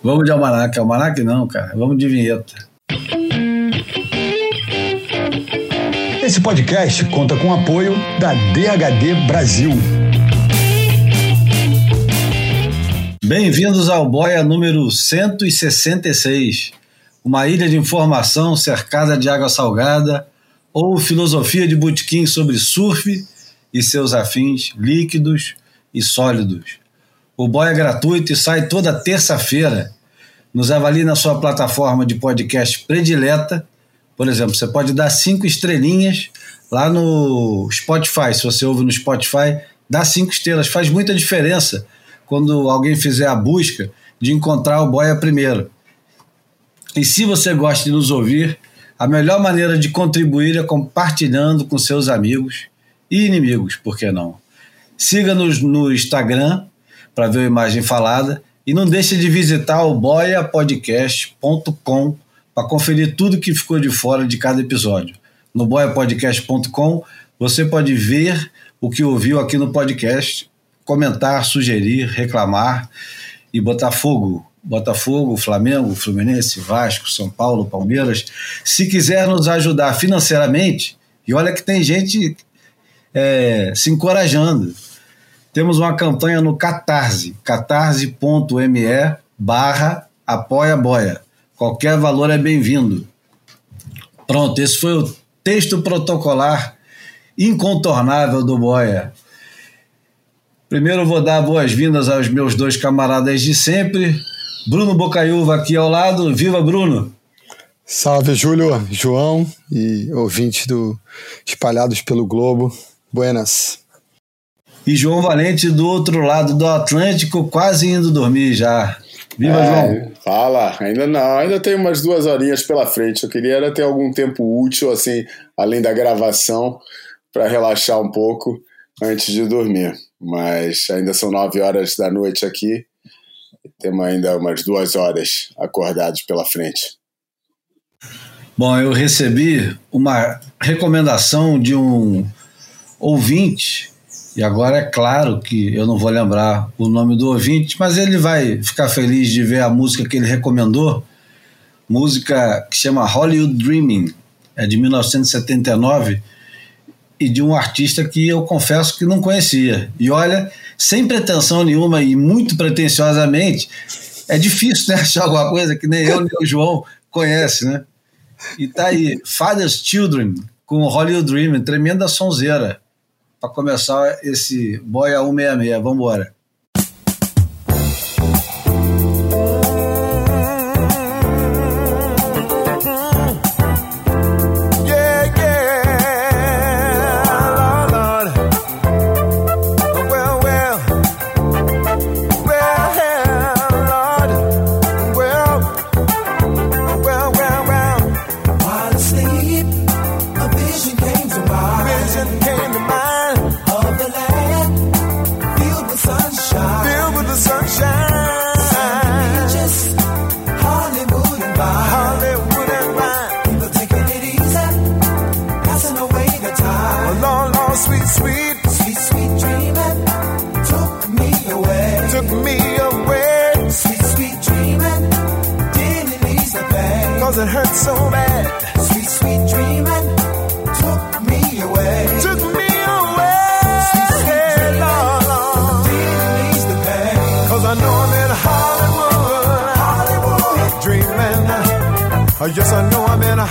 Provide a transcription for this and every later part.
Vamos de almanaque. Almanaque não, cara. Vamos de vinheta. Esse podcast conta com o apoio da DHD Brasil. Bem-vindos ao Boia número 166. Uma ilha de informação cercada de água salgada ou filosofia de botequim sobre surf e seus afins líquidos e sólidos. O Boia é gratuito e sai toda terça-feira. Nos avalie na sua plataforma de podcast predileta. Por exemplo, você pode dar 5 estrelinhas lá no Spotify. Se você ouve no Spotify, dá 5 estrelas. Faz muita diferença quando alguém fizer a busca de encontrar o Boia primeiro. E se você gosta de nos ouvir, a melhor maneira de contribuir é compartilhando com seus amigos e inimigos, por que não? Siga-nos no Instagram para ver a imagem falada e não deixe de visitar o boiapodcast.com para conferir tudo que ficou de fora de cada episódio. No boiapodcast.com você pode ver o que ouviu aqui no podcast, comentar, sugerir, reclamar e botar fogo. Botafogo, Flamengo, Fluminense, Vasco, São Paulo, Palmeiras. Se quiser nos ajudar financeiramente, e olha que tem gente se encorajando. Temos uma campanha no Catarse, catarse.me/apoia-boia. Qualquer valor é bem-vindo. Pronto, esse foi o texto protocolar incontornável do Boia. Primeiro eu vou dar boas-vindas aos meus 2 camaradas de sempre. Bruno Bocaiúva aqui ao lado. Viva, Bruno! Salve, Júlio, João e ouvintes espalhados pelo globo. Buenas. E João Valente do outro lado do Atlântico, quase indo dormir já. Viva, João! Fala, ainda não, ainda tem umas 2 horinhas pela frente. Eu queria ter algum tempo útil, assim, além da gravação, para relaxar um pouco antes de dormir. Mas ainda são 9 horas da noite aqui. Temos ainda umas 2 horas acordados pela frente. Bom, eu recebi uma recomendação de um ouvinte, e agora é claro que eu não vou lembrar o nome do ouvinte, mas ele vai ficar feliz de ver a música que ele recomendou, música que chama Hollywood Dreaming, é de 1979, e de um artista que eu confesso que não conhecia. E olha, sem pretensão nenhuma e muito pretensiosamente, é difícil, né, achar alguma coisa que nem eu nem o João conhece, né? E tá aí, Father's Children, com Hollywood Dreaming, tremenda sonzeira, para começar esse Boia 166. Vamos embora. It hurt so bad. Sweet, sweet dreaming took me away. Took me away. Sweet, sweet dreaming didn't ease the pain. 'Cause I know I'm in Hollywood. Hollywood dreaming. Yes, I know I'm in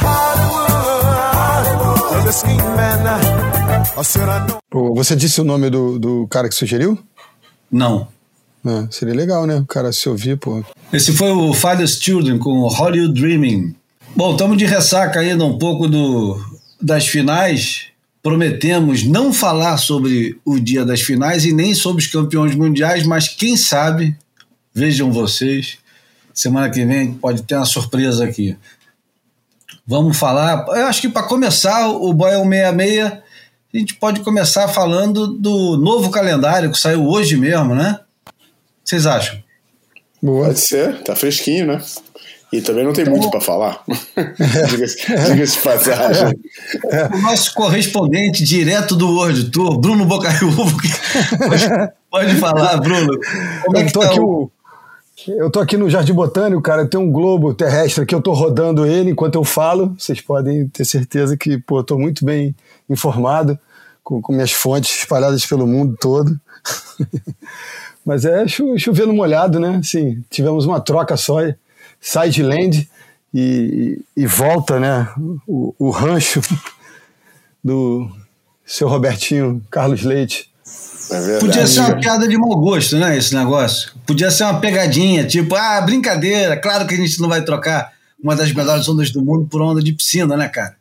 Hollywood. The scheming. I said I know. Você disse o nome do cara que sugeriu? Não. Seria legal, né? O cara se ouvir, pô. Esse foi o Father's Children com Hollywood Dreaming. Bom, estamos de ressaca ainda um pouco das finais. Prometemos não falar sobre o dia das finais e nem sobre os campeões mundiais, mas quem sabe, vejam vocês, semana que vem pode ter uma surpresa aqui. Vamos falar, eu acho que para começar o Boia 166, a gente pode começar falando do novo calendário que saiu hoje mesmo, né? O que vocês acham? Boa. Pode ser, tá fresquinho, né? E também não tem muito para falar. Diga-se de passagem. O nosso correspondente direto do World Tour, Bruno Bocaiúva, pode falar, Bruno. Como é que tá Eu tô aqui no Jardim Botânico, cara, tem um globo terrestre aqui, eu tô rodando ele enquanto eu falo, vocês podem ter certeza que, pô, eu tô muito bem informado, com minhas fontes espalhadas pelo mundo todo. Mas é chovendo molhado, né? Assim, tivemos uma troca só, sai de land e volta, né? O rancho do seu Robertinho Carlos Leite. É verdade. Podia ser uma piada de mau gosto, né, esse negócio? Podia ser uma pegadinha, tipo, brincadeira, claro que a gente não vai trocar uma das melhores ondas do mundo por uma onda de piscina, né, cara?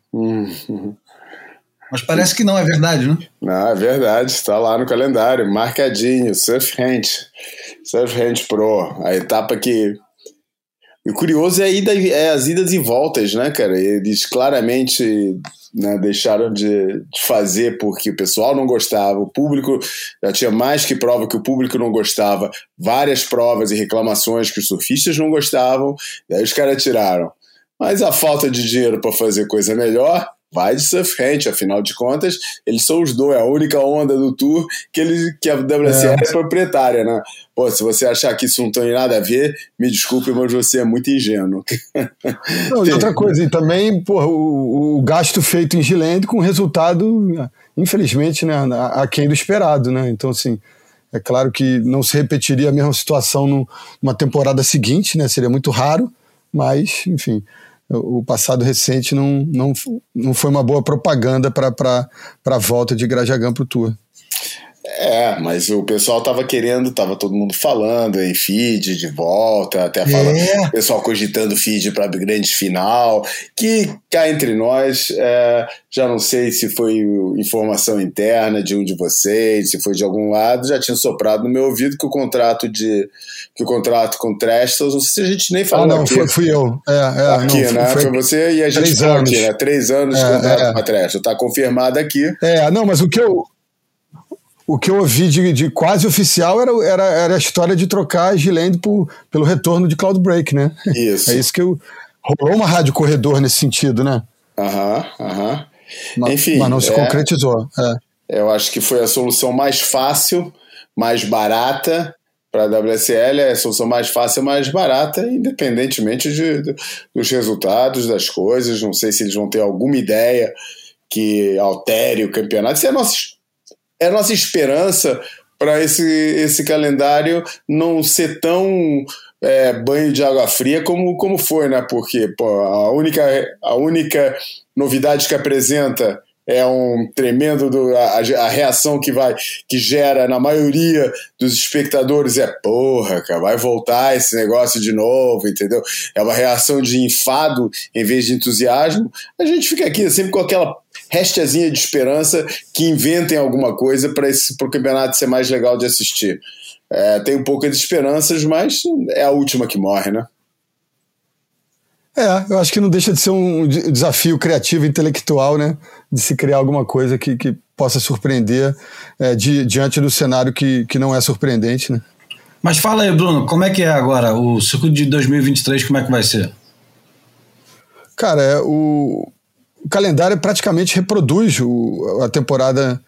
Mas parece que não, é verdade, né? Não, é verdade, está lá no calendário, marcadinho, Surf Ranch Pro, a etapa que... E o curioso é as idas e voltas, né, cara? Eles claramente, né, deixaram de fazer porque o pessoal não gostava, o público já tinha mais que prova que o público não gostava, várias provas e reclamações que os surfistas não gostavam, daí os caras tiraram. Mas a falta de dinheiro para fazer coisa melhor, vai de Surf Ranch, afinal de contas, eles são os dois, a única onda do Tour que a WSL é proprietária, né? Pô, se você achar que isso não tem nada a ver, me desculpe, mas você é muito ingênuo. Não, e outra coisa, e também, pô, o gasto feito em Giland com resultado, infelizmente, né, aquém do esperado, né? Então, assim, é claro que não se repetiria a mesma situação numa temporada seguinte, né? Seria muito raro, mas, enfim... O passado recente não foi uma boa propaganda para a volta de Grajagan para o Tour. Mas o pessoal estava todo mundo falando em feed de volta, até falando, o pessoal cogitando feed para grande final, que cá entre nós, já não sei se foi informação interna de um de vocês, se foi de algum lado, já tinha soprado no meu ouvido que o contrato com Trestles, não sei se a gente nem falou aqui. Fui eu. Aqui, não, né? Foi você e a gente falou aqui, né? 3 anos de contrato com a Trestles, está confirmado aqui. Não, mas o que eu ouvi de quase oficial era a história de trocar a Giland pelo retorno de Cloudbreak, né? Isso. É isso que rolou uma rádio corredor nesse sentido, né? Enfim. Mas não se concretizou. Eu acho que foi a solução mais fácil, mais barata para a WSL, é a solução mais fácil e mais barata, independentemente dos resultados, das coisas. Não sei se eles vão ter alguma ideia que altere o campeonato. Isso é a nossa esperança para esse calendário não ser tão banho de água fria como foi, né? Porque a única novidade que apresenta é um tremendo a reação que gera na maioria dos espectadores porra, cara, vai voltar esse negócio de novo, entendeu? É uma reação de enfado em vez de entusiasmo. A gente fica aqui sempre com aquela restezinha de esperança que inventem alguma coisa para o campeonato ser mais legal de assistir. Tem um pouco de esperanças, mas é a última que morre, né? Eu acho que não deixa de ser um desafio criativo e intelectual, né? De se criar alguma coisa que possa surpreender diante do cenário que não é surpreendente, né? Mas fala aí, Bruno, como é que é agora o circuito de 2023, como é que vai ser? Cara, o calendário praticamente reproduz a temporada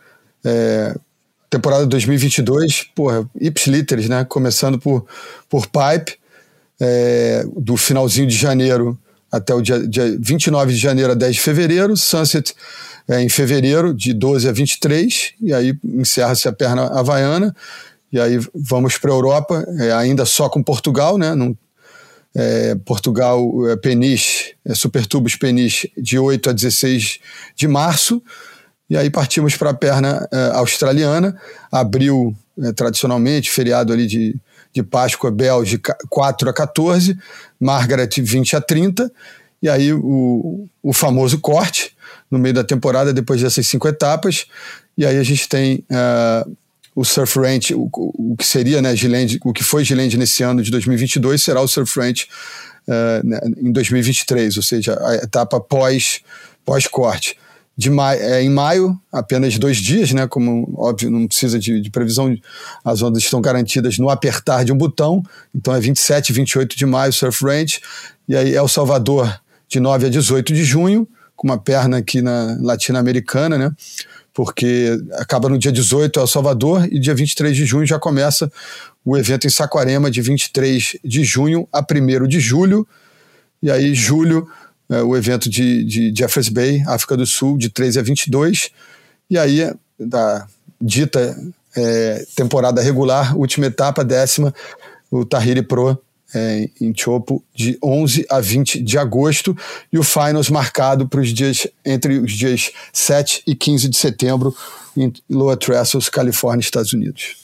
2022, ipsiliteris, né? Começando por Pipe, do finalzinho de janeiro até o dia 29 de janeiro a 10 de fevereiro, Sunset em fevereiro, de 12 a 23, e aí encerra-se a perna havaiana, e aí vamos para a Europa, ainda só com Portugal, né? Portugal, Peniche, Supertubos Peniche, de 8 a 16 de março, e aí partimos para a perna australiana, abril, tradicionalmente, feriado ali de Páscoa, Bélgica, 4 a 14, Margaret, 20 a 30, e aí o famoso corte no meio da temporada, depois dessas 5 etapas, e aí a gente tem o Surf Ranch, o que seria, né, Giland, o que foi Giland nesse ano de 2022, será o Surf Ranch em 2023, ou seja, a etapa pós-corte. Em maio, apenas 2 dias, né? Como óbvio, não precisa de previsão, as ondas estão garantidas no apertar de um botão, então é 27 e 28 de maio, Surf Ranch, e aí El Salvador, de 9 a 18 de junho, com uma perna aqui na latino-americana, né? porque acaba no dia 18 El Salvador e dia 23 de junho já começa o evento em Saquarema, de 23 de junho a 1º de julho, e aí julho o evento de Jeffreys Bay, África do Sul, de 13 a 22, e aí da dita temporada regular, última etapa, 10ª, o Tahiri Pro em Chopo, de 11 a 20 de agosto, e o Finals marcado para entre os dias 7 e 15 de setembro em Lower Trestles, Califórnia, Estados Unidos.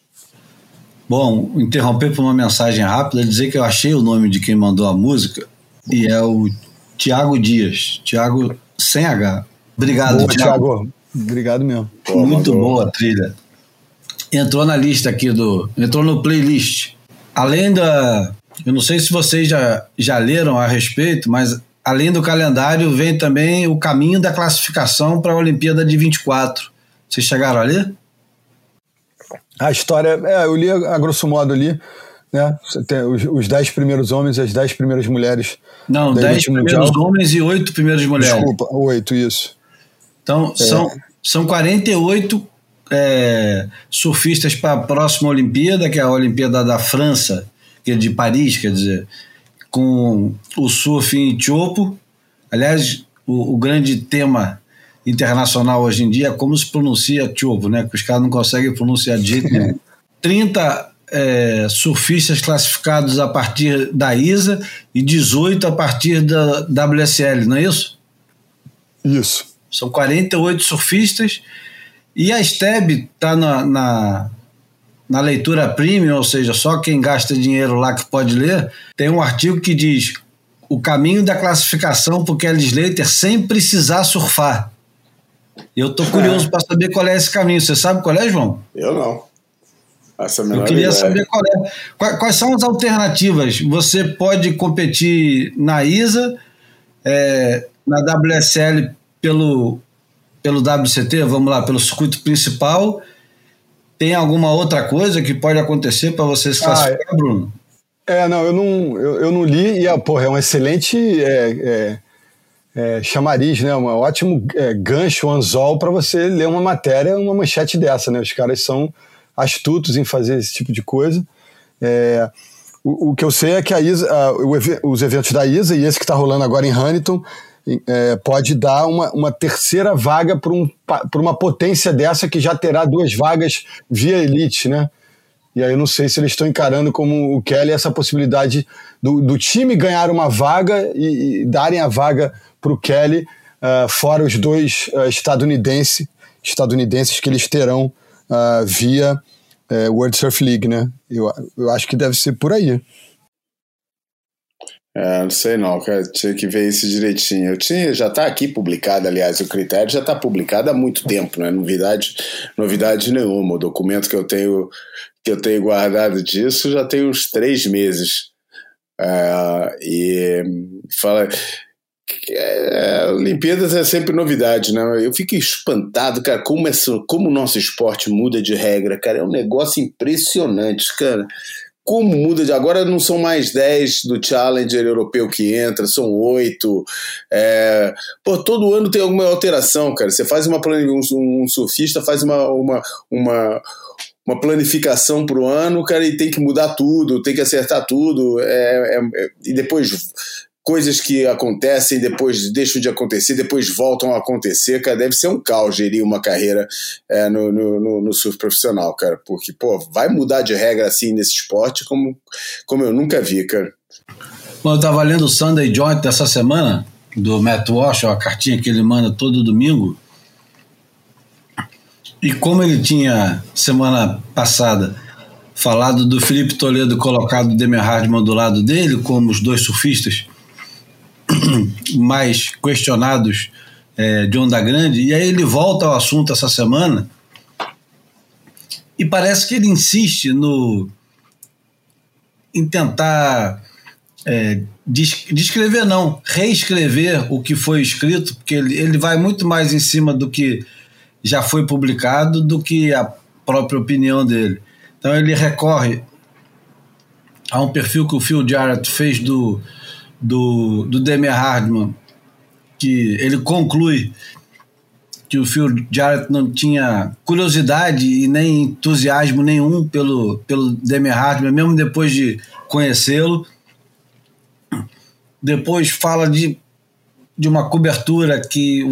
Bom, interromper por uma mensagem rápida, dizer que eu achei o nome de quem mandou a música, e é o Thiago Dias, Thiago sem H. Obrigado, Boa, Thiago. Obrigado mesmo. Muito boa a trilha. Entrou na lista aqui entrou no playlist. Além eu não sei se vocês já leram a respeito, mas além do calendário vem também o caminho da classificação para a Olimpíada de 24. Vocês chegaram a ler? A história, eu li a grosso modo ali, né? Tem os 10 primeiros homens e as 10 primeiras mulheres. Não, 10 primeiros homens e 8 primeiras mulheres. Desculpa, 8, isso. Então, são 48 surfistas para a próxima Olimpíada, que é a Olimpíada da França, que é de Paris, quer dizer, com o surf em Chopo. Aliás, o grande tema internacional hoje em dia é como se pronuncia Chopo, né? Que os caras não conseguem pronunciar de jeito nenhum. 30 surfistas classificados a partir da ISA e 18 a partir da WSL, não é isso? Isso. São 48 surfistas e a STEB está na leitura premium, ou seja, só quem gasta dinheiro lá que pode ler. Tem um artigo que diz o caminho da classificação para o Kelly Slater sem precisar surfar. Eu estou curioso para saber qual é esse caminho. Você sabe qual é, João? Eu não. Eu queria saber qual é. Quais são as alternativas? Você pode competir na ISA, na WSL pelo WCT, vamos lá, pelo circuito principal. Tem alguma outra coisa que pode acontecer para você se classificar, Bruno? Não, eu não li, e é um excelente chamariz, né? Um ótimo gancho, anzol para você ler uma matéria, uma manchete dessa, né? Os caras são astutos em fazer esse tipo de coisa. O que eu sei é que a ISA, os eventos da ISA, e esse que está rolando agora em Huntington, pode dar uma terceira vaga para uma potência dessa que já terá 2 vagas via elite, né? E aí eu não sei se eles estão encarando como o Kelly essa possibilidade do time ganhar uma vaga e darem a vaga para o Kelly, fora os 2 estadunidenses que eles terão via World Surf League, né? Eu acho que deve ser por aí. Não sei não, cara, tinha que ver isso direitinho. Já está aqui publicado, aliás, o critério já está publicado há muito tempo, não é novidade nenhuma. O documento que eu tenho guardado disso já tem uns 3 meses. E fala Olimpíadas é sempre novidade, né? Eu fico espantado, cara, como o nosso esporte muda de regra, cara. É um negócio impressionante, cara. Como muda de agora, não são mais 10 do Challenger europeu que entra, são 8. Todo ano tem alguma alteração, cara. Você faz um surfista faz uma planificação para o ano, cara, e tem que mudar tudo, tem que acertar tudo. E depois coisas que acontecem, depois deixam de acontecer, depois voltam a acontecer, cara, deve ser um caos gerir uma carreira no surf profissional, cara, porque, vai mudar de regra assim nesse esporte como eu nunca vi, cara. Bom, eu estava lendo o Sunday Joint dessa semana, do Matt Walsh, a cartinha que ele manda todo domingo, e como ele tinha, semana passada, falado do Felipe Toledo colocado o Demian Hardman do lado dele, como os 2 surfistas mais questionados de onda grande, e aí ele volta ao assunto essa semana e parece que ele insiste em tentar descrever, não, reescrever o que foi escrito, porque ele vai muito mais em cima do que já foi publicado do que a própria opinião dele. Então ele recorre a um perfil que o Phil Jarrett fez do Demian Hardman, que ele conclui que o Phil Jarrett não tinha curiosidade e nem entusiasmo nenhum pelo Damon Hardman, mesmo depois de conhecê-lo. Depois fala de uma cobertura que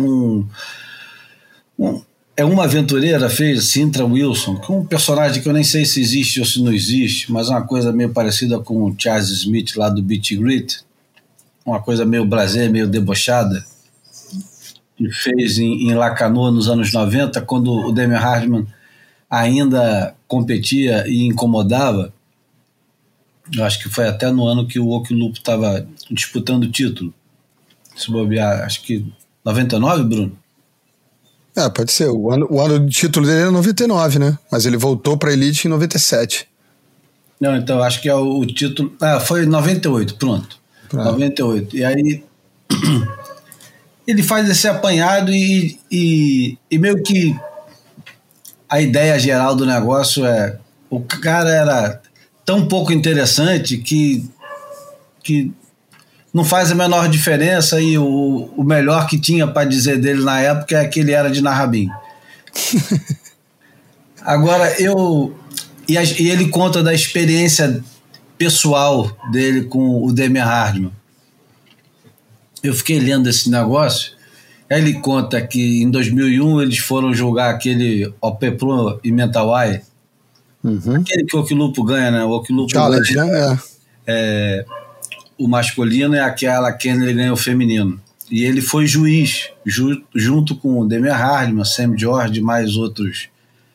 uma aventureira fez, Cynthia Wilson, que é um personagem que eu nem sei se existe ou se não existe, mas é uma coisa meio parecida com o Charles Smith lá do Beat Grit, uma coisa meio blasé, meio debochada, que fez em Lacanau nos anos 90, quando o Damon Hardman ainda competia e incomodava. Eu acho que foi até no ano que o Okilupo estava disputando o título. Se bobear, acho que 99, Bruno? Pode ser. O ano do título dele era 99, né? Mas ele voltou para a Elite em 97. Não, então acho que é o título... foi 98, pronto. 98. E aí ele faz esse apanhado e meio que a ideia geral do negócio é... O cara era tão pouco interessante que não faz a menor diferença, e o melhor que tinha para dizer dele na época é que ele era de Narrabin. Agora, e ele conta da experiência pessoal dele com o Damon Hardman. Eu fiquei lendo esse negócio, aí ele conta que em 2001 eles foram jogar aquele OP Pro e Mentawai, aquele que o Okilupo ganha, né? O Okilupo Challenge, ganha, né? O masculino, é aquela que ele ganha o feminino. E ele foi juiz, junto com o Damon Hardman, Sam George, mais outros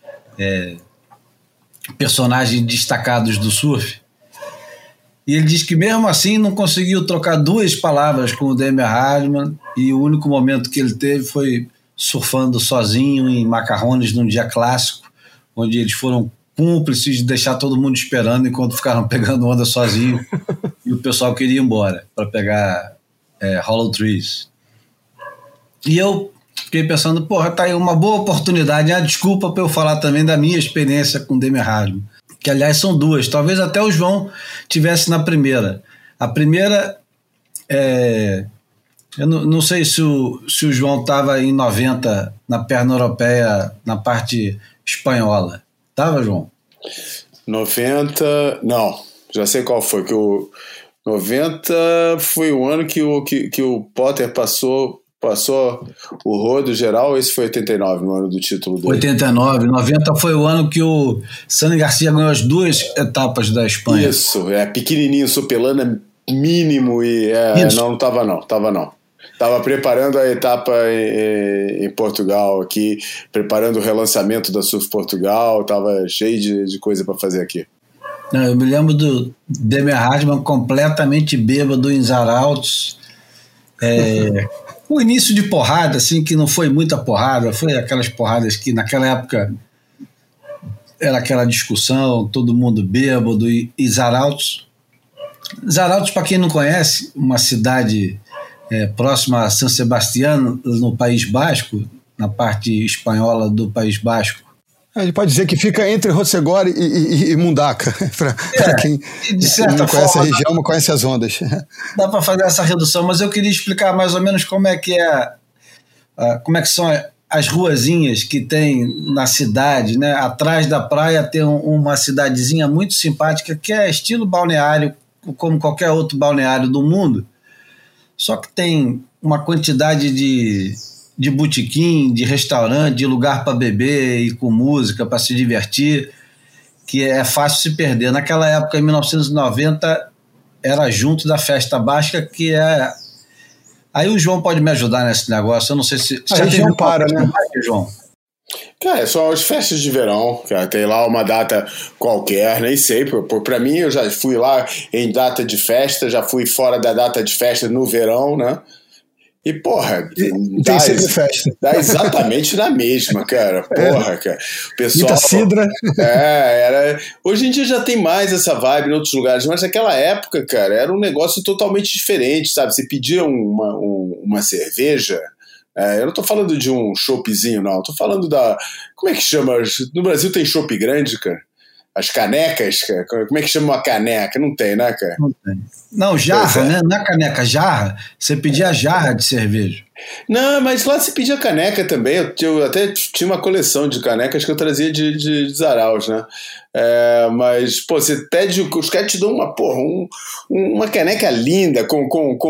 personagens destacados do surf. E ele diz que mesmo assim não conseguiu trocar 2 palavras com o Damon Hardman, e o único momento que ele teve foi surfando sozinho em Macarrones num dia clássico, onde eles foram cúmplices de deixar todo mundo esperando enquanto ficaram pegando onda sozinho e o pessoal queria ir embora para pegar Hollow Trees. E eu fiquei pensando, tá aí uma boa oportunidade, desculpa para eu falar também da minha experiência com Damon Hardman, que aliás são 2, talvez até o João tivesse na primeira. A primeira, eu não sei se o João estava em 90 na perna europeia, na parte espanhola. Tava, João? 90, não, já sei qual foi, que o 90 foi o ano que o Potter passou o rodo geral. Esse foi 89, no ano do título dele. 89, 90 foi o ano que o Sani Garcia ganhou as 2 etapas da Espanha. Isso, pequenininho, Sopelana mínimo e não tava não. Estava preparando a etapa em Portugal aqui, preparando o relançamento da Surf Portugal, estava cheio de coisa para fazer aqui. Não, eu me lembro do Damon Hardman completamente bêbado em Zaraltos. O início de porrada, assim, que não foi muita porrada, foi aquelas porradas que naquela época era aquela discussão, todo mundo bêbado, e Zaraltos. Zaraltos, para quem não conhece, uma cidade próxima a San Sebastián, no País Basco, na parte espanhola do País Basco. A gente pode dizer que fica entre Rossegor e Mundaca, para quem não conhece a região, não conhece as ondas. Dá para fazer essa redução, mas eu queria explicar mais ou menos como é que são as ruazinhas que tem na cidade, né? Atrás da praia tem uma cidadezinha muito simpática, que é estilo balneário, como qualquer outro balneário do mundo, só que tem uma quantidade de botequim, de restaurante, de lugar para beber e com música, para se divertir, que é fácil se perder. Naquela época, em 1990, era junto da Festa Basca, que é... Aí o João pode me ajudar nesse negócio, eu não sei se... A região para, né? João? Cara, são as festas de verão, cara, tem lá uma data qualquer, nem sei, pra mim eu já fui lá em data de festa, já fui fora da data de festa no verão, né? E, porra, tem sempre festa. Dá exatamente na mesma, cara. Porra, cara. O pessoal. Muita cidra. Hoje em dia já tem mais essa vibe em outros lugares, mas naquela época, cara, era um negócio totalmente diferente, sabe? Você pedia uma cerveja. Eu não tô falando de um choppzinho, não. Tô falando da... Como é que chama? No Brasil tem chopp grande, cara. As canecas, cara. Como é que chama uma caneca? Não tem, né, cara? Não tem. Não, jarra, né? Não é caneca, jarra. Você pedia jarra de cerveja. Não, mas lá se pedia caneca também. Eu até tinha uma coleção de canecas que eu trazia de Zaraus, né? Mas, pô, você pede, os caras te dão uma caneca linda com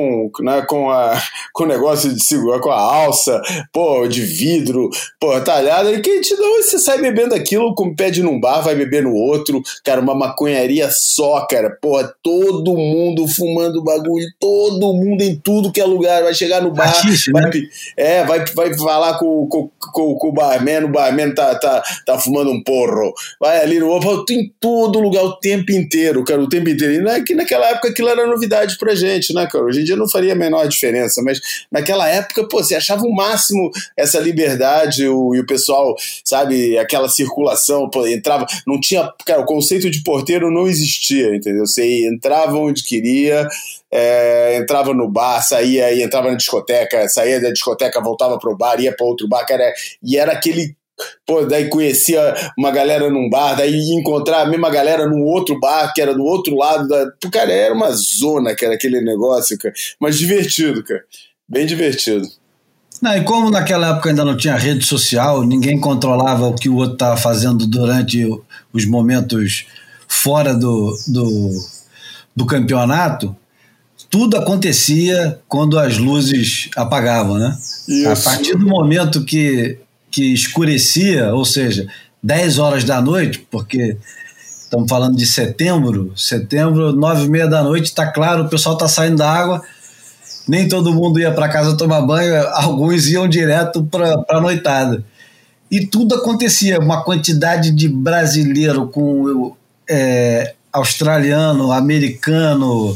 o negócio de segurar, com a alça, pô, de vidro, pô, talhada, e que te dão, você sai bebendo aquilo, como pede num bar, vai beber no outro, cara, uma maconharia só, cara, porra, todo mundo fumando bagulho, todo mundo em tudo que é lugar, vai chegar no bar, vai falar com o barman, o barman tá fumando um porro, vai ali no outro, em todo lugar o tempo inteiro, cara, o tempo inteiro. E naquela época aquilo era novidade pra gente, né, cara? Hoje em dia não faria a menor diferença, mas naquela época, pô, você achava o máximo essa liberdade e o pessoal, sabe, aquela circulação, pô, entrava, não tinha, cara, o conceito de porteiro não existia, entendeu? Você entrava onde queria, entrava no bar, saía, entrava na discoteca, saía da discoteca, voltava pro bar, ia pra outro bar, cara, e era aquele. Pô, daí conhecia uma galera num bar, daí ia encontrar a mesma galera num outro bar, que era do outro lado cara, era uma zona, cara, aquele negócio, cara, mas divertido, cara, bem divertido. Não, e como naquela época ainda não tinha rede social, ninguém controlava o que o outro estava fazendo durante os momentos fora do campeonato, tudo acontecia quando as luzes apagavam, né? Isso. A partir do momento que escurecia, ou seja, 10 horas da noite, porque estamos falando de setembro, 9h30 da noite, está claro, o pessoal está saindo da água, nem todo mundo ia para casa tomar banho, alguns iam direto para a noitada. E tudo acontecia, uma quantidade de brasileiro com australiano, americano,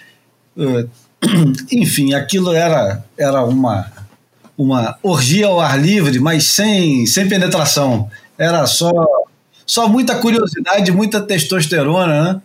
enfim, aquilo era uma orgia ao ar livre, mas sem penetração. Era só muita curiosidade, muita testosterona, né?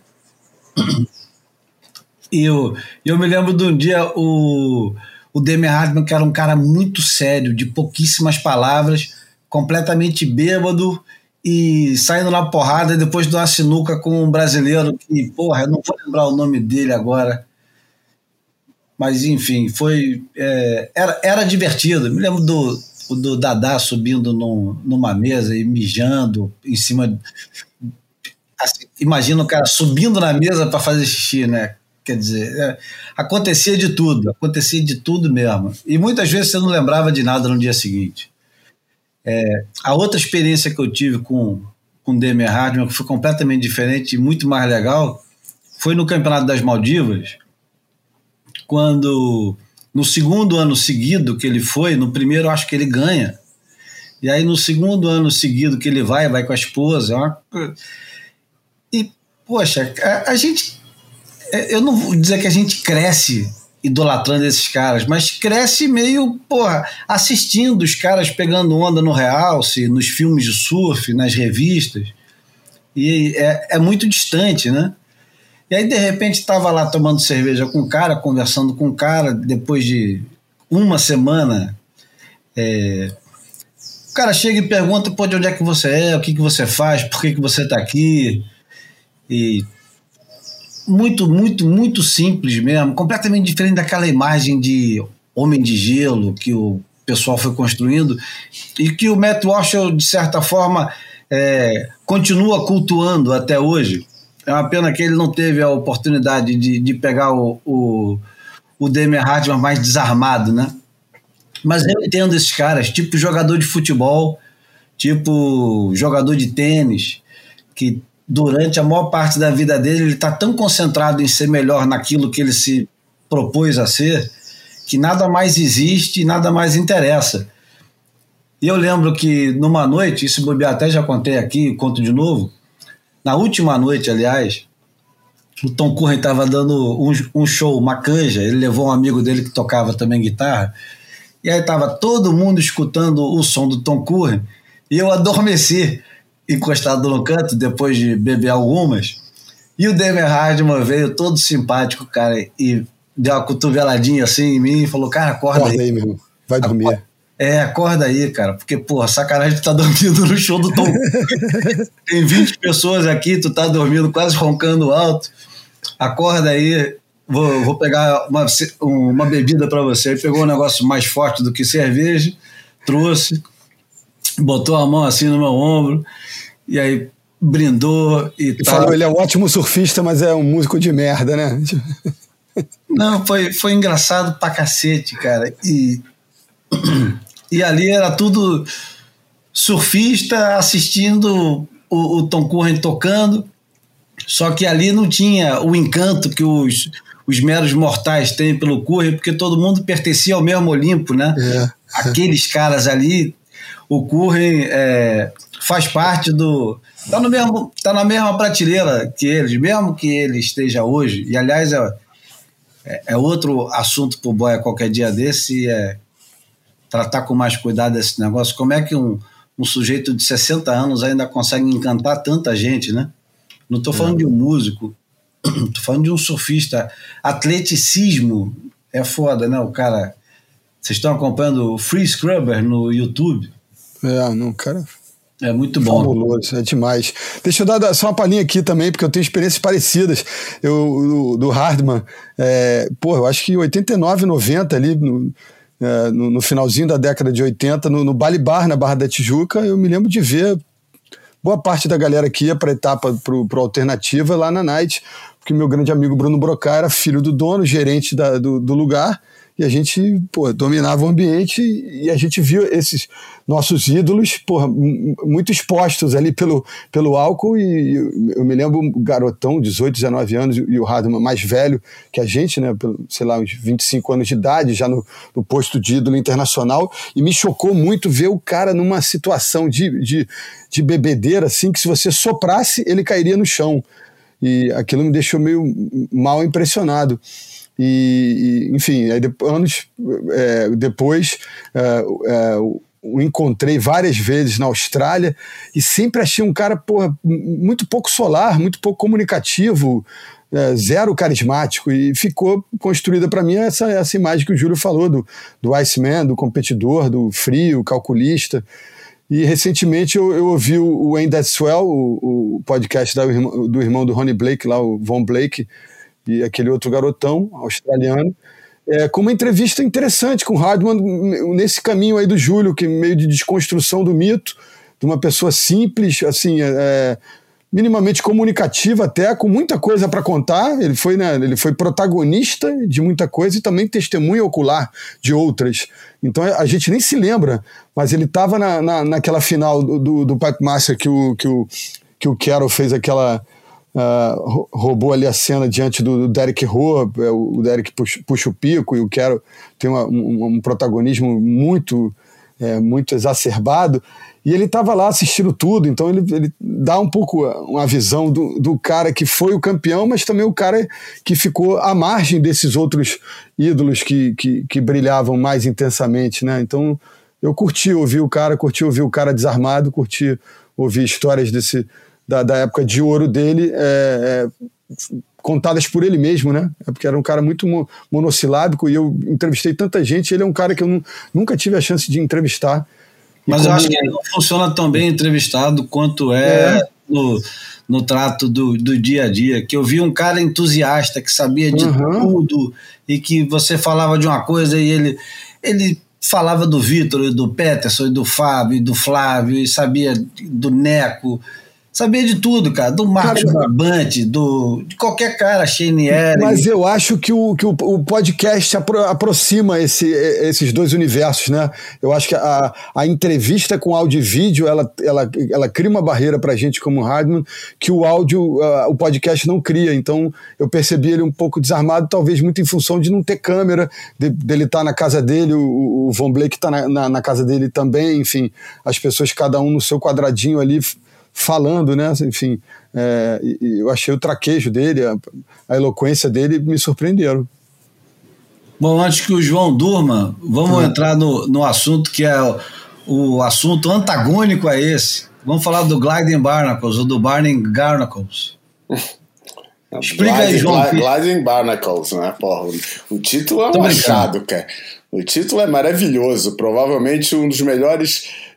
E eu me lembro de um dia o Damon Hartman, que era um cara muito sério, de pouquíssimas palavras, completamente bêbado e saindo na porrada depois de uma sinuca com um brasileiro que, porra, eu não vou lembrar o nome dele agora. Mas, enfim, era divertido. Me lembro do Dadá subindo numa mesa e mijando em cima. Assim, imagina o cara subindo na mesa para fazer xixi, né? Quer dizer, acontecia de tudo mesmo. E muitas vezes você não lembrava de nada no dia seguinte. A outra experiência que eu tive com o Damon Hartman, que foi completamente diferente e muito mais legal, foi no Campeonato das Maldivas, quando no segundo ano seguido que ele foi, no primeiro acho que ele ganha, e aí no segundo ano seguido que ele vai com a esposa, e poxa, a gente, eu não vou dizer que a gente cresce idolatrando esses caras, mas cresce meio, porra, assistindo os caras pegando onda no realce, nos filmes de surf, nas revistas, e é muito distante, né? E aí, de repente, estava lá tomando cerveja com o cara, conversando com o cara, depois de uma semana, o cara chega e pergunta, pô, de onde é que você é, o que você faz, por que você está aqui, e muito, muito, muito simples mesmo, completamente diferente daquela imagem de homem de gelo que o pessoal foi construindo, e que o Matt Walsh, de certa forma, continua cultuando até hoje. É uma pena que ele não teve a oportunidade de pegar o Damon Hartman mais desarmado, né? Mas eu entendo esses caras, tipo jogador de futebol, tipo jogador de tênis, que durante a maior parte da vida dele ele está tão concentrado em ser melhor naquilo que ele se propôs a ser, que nada mais existe e nada mais interessa. E eu lembro que numa noite, isso bobear até já contei aqui, conto de novo, na última noite, aliás, o Tom Curren estava dando um show, uma canja, ele levou um amigo dele que tocava também guitarra, e aí estava todo mundo escutando o som do Tom Curren, e eu adormeci, encostado no canto, depois de beber algumas, e o Damon Hartman veio todo simpático, cara, e deu uma cotoveladinha assim em mim, e falou, cara, acorda aí, meu irmão, vai dormir. Acorda aí, cara, porque, porra, sacanagem, tu tá dormindo no show do Tom. Tem 20 pessoas aqui, tu tá dormindo quase roncando alto. Acorda aí, vou pegar uma bebida para você. Ele pegou um negócio mais forte do que cerveja, trouxe, botou a mão assim no meu ombro, e aí brindou e tal. Falou, ele é um ótimo surfista, mas é um músico de merda, né? Não, foi engraçado pra cacete, cara. E ali era tudo surfista assistindo o Tom Curren tocando, só que ali não tinha o encanto que os meros mortais têm pelo Curren, porque todo mundo pertencia ao mesmo Olimpo, né? Aqueles caras ali, o Curren faz parte do... Tá na mesma prateleira que eles, mesmo que ele esteja hoje, e aliás é outro assunto pro Boia qualquer dia desse, tratar com mais cuidado desse negócio. Como é que um sujeito de 60 anos ainda consegue encantar tanta gente, né? Não estou falando de um músico, estou falando de um surfista. Atleticismo é foda, né? O cara... Vocês estão acompanhando o Free Scrubber no YouTube? Cara... É muito bom. Fabuloso, é demais. Deixa eu dar só uma palhinha aqui também, porque eu tenho experiências parecidas. Do Hardman, eu acho que em 89, 90 ali, no finalzinho da década de 80, no Bali Bar, na Barra da Tijuca, eu me lembro de ver boa parte da galera que ia para a etapa, pro Alternativa lá na Night, porque meu grande amigo Bruno Brocá era filho do dono, gerente do lugar, e a gente, dominava o ambiente e a gente viu esses nossos ídolos, muito expostos ali pelo álcool, e eu me lembro um garotão, 18, 19 anos, e o Hardman mais velho que a gente, né, sei lá, uns 25 anos de idade, já no posto de ídolo internacional, e me chocou muito ver o cara numa situação de bebedeira, assim, que se você soprasse, ele cairia no chão, e aquilo me deixou meio mal impressionado. Enfim, aí anos depois o encontrei várias vezes na Austrália e sempre achei um cara muito pouco solar, muito pouco comunicativo, zero carismático, e ficou construída para mim essa imagem que o Júlio falou do Iceman, do competidor, do frio, calculista. E recentemente eu ouvi o Ain't That Swell, o podcast do irmão do Ronnie Blake, lá, o Von Blake, e aquele outro garotão australiano, com uma entrevista interessante com o Hardman, nesse caminho aí do Júlio, que meio de desconstrução do mito, de uma pessoa simples, assim, minimamente comunicativa até, com muita coisa para contar. Ele foi protagonista de muita coisa e também testemunha ocular de outras. Então a gente nem se lembra, mas ele estava naquela final do Pipe Master que o Carroll fez aquela... roubou ali a cena diante do Derek Rowe, o Derek puxa o pico e o Carroll tem um protagonismo muito exacerbado, e ele estava lá assistindo tudo, então ele dá um pouco uma visão do cara que foi o campeão, mas também o cara que ficou à margem desses outros ídolos que brilhavam mais intensamente, né? Então eu curti ouvir o cara desarmado, curti ouvir histórias da época de ouro dele, contadas por ele mesmo, né? Porque era um cara muito monossilábico, e eu entrevistei tanta gente, ele é um cara que eu nunca tive a chance de entrevistar. Mas eu acho que ele não funciona tão bem entrevistado quanto no trato do dia a dia, que eu vi um cara entusiasta que sabia de tudo, e que você falava de uma coisa e ele falava do Vitor, e do Peterson, e do Fábio, e do Flávio, e sabia do Neco, sabia de tudo, cara, do Marcos Brabante, de qualquer cara, Shane Ehring. Mas eu acho que o podcast aproxima esses dois universos, né? Eu acho que a entrevista com áudio e vídeo, ela cria uma barreira pra gente como Hardman, que o áudio, o podcast não cria. Então eu percebi ele um pouco desarmado, talvez muito em função de não ter câmera, dele estar na casa dele, o Von Blake tá na casa dele também, enfim, as pessoas cada um no seu quadradinho ali, falando, né? Enfim, eu achei o traquejo dele, a eloquência dele me surpreenderam. Bom, antes que o João durma, vamos entrar no assunto que é o assunto antagônico a esse. Vamos falar do Gliding Barnacles, ou do Burning Garnacles. Explica aí, João. Gliding Barnacles, né? Porra, o título é um achado, cara. O título é maravilhoso, provavelmente um dos melhores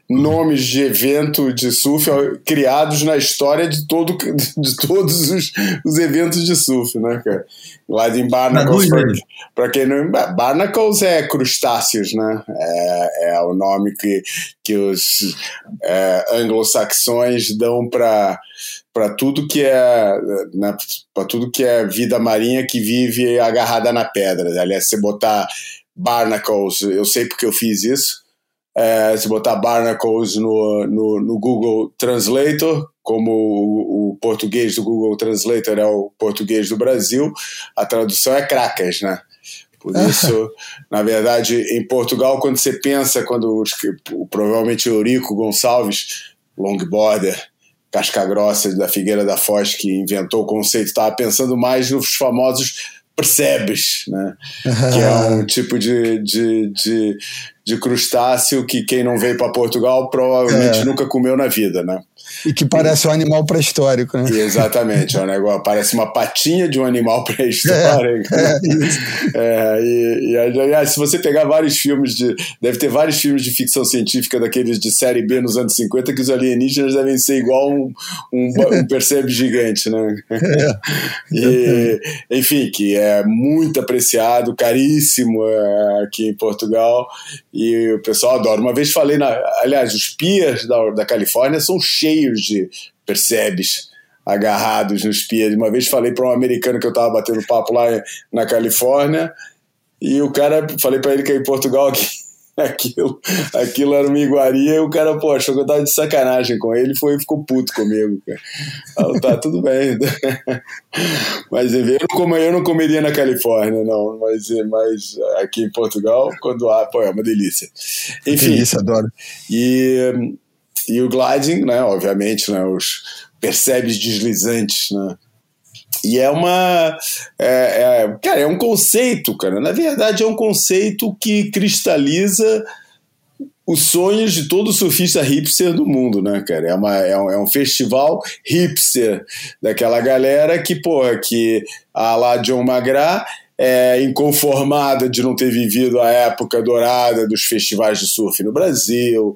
nomes de evento de surf criados na história de todos os eventos de surf, né, cara? Lá em Barnacles, para quem não... Barnacles é crustáceos, né? É o nome que os anglo-saxões dão para tudo que é, né, para tudo que é vida marinha que vive agarrada na pedra. Aliás, se botar Barnacles, eu sei porque eu fiz isso, se botar Barnacles no Google Translator, como o português do Google Translator é o português do Brasil, a tradução é cracas, né? Por isso, na verdade, em Portugal, quando você pensa, provavelmente Eurico Gonçalves, longboarder, casca grossa da Figueira da Foz, que inventou o conceito, estava pensando mais nos famosos percebes, né? Que é um tipo de crustáceo que quem não veio para Portugal provavelmente nunca comeu na vida, né? E que parece um animal pré-histórico, né? Exatamente, é um negócio, parece uma patinha de um animal pré-histórico. Aliás, se você pegar vários filmes deve ter vários filmes de ficção científica daqueles de série B nos anos 50 que os alienígenas devem ser igual um percebe gigante, né? Enfim, que é muito apreciado, caríssimo aqui em Portugal, e o pessoal adora. Uma vez falei, aliás, os piers da Califórnia são cheios de percebes agarrados nos piers. Uma vez falei para um americano que eu estava batendo papo lá na Califórnia, e o cara, falei para ele que é em Portugal aquilo era uma iguaria, e o cara, achou que eu tava de sacanagem com ele, ficou puto comigo, cara. Falei, tá, tudo bem. Mas eu não comeria na Califórnia, não, mas aqui em Portugal, quando há, é uma delícia. Enfim, delícia, adoro. E o gliding, né, obviamente, né, os percebes deslizantes, né? E cara, é um conceito, cara. Na verdade, é um conceito que cristaliza os sonhos de todo surfista hipster do mundo, né, cara? É um festival hipster daquela galera que a lá John McGrath inconformada de não ter vivido a época dourada dos festivais de surf no Brasil,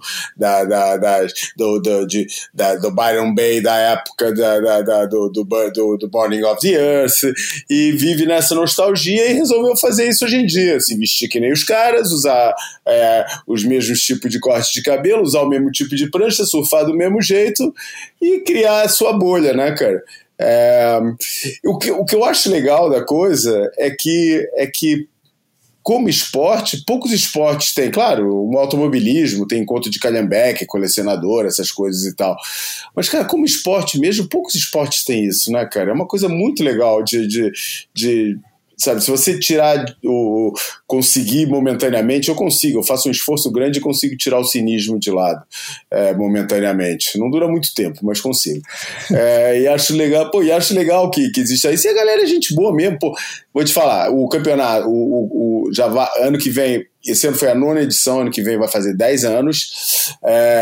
do Byron Bay, da época do Burning of the Earth, e vive nessa nostalgia e resolveu fazer isso hoje em dia, se vestir que nem os caras, usar os mesmos tipos de corte de cabelo, usar o mesmo tipo de prancha, surfar do mesmo jeito e criar a sua bolha, né, cara? O que eu acho legal da coisa é que como esporte, poucos esportes têm, claro, o automobilismo tem encontro de calhambeque, colecionador, essas coisas e tal, mas, cara, como esporte mesmo, poucos esportes têm isso, né, cara? É uma coisa muito legal sabe, se você conseguir momentaneamente, eu faço um esforço grande e consigo tirar o cinismo de lado, momentaneamente. Não dura muito tempo, mas consigo. E acho legal que existe aí. Se a galera é gente boa mesmo, vou te falar, o campeonato, ano que vem, esse ano foi a 9ª edição, ano que vem vai fazer 10 anos,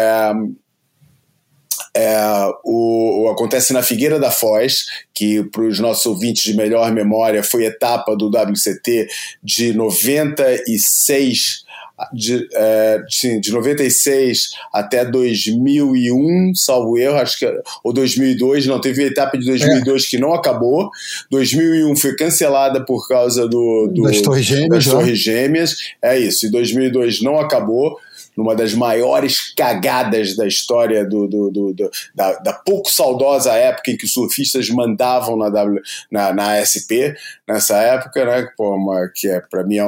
acontece na Figueira da Foz, que para os nossos ouvintes de melhor memória foi etapa do WCT de 96, de 96 até 2001, salvo erro, acho que, ou 2002, não, teve a etapa de 2002 que não acabou, 2001 foi cancelada por causa das Torres Gêmeas, isso, e 2002 não acabou, numa das maiores cagadas da história da pouco saudosa época em que os surfistas mandavam na ASP, nessa época, né, que para mim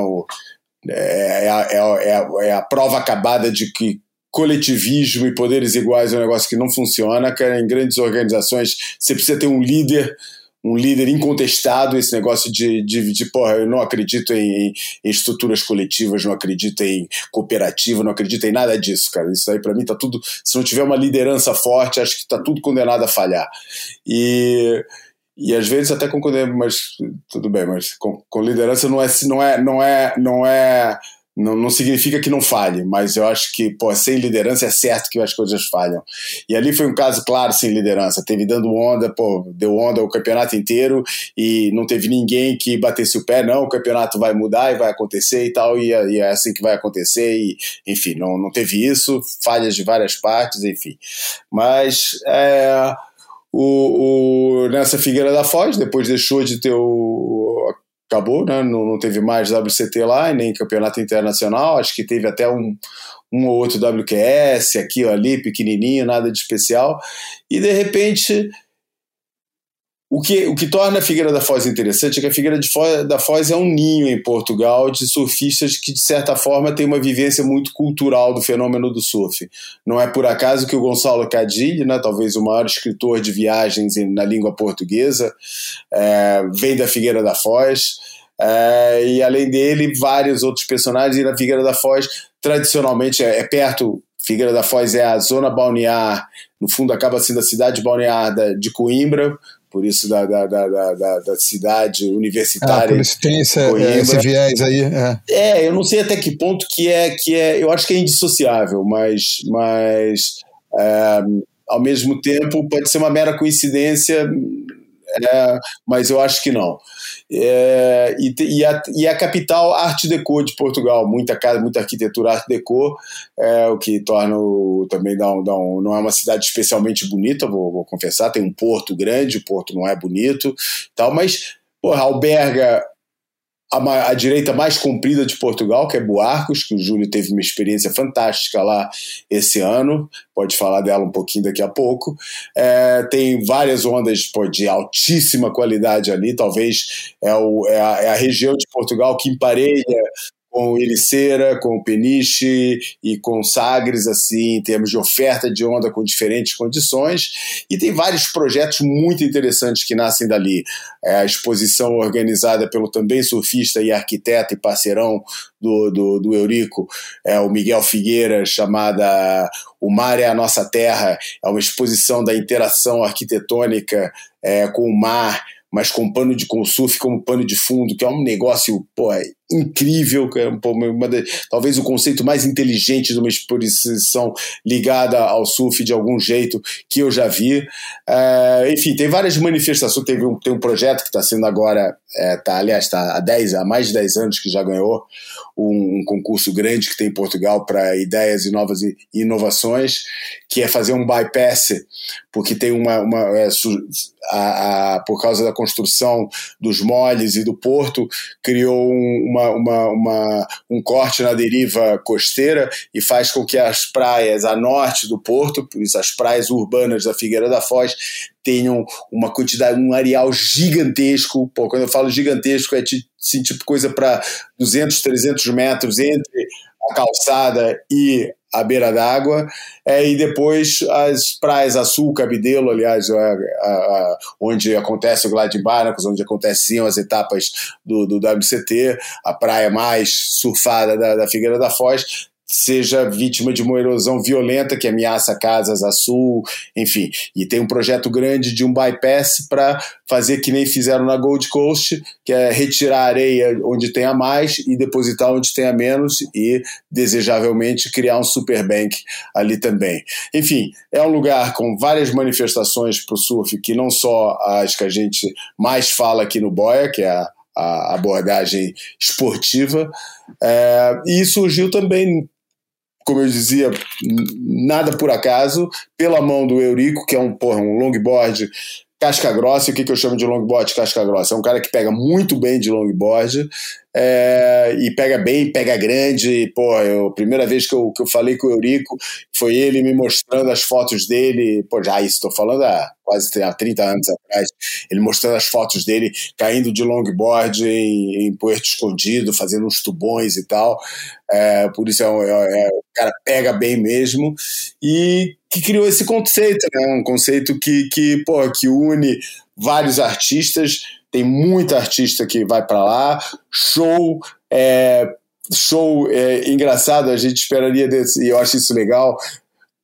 é a prova acabada de que coletivismo e poderes iguais é um negócio que não funciona, cara. Em grandes organizações você precisa ter um líder incontestado. Esse negócio eu não acredito em estruturas coletivas, não acredito em cooperativa, não acredito em nada disso, cara. Isso aí pra mim tá tudo, se não tiver uma liderança forte, acho que tá tudo condenado a falhar. E às vezes até com condenação, mas tudo bem, mas com liderança não Não significa que não falhe, mas eu acho que, sem liderança é certo que as coisas falham. E ali foi um caso claro sem liderança. Teve dando onda, deu onda o campeonato inteiro e não teve ninguém que batesse o pé. Não, o campeonato vai mudar e vai acontecer e tal, e é assim que vai acontecer. E, enfim, não teve isso, falhas de várias partes, enfim. Mas nessa Figueira da Foz, depois deixou de ter acabou, né? Não teve mais WCT lá, nem campeonato internacional, acho que teve até um ou outro WQS aqui ou ali, pequenininho, nada de especial, e de repente o que torna a Figueira da Foz interessante é que a Figueira da Foz é um ninho em Portugal de surfistas que de certa forma tem uma vivência muito cultural do fenômeno do surf. Não é por acaso que o Gonçalo Cadilho, né, talvez o maior escritor de viagens na língua portuguesa, vem da Figueira da Foz, e além dele vários outros personagens. E na Figueira da Foz tradicionalmente é perto. Figueira da Foz é a zona balnear, no fundo acaba sendo a cidade balnear de Coimbra, por isso da cidade universitária. Por isso tem esse viés aí. Eu não sei até que ponto que é, eu acho que é indissociável, mas ao mesmo tempo pode ser uma mera coincidência, mas eu acho que não. E a capital Art Deco de Portugal, muita arquitetura Art Deco, o que torna também não é uma cidade especialmente bonita, vou confessar, tem um porto grande, o porto não é bonito, tal, mas alberga a direita mais comprida de Portugal, que é Buarcos, que o Júlio teve uma experiência fantástica lá esse ano, pode falar dela um pouquinho daqui a pouco. Tem várias ondas de altíssima qualidade ali, talvez é a região de Portugal que emparelha com Ericeira, com Peniche e com Sagres, assim, em termos de oferta de onda com diferentes condições, e tem vários projetos muito interessantes que nascem dali. A exposição organizada pelo também surfista e arquiteto e parceirão do Eurico, o Miguel Figueira, chamada O Mar é a Nossa Terra, é uma exposição da interação arquitetônica com o mar, mas com pano de surf como pano de fundo, que é um negócio incrível, que é talvez o conceito mais inteligente de uma exposição ligada ao surf de algum jeito que eu já vi. Enfim, tem várias manifestações. Tem um projeto que está sendo agora, há mais de 10 anos que já ganhou um concurso grande que tem em Portugal para ideias e novas inovações, que é fazer um bypass, porque tem por causa da construção dos moles e do porto, criou um corte na deriva costeira e faz com que as praias a norte do porto, por isso as praias urbanas da Figueira da Foz, tenham uma quantidade, um areal gigantesco. Quando eu falo gigantesco, é tipo coisa para 200, 300 metros entre a calçada e a beira d'água, e depois as praias Açul, Cabedelo, aliás, onde acontece o Glide Barnacles, onde aconteciam as etapas do WCT, a praia mais surfada da Figueira da Foz, seja vítima de uma erosão violenta que ameaça casas a sul, enfim. E tem um projeto grande de um bypass para fazer que nem fizeram na Gold Coast, que é retirar a areia onde tem a mais e depositar onde tem a menos e, desejavelmente, criar um superbank ali também. Enfim, é um lugar com várias manifestações para o surf, que não só as que a gente mais fala aqui no Boia, que é a abordagem esportiva, e surgiu também, como eu dizia, nada por acaso, pela mão do Eurico, que é um longboard casca grossa. E o que eu chamo de longboard casca grossa? É um cara que pega muito bem de longboard, e pega bem, pega grande. A primeira vez que eu falei com o Eurico foi ele me mostrando as fotos dele, estou falando há 30 anos atrás, ele mostrando as fotos dele caindo de longboard em Puerto Escondido, fazendo uns tubões e tal. Por isso o cara pega bem mesmo, e que criou esse conceito, né? Um conceito que une vários artistas. Tem muita artista que vai para lá, show engraçado, a gente esperaria desse, e eu acho isso legal.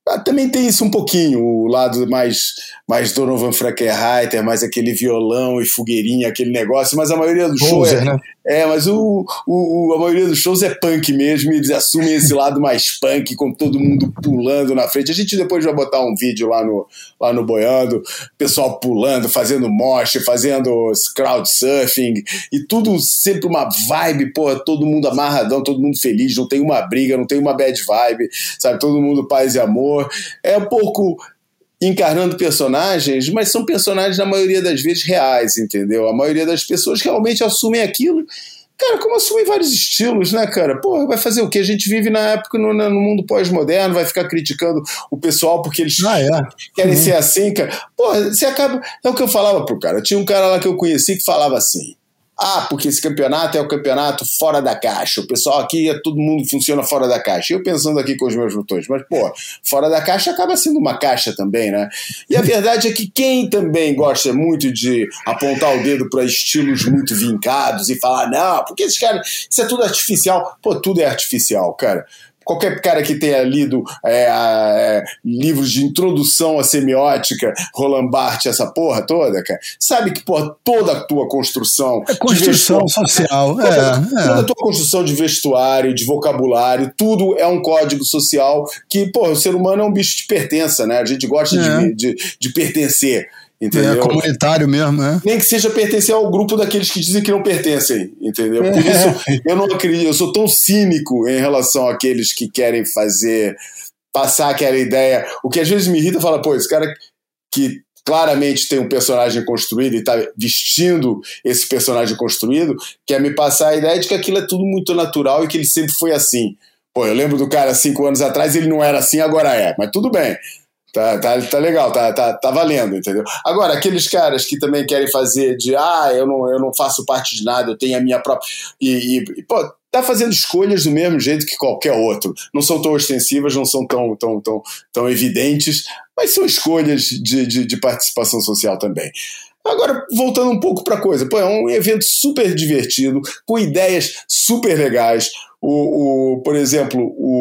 Também tem isso um pouquinho, o lado mais Donovan Frankenreiter, mais aquele violão e fogueirinha, aquele negócio, mas a maioria dos shows né? Mas a maioria dos shows é punk mesmo, e eles assumem esse lado mais punk, com todo mundo pulando na frente. A gente depois vai botar um vídeo lá no Boiando, pessoal pulando, fazendo mosh, fazendo crowdsurfing, e tudo sempre uma vibe, porra, todo mundo amarradão, todo mundo feliz, não tem uma briga, não tem uma bad vibe, sabe, todo mundo paz e amor. É um pouco encarnando personagens, mas são personagens na maioria das vezes reais, entendeu? A maioria das pessoas realmente assumem aquilo, cara, como assumem vários estilos, né, cara? Pô, vai fazer o quê? A gente vive na época no mundo pós-moderno, vai ficar criticando o pessoal porque eles querem ser assim, cara. Pô, você acaba... É o que eu falava pro cara. Tinha um cara lá que eu conheci que falava assim: porque esse campeonato é o campeonato fora da caixa. O pessoal aqui, todo mundo funciona fora da caixa. Eu pensando aqui com os meus botões, mas, pô, fora da caixa acaba sendo uma caixa também, né? E a verdade é que quem também gosta muito de apontar o dedo para estilos muito vincados e falar, não, porque esses caras, isso é tudo artificial. Pô, tudo é artificial, cara. Qualquer cara que tenha lido livros de introdução à semiótica, Roland Barthes, essa porra toda, cara, sabe que, porra, toda a tua construção... É construção social. Toda a tua construção de vestuário, de vocabulário, tudo é um código social que, porra, o ser humano é um bicho de pertença, né? A gente gosta de pertencer. Entendeu? É comunitário mesmo, né? Nem que seja pertencer ao grupo daqueles que dizem que não pertencem, entendeu? Por isso eu não acredito, eu sou tão cínico em relação àqueles que querem passar aquela ideia. O que às vezes me irrita, fala, pô, esse cara que claramente tem um personagem construído e está vestindo esse personagem construído, quer me passar a ideia de que aquilo é tudo muito natural e que ele sempre foi assim. Pô, eu lembro do cara 5 anos atrás, ele não era assim, agora é, mas tudo bem. Tá legal, tá valendo, entendeu? Agora, aqueles caras que também querem fazer de eu não faço parte de nada, eu tenho a minha própria... Pô, tá fazendo escolhas do mesmo jeito que qualquer outro. Não são tão ostensivas, não são tão evidentes, mas são escolhas de participação social também. Agora, voltando um pouco pra coisa, pô, é um evento super divertido, com ideias super legais. Por exemplo,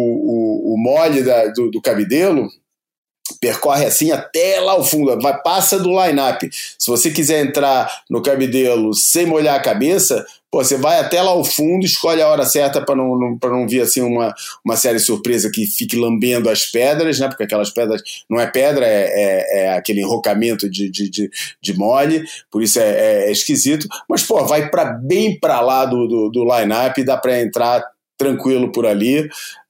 o mole do Cabedelo percorre assim até lá ao fundo, passa do line-up. Se você quiser entrar no Cabedelo sem molhar a cabeça, pô, você vai até lá ao fundo, escolhe a hora certa para não vir assim uma série surpresa que fique lambendo as pedras, né? Porque aquelas pedras não é pedra, é aquele enrocamento de mole, por isso é esquisito. Mas, pô, vai bem para lá do line-up, dá para entrar tranquilo por ali,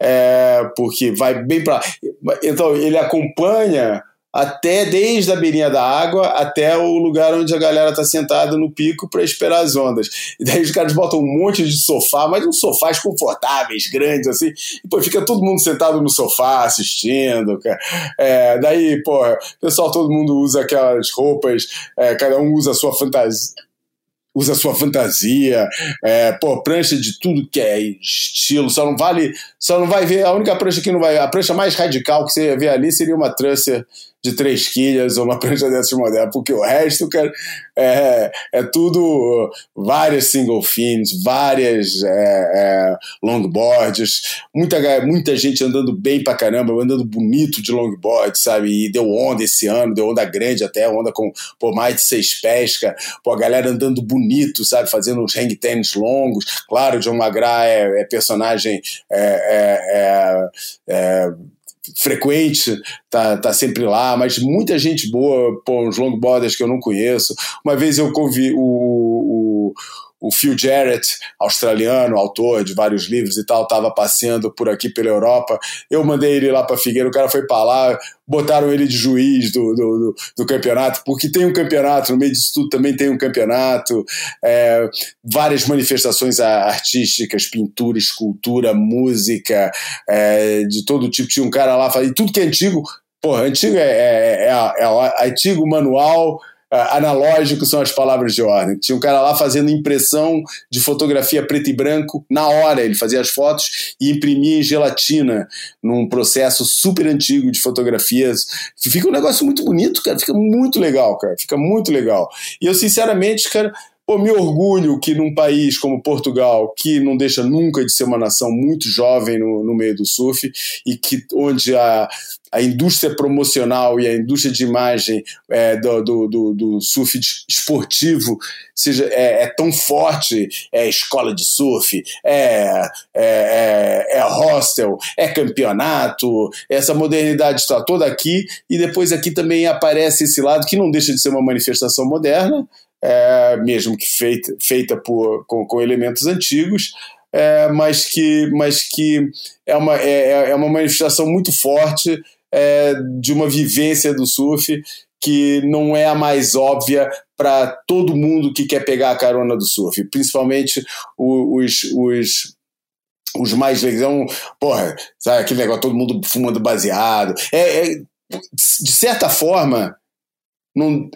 porque vai bem para... Então, ele acompanha desde a beirinha da água até o lugar onde a galera está sentada no pico para esperar as ondas. E daí os caras botam um monte de sofá, mas uns sofás confortáveis, grandes, assim, e pô, fica todo mundo sentado no sofá assistindo, cara. Daí, pô, o pessoal, todo mundo usa aquelas roupas, cada um usa a sua fantasia, prancha de tudo que é estilo, só não vai ver, a única prancha que não vai, a prancha mais radical que você ia ver ali seria uma Trusser de 3 quilhas ou uma prancha dessas modernas, porque o resto, cara, é tudo várias single fins, várias longboards, muita gente andando bem pra caramba, andando bonito de longboard, sabe, e deu onda esse ano, deu onda grande até, onda com mais de 6 pés, cara, a galera andando bonito, sabe, fazendo uns hang tens longos. Claro, John McGrath é personagem frequente, tá sempre lá, mas muita gente boa, uns longboarders que eu não conheço. Uma vez eu convi o Phil Jarrett, australiano, autor de vários livros e tal, estava passeando por aqui pela Europa. Eu mandei ele lá para Figueira, o cara foi para lá, botaram ele de juiz do campeonato, porque tem um campeonato, no meio disso tudo também tem um campeonato, várias manifestações artísticas, pintura, escultura, música, de todo tipo. Tinha um cara lá, e tudo que é antigo, antigo antigo manual, analógico são as palavras de ordem. Tinha um cara lá fazendo impressão de fotografia preto e branco na hora, ele fazia as fotos e imprimia em gelatina num processo super antigo de fotografias. Fica um negócio muito bonito, cara, fica muito legal, cara, fica muito legal. E eu, sinceramente, cara, Pô, me orgulho que num país como Portugal, que não deixa nunca de ser uma nação muito jovem no meio do surf, e onde a indústria promocional e a indústria de imagem do surf esportivo é tão forte, é escola de surf, é hostel, é campeonato, essa modernidade está toda aqui, e depois aqui também aparece esse lado que não deixa de ser uma manifestação moderna, mesmo que feita com elementos antigos, mas que é uma manifestação muito forte de uma vivência do surf que não é a mais óbvia para todo mundo que quer pegar a carona do surf, principalmente os mais legal, porra, sabe aquele negócio, todo mundo fumando baseado, de certa forma não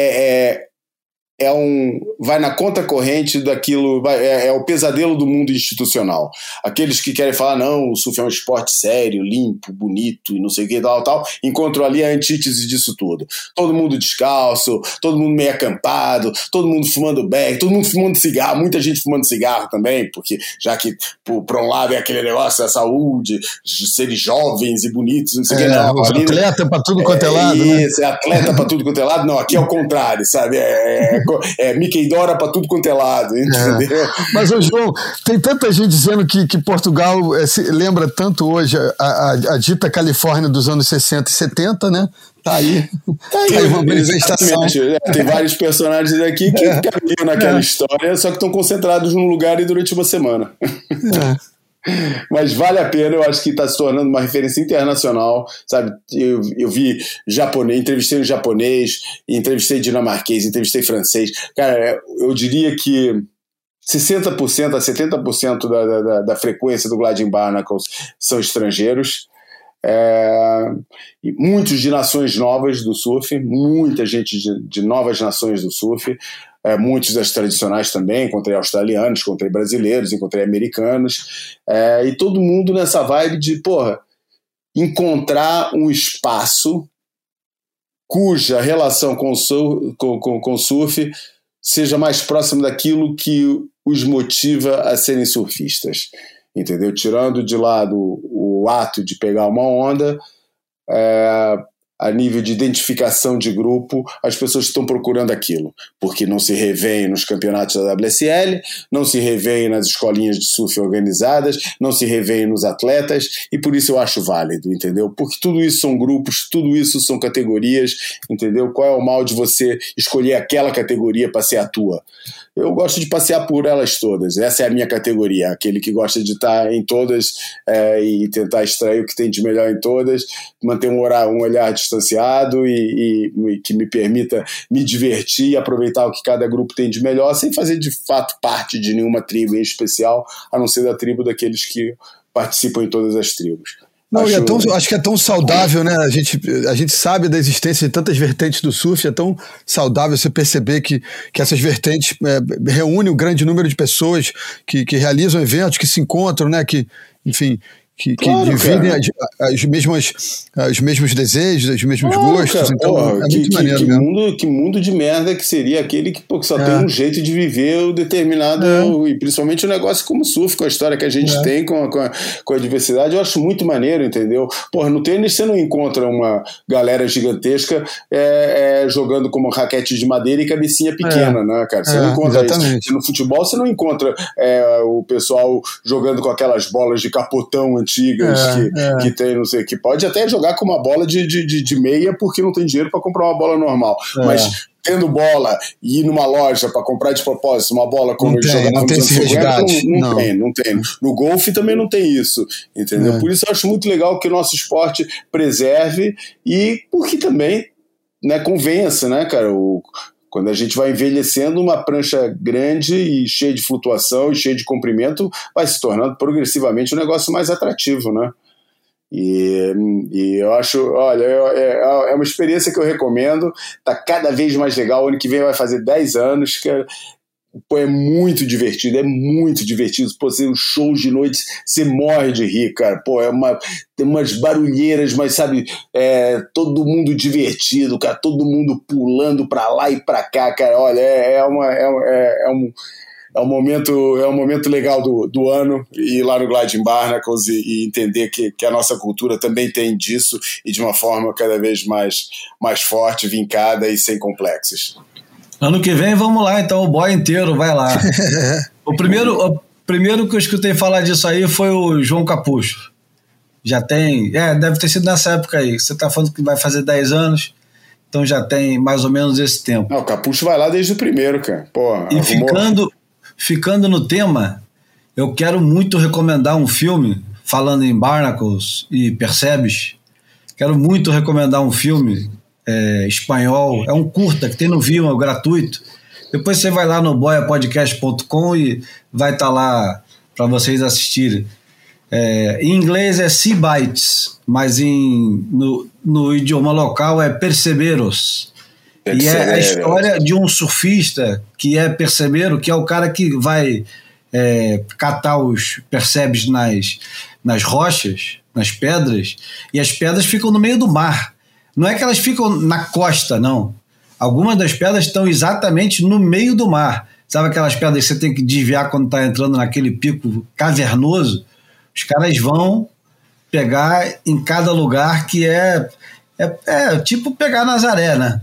vai na conta corrente daquilo, é o pesadelo do mundo institucional. Aqueles que querem falar, não, o surf é um esporte sério, limpo, bonito, e não sei o que, tal, encontram ali a antítese disso tudo. Todo mundo descalço, todo mundo meio acampado, todo mundo fumando bag, todo mundo fumando cigarro, muita gente fumando cigarro também, porque já que por um lado é aquele negócio da saúde, de serem jovens e bonitos, não sei o que, não. Atleta pra tudo quanto é lado, né? Isso, atleta pra tudo quanto é lado, não, aqui é o contrário, sabe? Mickey Dora pra tudo quanto é lado, entendeu? Mas, João, tem tanta gente dizendo que Portugal lembra tanto hoje a dita Califórnia dos anos 60 e 70, né? Tá aí uma manifestação. Tem vários personagens aqui que caminham naquela história, só que estão concentrados num lugar e durante uma semana. Mas vale a pena, eu acho que está se tornando uma referência internacional, sabe? Eu vi japonês, entrevistei um japonês, entrevistei dinamarquês, entrevistei francês. Cara, eu diria que 60% a 70% da frequência do Gliding Barnacles são estrangeiros. E muitos de nações novas do surf, muita gente de novas nações do surf. Muitos das tradicionais também, encontrei australianos, encontrei brasileiros, encontrei americanos, e todo mundo nessa vibe de, encontrar um espaço cuja relação com o surf seja mais próximo daquilo que os motiva a serem surfistas, entendeu? Tirando de lado o ato de pegar uma onda, a nível de identificação de grupo, as pessoas estão procurando aquilo, porque não se revêem nos campeonatos da WSL, não se revêem nas escolinhas de surf organizadas, não se revêem nos atletas, e por isso eu acho válido, entendeu? Porque tudo isso são grupos, tudo isso são categorias, entendeu? Qual é o mal de você escolher aquela categoria para ser a tua? Eu gosto de passear por elas todas, essa é a minha categoria, aquele que gosta de estar em todas e tentar extrair o que tem de melhor em todas, manter um olhar distanciado e que me permita me divertir e aproveitar o que cada grupo tem de melhor, sem fazer de fato parte de nenhuma tribo em especial, a não ser da tribo daqueles que participam em todas as tribos. Não, acho que é tão saudável, né? A gente sabe da existência de tantas vertentes do surf, é tão saudável você perceber que essas vertentes reúnem um grande número de pessoas que realizam eventos, que se encontram, né? Que, enfim, que dividem os mesmos desejos, os mesmos gostos. Cara, então é muito maneiro. Que mundo de merda que seria aquele que só tem um jeito de viver o determinado, e principalmente um negócio como surf, com a história que a gente tem, com a diversidade, eu acho muito maneiro, entendeu? No tênis você não encontra uma galera gigantesca jogando como raquete de madeira e cabecinha pequena, né, cara? Você não encontra isso. No futebol você não encontra o pessoal jogando com aquelas bolas de capotão antigas que tem, não sei, que pode até jogar com uma bola de meia porque não tem dinheiro para comprar uma bola normal, mas tendo bola e ir numa loja para comprar de propósito uma bola como eles jogavam nos anos 50, não tem. No golfe também não tem isso, entendeu? Por isso eu acho muito legal que o nosso esporte preserve e porque também, né, convença, né, cara, quando a gente vai envelhecendo, uma prancha grande e cheia de flutuação e cheia de comprimento vai se tornando progressivamente um negócio mais atrativo, né? E eu acho, olha, é uma experiência que eu recomendo, tá cada vez mais legal. O ano que vem vai fazer 10 anos, cara. pô, é muito divertido. Pô, os shows de noite, você morre de rir, cara. Pô, tem umas barulheiras, mas sabe, todo mundo divertido, cara, todo mundo pulando pra lá e pra cá, cara. Olha, é um momento legal do ano, ir lá no Gliding Barnacles e entender que a nossa cultura também tem disso, e de uma forma cada vez mais forte, vincada e sem complexos. Ano que vem vamos lá, então o boy inteiro vai lá. O primeiro que eu escutei falar disso aí foi o João Capucho. Já tem, deve ter sido nessa época aí. Você está falando que vai fazer 10 anos, então já tem mais ou menos esse tempo. Não, o Capucho vai lá desde o primeiro, cara. Porra, e ficando no tema, eu quero muito recomendar um filme, falando em Barnacles e Percebes, quero muito recomendar um filme espanhol, é um curta que tem no Vimeo, gratuito. Depois você vai lá no boiapodcast.com e vai estar lá para vocês assistirem. Em inglês é Sea Bites, mas no idioma local é Perceberos. E é a história de um surfista que é percebero, que é o cara que vai catar os percebes nas rochas, nas pedras, e as pedras ficam no meio do mar. Não é que elas ficam na costa, não. Algumas das pedras estão exatamente no meio do mar. Sabe aquelas pedras que você tem que desviar quando está entrando naquele pico cavernoso? Os caras vão pegar em cada lugar, que é tipo pegar Nazaré, né?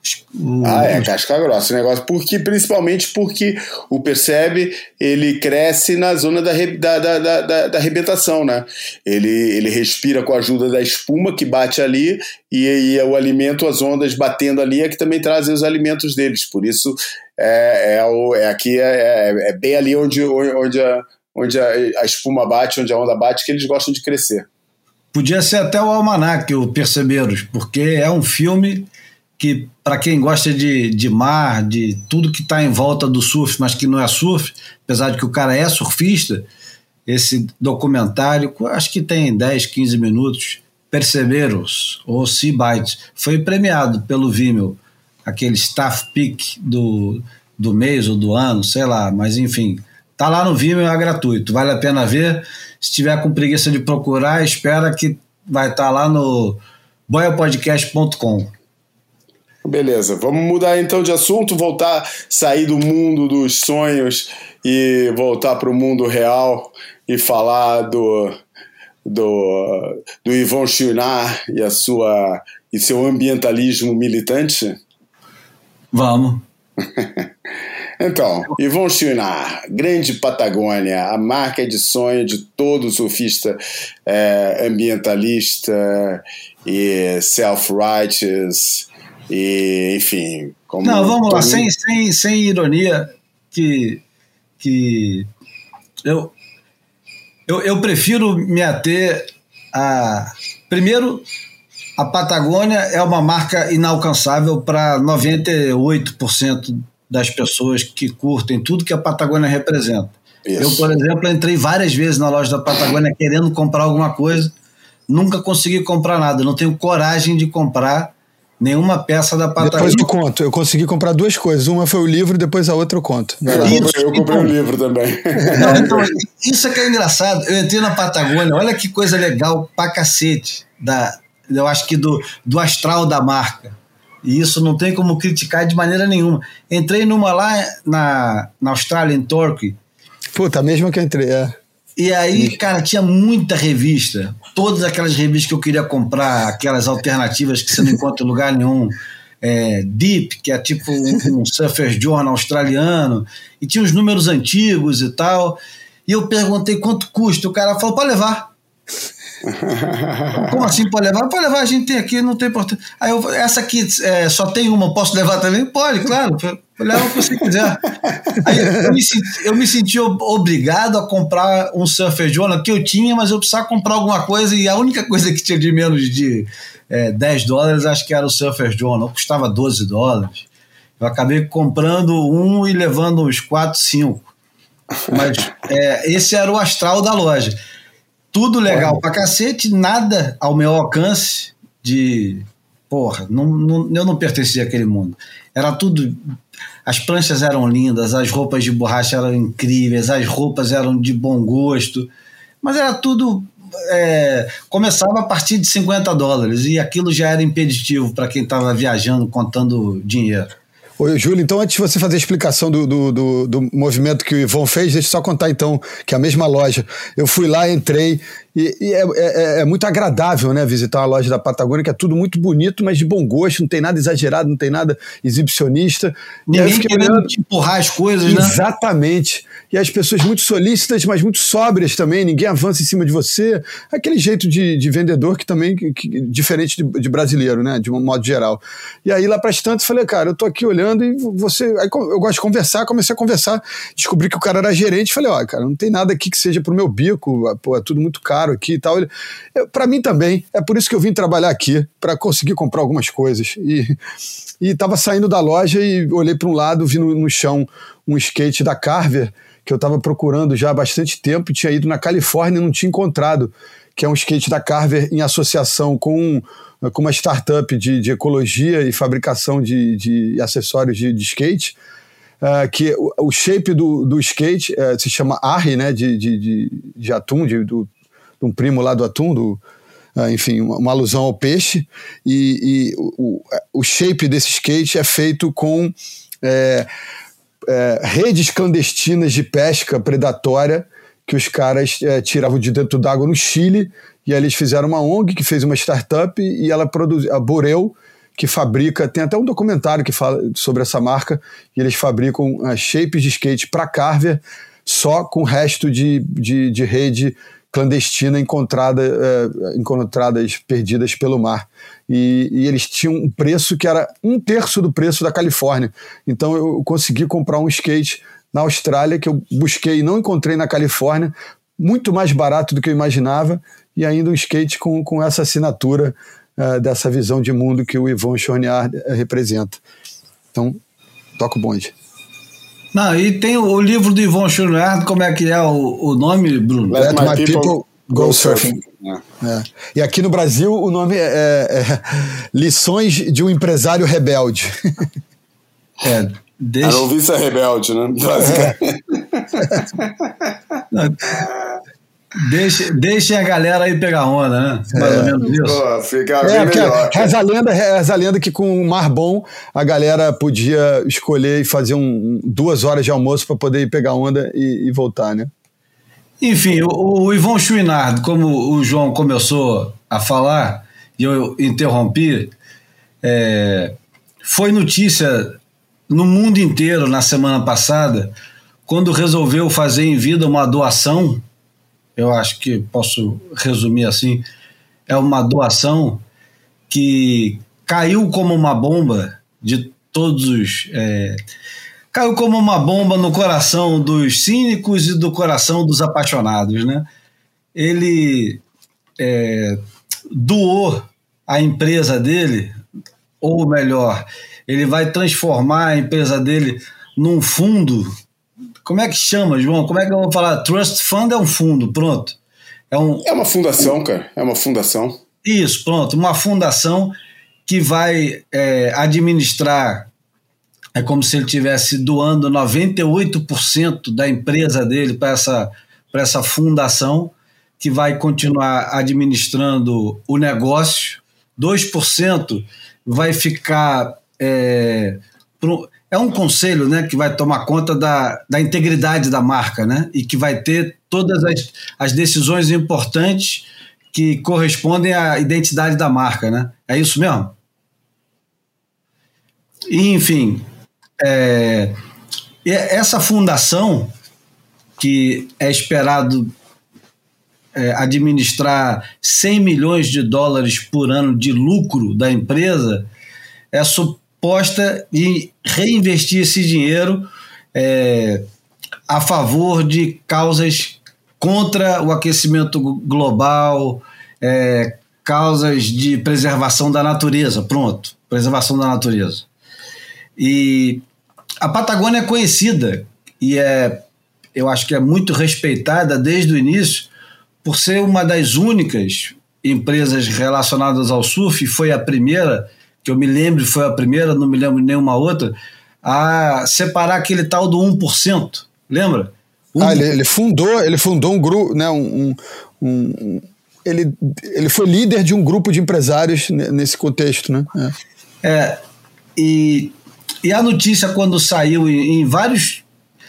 Casca grossa o negócio, principalmente porque o Percebe, ele cresce na zona da arrebentação, né? Ele respira com a ajuda da espuma que bate ali, e o alimento, as ondas batendo ali, é que também trazem os alimentos deles. Por isso aqui é bem ali onde a espuma bate, onde a onda bate, que eles gostam de crescer. Podia ser até o Almanac, o Perceberos, porque é um filme que, para quem gosta de mar, de tudo que está em volta do surf, mas que não é surf, apesar de que o cara é surfista, esse documentário, acho que tem 10, 15 minutos, Perceberos, ou Sea Bites, foi premiado pelo Vimeo, aquele Staff Pick do mês ou do ano, sei lá, mas enfim, tá lá no Vimeo, é gratuito, vale a pena ver. Se tiver com preguiça de procurar, espera que vai estar lá no boiapodcast.com. Beleza, vamos mudar então de assunto, sair do mundo dos sonhos e voltar para o mundo real e falar do Yvon Chouinard e seu ambientalismo militante? Vamos. Então, Yvon Chouinard, Grande Patagônia, a marca de sonho de todo surfista ambientalista e self-righteous. E, enfim... Não, vamos lá, sem ironia, que eu prefiro me ater a... Primeiro, a Patagônia é uma marca inalcançável para 98% das pessoas que curtem tudo que a Patagônia representa. Isso. Eu, por exemplo, entrei várias vezes na loja da Patagônia querendo comprar alguma coisa, nunca consegui comprar nada, não tenho coragem de comprar nenhuma peça da Patagônia. Depois eu conto, eu consegui comprar duas coisas, uma foi o livro, depois a outra eu conto. Eu comprei um livro também. Então, isso é que é engraçado, eu entrei na Patagônia, olha que coisa legal pra cacete, eu acho que do astral da marca, e isso não tem como criticar de maneira nenhuma. Entrei numa lá na Austrália, em Torquay. Puta, a mesma que eu entrei, E aí, cara, tinha muita revista, todas aquelas revistas que eu queria comprar, aquelas alternativas que você não encontra em lugar nenhum, Deep, que é tipo um Surfer Journal australiano, e tinha os números antigos e tal, e eu perguntei quanto custa, o cara falou, pode levar. Como assim pode levar? Pode levar, a gente tem aqui, não tem importância. Aí essa aqui só tem uma, posso levar também? Pode, claro, leva o que você quiser. Aí eu me senti obrigado a comprar um Surfer Journal que eu tinha, mas eu precisava comprar alguma coisa, e a única coisa que tinha de menos de $10, acho que era o Surfer Journal, custava $12. Eu acabei comprando um e levando uns 4, 5. Mas esse era o astral da loja. Tudo legal pra cacete, nada ao meu alcance de porra, eu não pertencia àquele mundo. Era tudo... As pranchas eram lindas, as roupas de borracha eram incríveis, as roupas eram de bom gosto, mas era tudo... começava a partir de $50 e aquilo já era impeditivo para quem estava viajando, contando dinheiro. Oi, Júlio, então antes de você fazer a explicação do movimento que o Yvon fez, deixa eu só contar então que a mesma loja, eu fui lá, entrei e é muito agradável, né, visitar uma loja da Patagônia, que é tudo muito bonito, mas de bom gosto, não tem nada exagerado, não tem nada exibicionista. Ninguém querendo empurrar as coisas, né? Exatamente. E as pessoas muito solícitas, mas muito sóbrias também, ninguém avança em cima de você, aquele jeito de vendedor que também diferente de brasileiro, né, de um modo geral. E aí lá para as tantas falei, cara, eu tô aqui olhando e você... Aí eu gosto de conversar, comecei a conversar, descobri que o cara era gerente, falei, ó, cara, não tem nada aqui que seja pro meu bico, pô, é tudo muito caro aqui e tal. Para mim também, é por isso que eu vim trabalhar aqui, para conseguir comprar algumas coisas. E tava saindo da loja e olhei para um lado, vi no chão um skate da Carver, que eu estava procurando já há bastante tempo, tinha ido na Califórnia e não tinha encontrado, que é um skate da Carver em associação com uma startup de ecologia e fabricação de acessórios de skate, que o shape do skate se chama Arri, né, de atum, de um primo lá do atum, enfim, uma alusão ao peixe, e o shape desse skate é feito com redes clandestinas de pesca predatória que os caras tiravam de dentro d'água no Chile, e aí eles fizeram uma ONG que fez uma startup e ela produziu, a Boreu, que fabrica, tem até um documentário que fala sobre essa marca, e eles fabricam shapes de skate para Carver só com resto de rede clandestina encontradas perdidas pelo mar. E eles tinham um preço que era 1/3 do preço da Califórnia. Então eu consegui comprar um skate na Austrália, que eu busquei e não encontrei na Califórnia, muito mais barato do que eu imaginava, e ainda um skate com essa assinatura dessa visão de mundo que o Yvon Chouinard representa. Então, toca o bonde. Não, e tem o livro do Yvon Chouinard, como é que é o nome, Bruno? Let My People Go Surfing. E aqui no Brasil o nome é Lições de um Empresário Rebelde. A noviça rebelde, né? Deixem a galera aí pegar onda, né? Mais ou menos isso. Pô, fica bem melhor. Reza a lenda que com um mar bom a galera podia escolher e fazer 2 horas de almoço para poder ir pegar onda e voltar, né? Enfim, o Yvon Chouinard, como o João começou a falar e eu interrompi, foi notícia no mundo inteiro na semana passada, quando resolveu fazer em vida uma doação. Eu acho que posso resumir assim, é uma doação que caiu como uma bomba de todos caiu como uma bomba no coração dos cínicos e do coração dos apaixonados, né? Ele doou a empresa dele, ou melhor, ele vai transformar a empresa dele num fundo. Como é que chama, João? Como é que eu vou falar? Trust Fund é um fundo, pronto. É uma fundação, cara. É uma fundação. Isso, pronto. Uma fundação que vai administrar. É como se ele estivesse doando 98% da empresa dele para essa fundação, que vai continuar administrando o negócio. 2% vai ficar... É um conselho, né, que vai tomar conta da integridade da marca, né, e que vai ter todas as decisões importantes que correspondem à identidade da marca, né? É isso mesmo? E, enfim, essa fundação, que é esperado administrar $100 milhões por ano de lucro da empresa, é suposta em reinvestir esse dinheiro a favor de causas contra o aquecimento global, causas de preservação da natureza. Pronto, preservação da natureza. E a Patagônia é conhecida e eu acho que é muito respeitada desde o início por ser uma das únicas empresas relacionadas ao surf, foi a primeira que eu me lembro, foi a primeira, não me lembro de nenhuma outra, a separar aquele tal do 1%. Lembra? Ele fundou um grupo, né, ele foi líder de um grupo de empresários nesse contexto, né? E a notícia, quando saiu em vários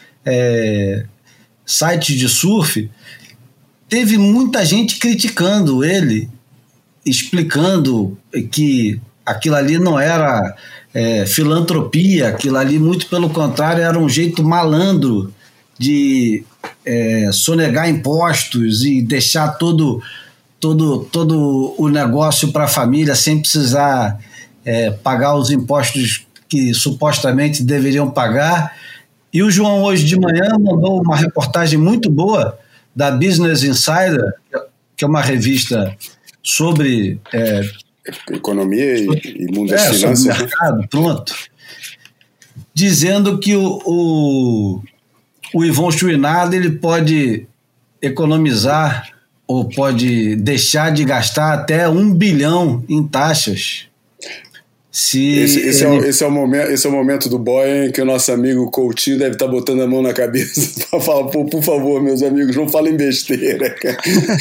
sites de surf, teve muita gente criticando ele, explicando que aquilo ali não era filantropia, aquilo ali, muito pelo contrário, era um jeito malandro de sonegar impostos e deixar todo o negócio para a família sem precisar pagar os impostos que supostamente deveriam pagar. E o João, hoje de manhã, mandou uma reportagem muito boa da Business Insider, que é uma revista sobre economia e mundo das finanças. Sobre mercado, pronto. Dizendo que o Yvon Chouinard, ele pode economizar ou pode deixar de gastar até 1 bilhão em taxas. Esse é o momento do boy em que o nosso amigo Coutinho deve estar botando a mão na cabeça para falar, por favor, meus amigos, não falem besteira, cara.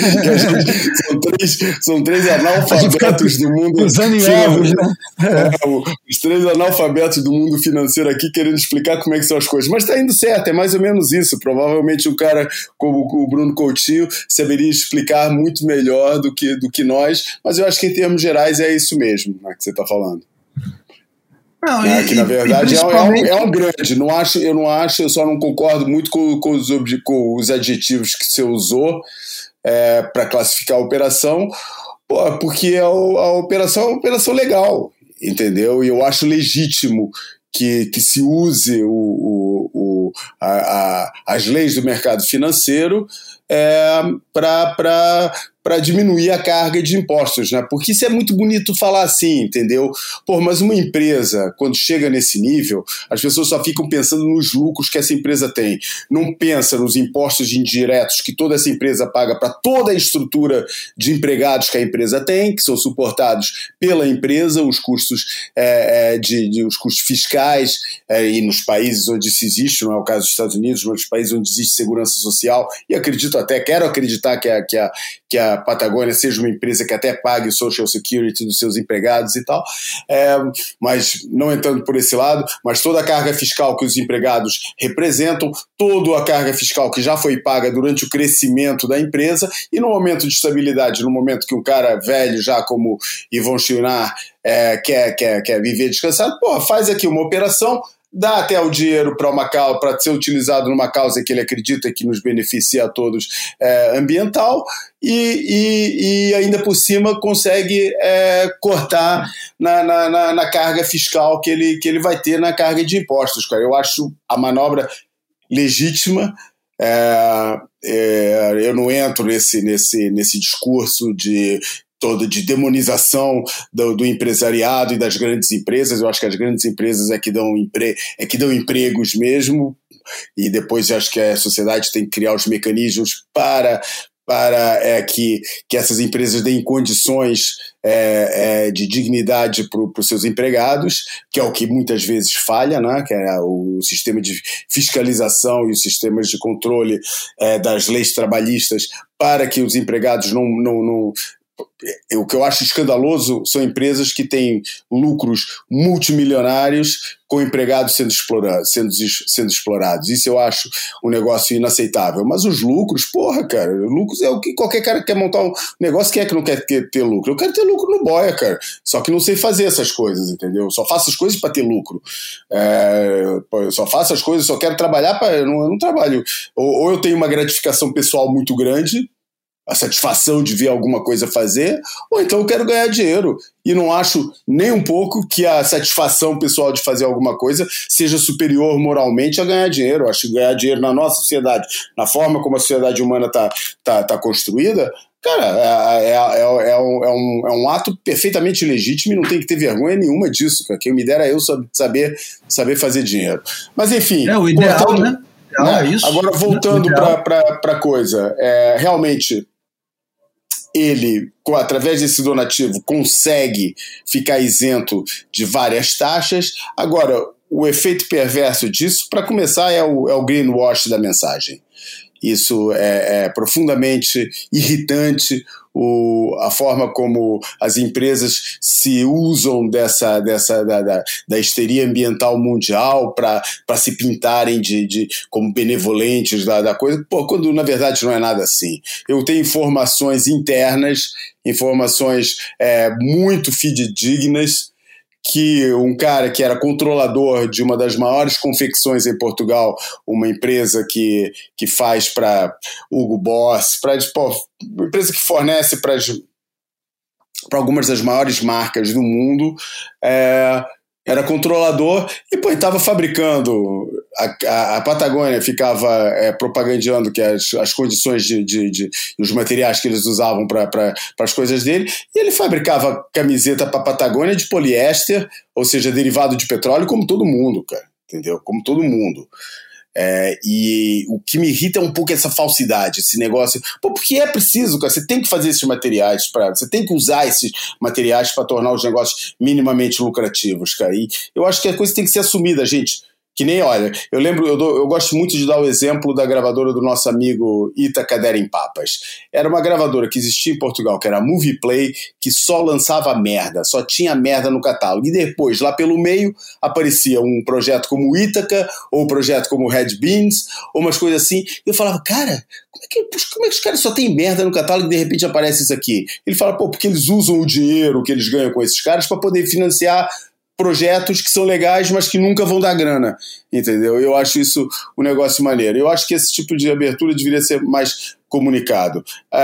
São três analfabetos do mundo financeiro, os 3 analfabetos do mundo financeiro aqui querendo explicar como é que são as coisas, mas está indo certo, é mais ou menos isso. Provavelmente um cara como o Bruno Coutinho saberia explicar muito melhor do que nós, mas eu acho que em termos gerais é isso mesmo, né, que você está falando. Não, que na verdade é um grande. Eu só não concordo muito com os adjetivos que você usou para classificar a operação, porque a operação é uma operação legal, entendeu? E eu acho legítimo que se use as leis do mercado financeiro para diminuir a carga de impostos, né? Porque isso é muito bonito falar assim, entendeu? Mas uma empresa, quando chega nesse nível, as pessoas só ficam pensando nos lucros que essa empresa tem. Não pensa nos impostos indiretos que toda essa empresa paga para toda a estrutura de empregados que a empresa tem, que são suportados pela empresa, os custos, os custos fiscais, e nos países onde isso existe, não é o caso dos Estados Unidos, mas nos países onde existe segurança social, e quero acreditar que a Patagônia seja uma empresa que até pague o Social Security dos seus empregados e tal, mas não entrando por esse lado, mas toda a carga fiscal que os empregados representam, toda a carga fiscal que já foi paga durante o crescimento da empresa, e no momento de estabilidade, no momento que um cara velho já como Yvon Chouinard quer viver descansado, faz aqui uma operação, dá até o dinheiro para ser utilizado numa causa que ele acredita que nos beneficia a todos, ambiental, e ainda por cima consegue cortar na carga fiscal que ele vai ter na carga de impostos, cara. Eu acho a manobra legítima. Eu não entro nesse discurso de demonização do empresariado e das grandes empresas. Eu acho que as grandes empresas é que dão empregos mesmo, e depois eu acho que a sociedade tem que criar os mecanismos para que essas empresas deem condições de dignidade para os seus empregados, que é o que muitas vezes falha, né? Que é o sistema de fiscalização e os sistemas de controle das leis trabalhistas, para que os empregados não. O que eu acho escandaloso são empresas que têm lucros multimilionários com empregados sendo explorados. Isso eu acho um negócio inaceitável. Mas os lucros, cara, lucros é o que qualquer cara que quer montar um negócio que não quer ter lucro. Eu quero ter lucro no boia, cara. Só que não sei fazer essas coisas, entendeu? Eu só faço as coisas para ter lucro. Eu só faço as coisas, só quero trabalhar eu não trabalho. Ou eu tenho uma gratificação pessoal muito grande, a satisfação de ver alguma coisa fazer, ou então eu quero ganhar dinheiro. E não acho nem um pouco que a satisfação pessoal de fazer alguma coisa seja superior moralmente a ganhar dinheiro. Eu acho que ganhar dinheiro na nossa sociedade, na forma como a sociedade humana está construída, cara, é um ato perfeitamente legítimo e não tem que ter vergonha nenhuma disso, cara. Quem me dera eu saber fazer dinheiro. Mas enfim... o ideal, né? É isso. Agora voltando para a coisa, realmente... ele, através desse donativo, consegue ficar isento de várias taxas. Agora, o efeito perverso disso, para começar, é o greenwash da mensagem. Isso é profundamente irritante, a forma como as empresas se usam da histeria ambiental mundial para se pintarem como benevolentes da coisa, quando na verdade não é nada assim. Eu tenho informações internas, informações muito fidedignas, que um cara que era controlador de uma das maiores confecções em Portugal, uma empresa que faz para Hugo Boss, uma empresa que fornece para algumas das maiores marcas do mundo, era controlador e estava fabricando. A Patagônia ficava propagandeando que as condições os materiais que eles usavam para as coisas dele, e ele fabricava camiseta para a Patagônia de poliéster, ou seja, derivado de petróleo, como todo mundo, cara, entendeu? Como todo mundo. E o que me irrita é um pouco essa falsidade, esse negócio. Porque é preciso, cara, você tem que fazer esses materiais, você tem que usar esses materiais para tornar os negócios minimamente lucrativos, cara. E eu acho que a coisa tem que ser assumida, gente. Que nem, olha, eu gosto muito de dar o exemplo da gravadora do nosso amigo Ítaca Derem Papas. Era uma gravadora que existia em Portugal, que era a Movieplay, que só lançava merda, só tinha merda no catálogo. E depois, lá pelo meio, aparecia um projeto como o Ítaca, ou um projeto como o Red Beans, ou umas coisas assim. E eu falava, cara, como é que os caras só têm merda no catálogo e de repente aparece isso aqui? Ele fala, porque eles usam o dinheiro que eles ganham com esses caras para poder financiar projetos que são legais, mas que nunca vão dar grana, entendeu? Eu acho isso um negócio maneiro. Eu acho que esse tipo de abertura deveria ser mais comunicado.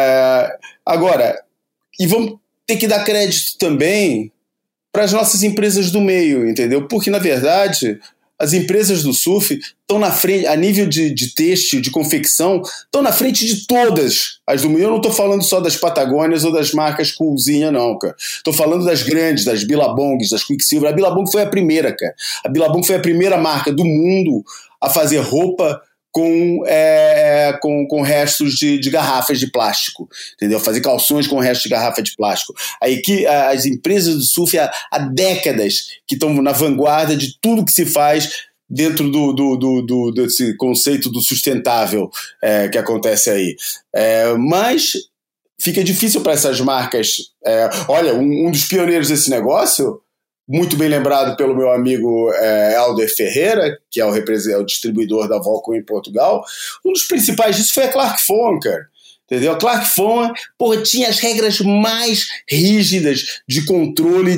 Agora, e vamos ter que dar crédito também para as nossas empresas do meio, entendeu? Porque, na verdade, as empresas do surf estão na frente, a nível de têxtil, de confecção, estão na frente de todas as do meio. Eu não estou falando só das Patagônias ou das marcas Coolzinha, não, cara. Estou falando das grandes, das Billabongs, das Quicksilver. A Billabong foi a primeira, cara. A Billabong foi a primeira marca do mundo a fazer roupa com restos de garrafas de plástico, entendeu? Fazer calções com restos de garrafa de plástico. As empresas do surf há décadas que estão na vanguarda de tudo que se faz dentro desse conceito do sustentável que acontece aí. Mas fica difícil para essas marcas. Olha, um dos pioneiros desse negócio, muito bem lembrado pelo meu amigo Helder Ferreira, que é o distribuidor da Volcom em Portugal, um dos principais disso foi a Clark Phone, cara. Entendeu? A Clark Phone, tinha as regras mais rígidas de controle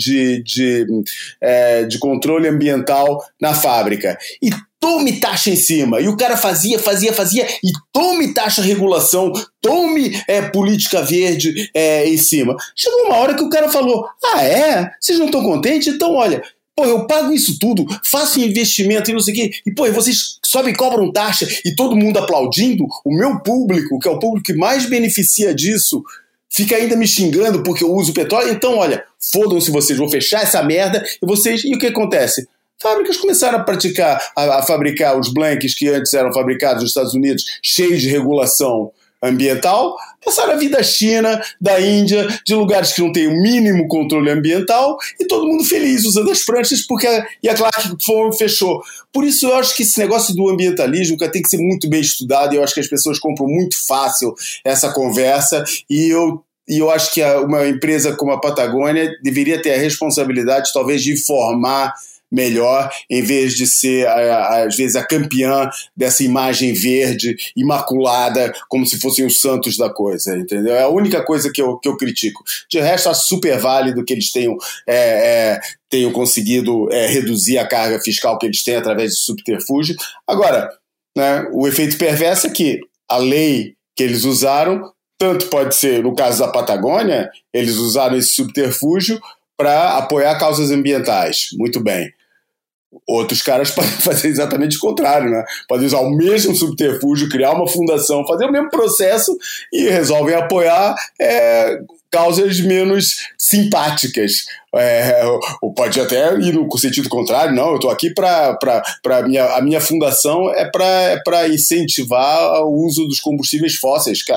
de controle ambiental na fábrica. E tome taxa em cima. E o cara fazia, e tome taxa regulação, tome política verde em cima. Chegou uma hora que o cara falou, vocês não estão contentes? Então, olha, eu pago isso tudo, faço investimento e não sei o quê, e vocês só me cobram taxa e todo mundo aplaudindo, o meu público, que é o público que mais beneficia disso, fica ainda me xingando porque eu uso petróleo. Então, olha, fodam-se vocês, vou fechar essa merda, e o que acontece? Fábricas começaram a fabricar os blanks que antes eram fabricados nos Estados Unidos, cheios de regulação ambiental, passaram a vir da China, da Índia, de lugares que não têm o mínimo controle ambiental, e todo mundo feliz usando as pranchas, e a Clark Phone fechou. Por isso eu acho que esse negócio do ambientalismo tem que ser muito bem estudado, e eu acho que as pessoas compram muito fácil essa conversa, e eu acho que uma empresa como a Patagônia deveria ter a responsabilidade, talvez, de informar melhor, em vez de ser, às vezes, a campeã dessa imagem verde, imaculada, como se fossem os santos da coisa, entendeu? É a única coisa que eu critico. De resto, acho super válido que eles tenham conseguido reduzir a carga fiscal que eles têm através de subterfúgio. Agora, né, o efeito perverso é que a lei que eles usaram, tanto pode ser, no caso da Patagônia, eles usaram esse subterfúgio para apoiar causas ambientais. Muito bem. Outros caras podem fazer exatamente o contrário, né? Podem usar o mesmo subterfúgio, criar uma fundação, fazer o mesmo processo e resolvem apoiar causas menos simpáticas. Ou pode até ir no sentido contrário. Não, eu estou aqui a minha fundação é para incentivar o uso dos combustíveis fósseis, cara.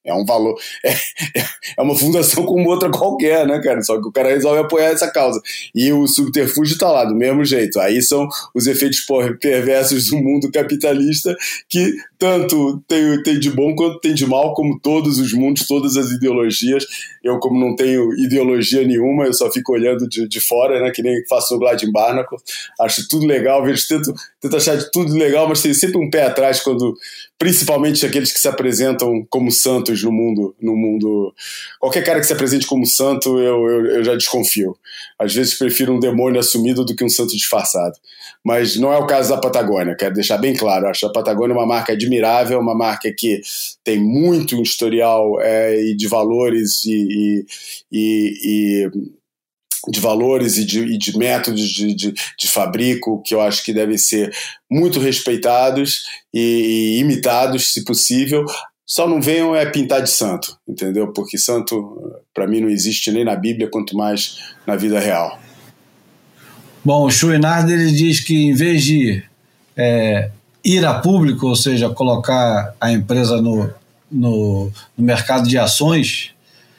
É um valor, é uma fundação como outra qualquer, né, cara? Só que o cara resolve apoiar essa causa. E o subterfúgio tá lá, do mesmo jeito. Aí são os efeitos perversos do mundo capitalista, que tanto tem de bom quanto tem de mal, como todos os mundos, todas as ideologias. Eu, como não tenho ideologia nenhuma, eu só fico olhando de fora, né, que nem faço o Gladys Barnacle, acho tudo legal, tento achar de tudo legal, mas tem sempre um pé atrás quando, principalmente aqueles que se apresentam como santos no mundo. Qualquer cara que se apresente como santo, eu já desconfio. Às vezes prefiro um demônio assumido do que um santo disfarçado. Mas não é o caso da Patagônia, quero deixar bem claro. Acho a Patagônia uma marca admirável, uma marca que tem muito historial e de valores de valores e de métodos de fabrico que eu acho que devem ser muito respeitados e imitados, se possível. Só não venham pintar de santo, entendeu? Porque santo, para mim, não existe nem na Bíblia, quanto mais na vida real. Bom, o Chouinard, ele diz que em vez de ir a público, ou seja, colocar a empresa no mercado de ações,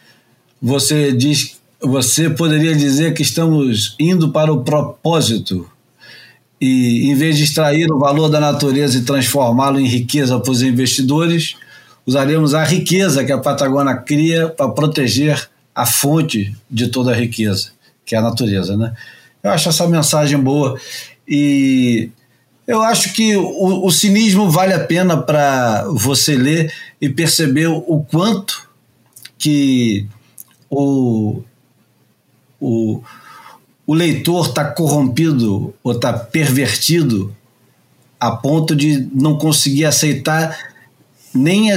você poderia dizer que estamos indo para o propósito e, em vez de extrair o valor da natureza e transformá-lo em riqueza para os investidores, usaremos a riqueza que a Patagônia cria para proteger a fonte de toda a riqueza, que é a natureza, né? Eu acho essa mensagem boa e eu acho que o cinismo vale a pena para você ler e perceber o quanto que o leitor está corrompido ou está pervertido a ponto de não conseguir aceitar nem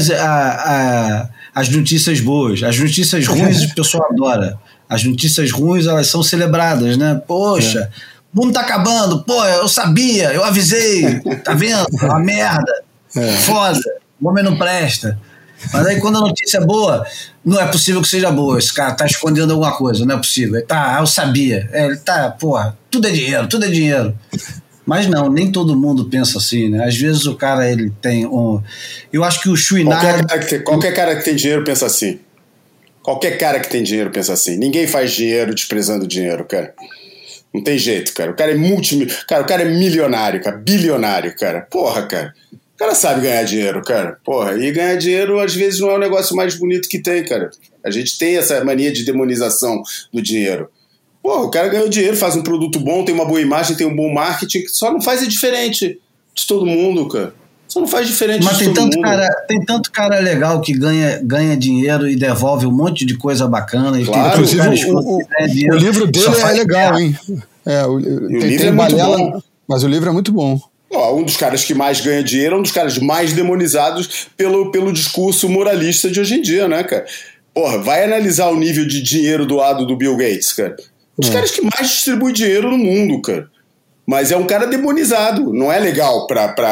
as notícias boas. As notícias ruins o pessoal adora. As notícias ruins, elas são celebradas, né? Poxa, o mundo tá acabando. Pô, eu sabia, eu avisei. Tá vendo? É uma merda. Foda. O homem não presta. Mas aí quando a notícia é boa, não é possível que seja boa. Esse cara tá escondendo alguma coisa, não é possível. Ele tá, eu sabia. Ele tá, porra, tudo é dinheiro, tudo é dinheiro. Mas não, nem todo mundo pensa assim, né? Às vezes o cara, ele tem um... Eu acho que o Chouinard... Qualquer cara que tem dinheiro pensa assim. Qualquer cara que tem dinheiro pensa assim. Ninguém faz dinheiro desprezando dinheiro, cara. Não tem jeito, cara. O cara é cara, o cara é milionário, cara. Bilionário, cara. Porra, cara. O cara sabe ganhar dinheiro, cara. Porra, e ganhar dinheiro às vezes não é o negócio mais bonito que tem, cara. A gente tem essa mania de demonização do dinheiro. Porra, o cara ganhou dinheiro, faz um produto bom, tem uma boa imagem, tem um bom marketing, só não faz diferente de todo mundo, cara. Só não faz diferente de todo mundo. Mas tem tanto cara legal que ganha dinheiro e devolve um monte de coisa bacana. Claro, o livro dele é legal, hein? O livro é muito bom. Mas o livro é muito bom. Um dos caras que mais ganha dinheiro é um dos caras mais demonizados pelo discurso moralista de hoje em dia, né, cara? Porra, vai analisar o nível de dinheiro doado do Bill Gates, cara. Um dos caras que mais distribui dinheiro no mundo, cara. Mas é um cara demonizado. Não é legal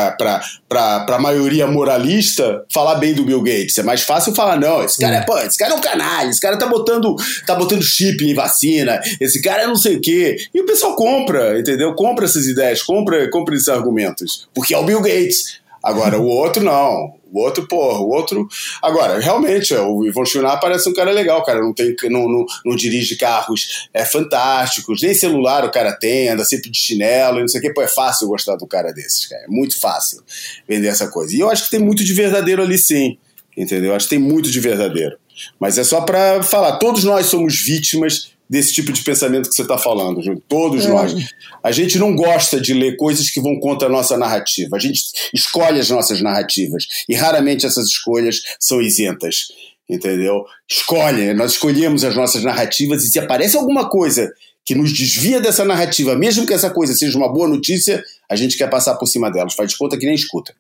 pra maioria moralista falar bem do Bill Gates. É mais fácil falar, não, esse cara é um canalha, esse cara tá botando chip em vacina, esse cara é não sei o quê. E o pessoal compra, entendeu? Compra essas ideias, compra esses argumentos. Porque é o Bill Gates. Agora, o outro não. O outro... Agora, realmente, o Yvon Chouinard parece um cara legal, cara. Não dirige carros fantásticos, nem celular o cara tem, anda sempre de chinelo e não sei o quê. Pô, é fácil gostar do cara desses, cara. É muito fácil vender essa coisa. E eu acho que tem muito de verdadeiro ali, sim. Entendeu? Eu acho que tem muito de verdadeiro. Mas é só pra falar, todos nós somos vítimas desse tipo de pensamento que você está falando, Júlio. Todos nós. A gente não gosta de ler coisas que vão contra a nossa narrativa. A gente escolhe as nossas narrativas e raramente essas escolhas são isentas, entendeu? Nós escolhemos as nossas narrativas e se aparece alguma coisa que nos desvia dessa narrativa, mesmo que essa coisa seja uma boa notícia, a gente quer passar por cima delas. Faz de conta que nem escuta.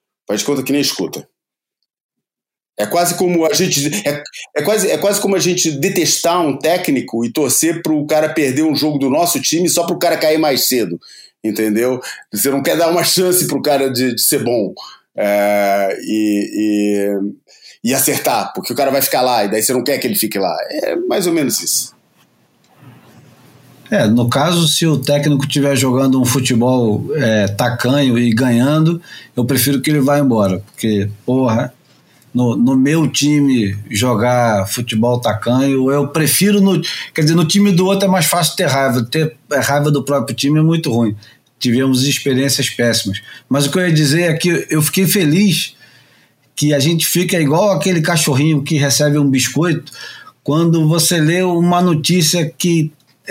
É quase como a gente é quase como a gente detestar um técnico e torcer para o cara perder um jogo do nosso time só para o cara cair mais cedo, entendeu? Você não quer dar uma chance para o cara de ser bom e acertar, porque o cara vai ficar lá e daí você não quer que ele fique lá. É mais ou menos isso. No caso, se o técnico estiver jogando um futebol tacanho e ganhando, eu prefiro que ele vá embora, porque, porra, no meu time jogar futebol tacanho. Eu prefiro quer dizer, no time do outro é mais fácil ter raiva do próprio time é muito ruim. Tivemos experiências péssimas. Mas o que eu ia dizer é que eu fiquei feliz que a gente fica igual aquele cachorrinho que recebe um biscoito quando você lê uma notícia que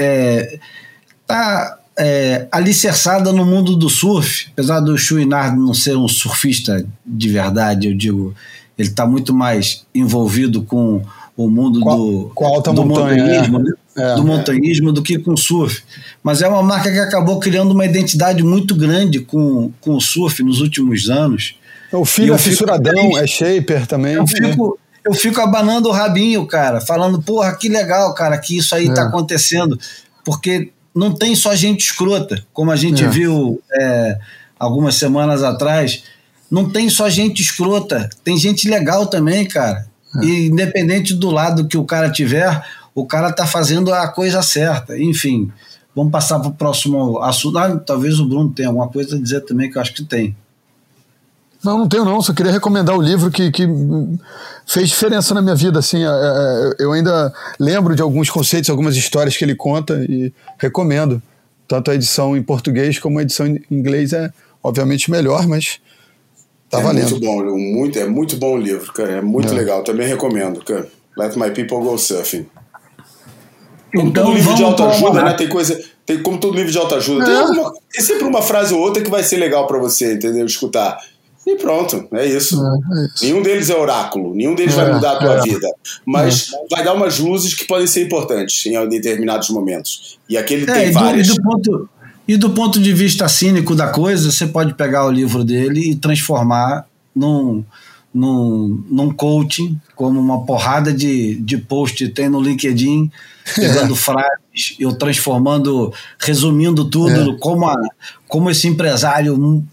está alicerçada no mundo do surf, apesar do Chouinard não ser um surfista de verdade, eu digo, ele está muito mais envolvido com o mundo com a alta montanha, montanhismo, do montanhismo do que com o surf. Mas é uma marca que acabou criando uma identidade muito grande com o surf nos últimos anos. O filho é fissuradão, é shaper também. Eu fico abanando o rabinho, cara, falando, porra, que legal, cara, que isso aí tá acontecendo, porque não tem só gente escrota, como a gente viu algumas semanas atrás, não tem só gente escrota, tem gente legal também, cara, e independente do lado que o cara tiver, o cara tá fazendo a coisa certa. Enfim, vamos passar para o próximo assunto. Talvez o Bruno tenha alguma coisa a dizer também, que eu acho que tem. Não tenho não, só queria recomendar o livro que fez diferença na minha vida, assim, eu ainda lembro de alguns conceitos, algumas histórias que ele conta e recomendo, tanto a edição em português como a edição em inglês é obviamente melhor, mas tá valendo. É muito bom o livro, cara, é muito legal, também recomendo, cara. Let My People Go Surfing. Como todo livro de autoajuda, né? Tem como todo livro de autoajuda, tem sempre uma frase ou outra que vai ser legal pra você, entendeu? Escutar. E pronto, é isso. Nenhum deles é oráculo, nenhum deles vai mudar a tua vida, mas vai dar umas luzes que podem ser importantes em determinados momentos. E aquele tem várias. E do ponto de vista cínico da coisa, você pode pegar o livro dele e transformar num coaching, como uma porrada de post tem no LinkedIn, pegando frases, eu transformando, resumindo tudo, como esse empresário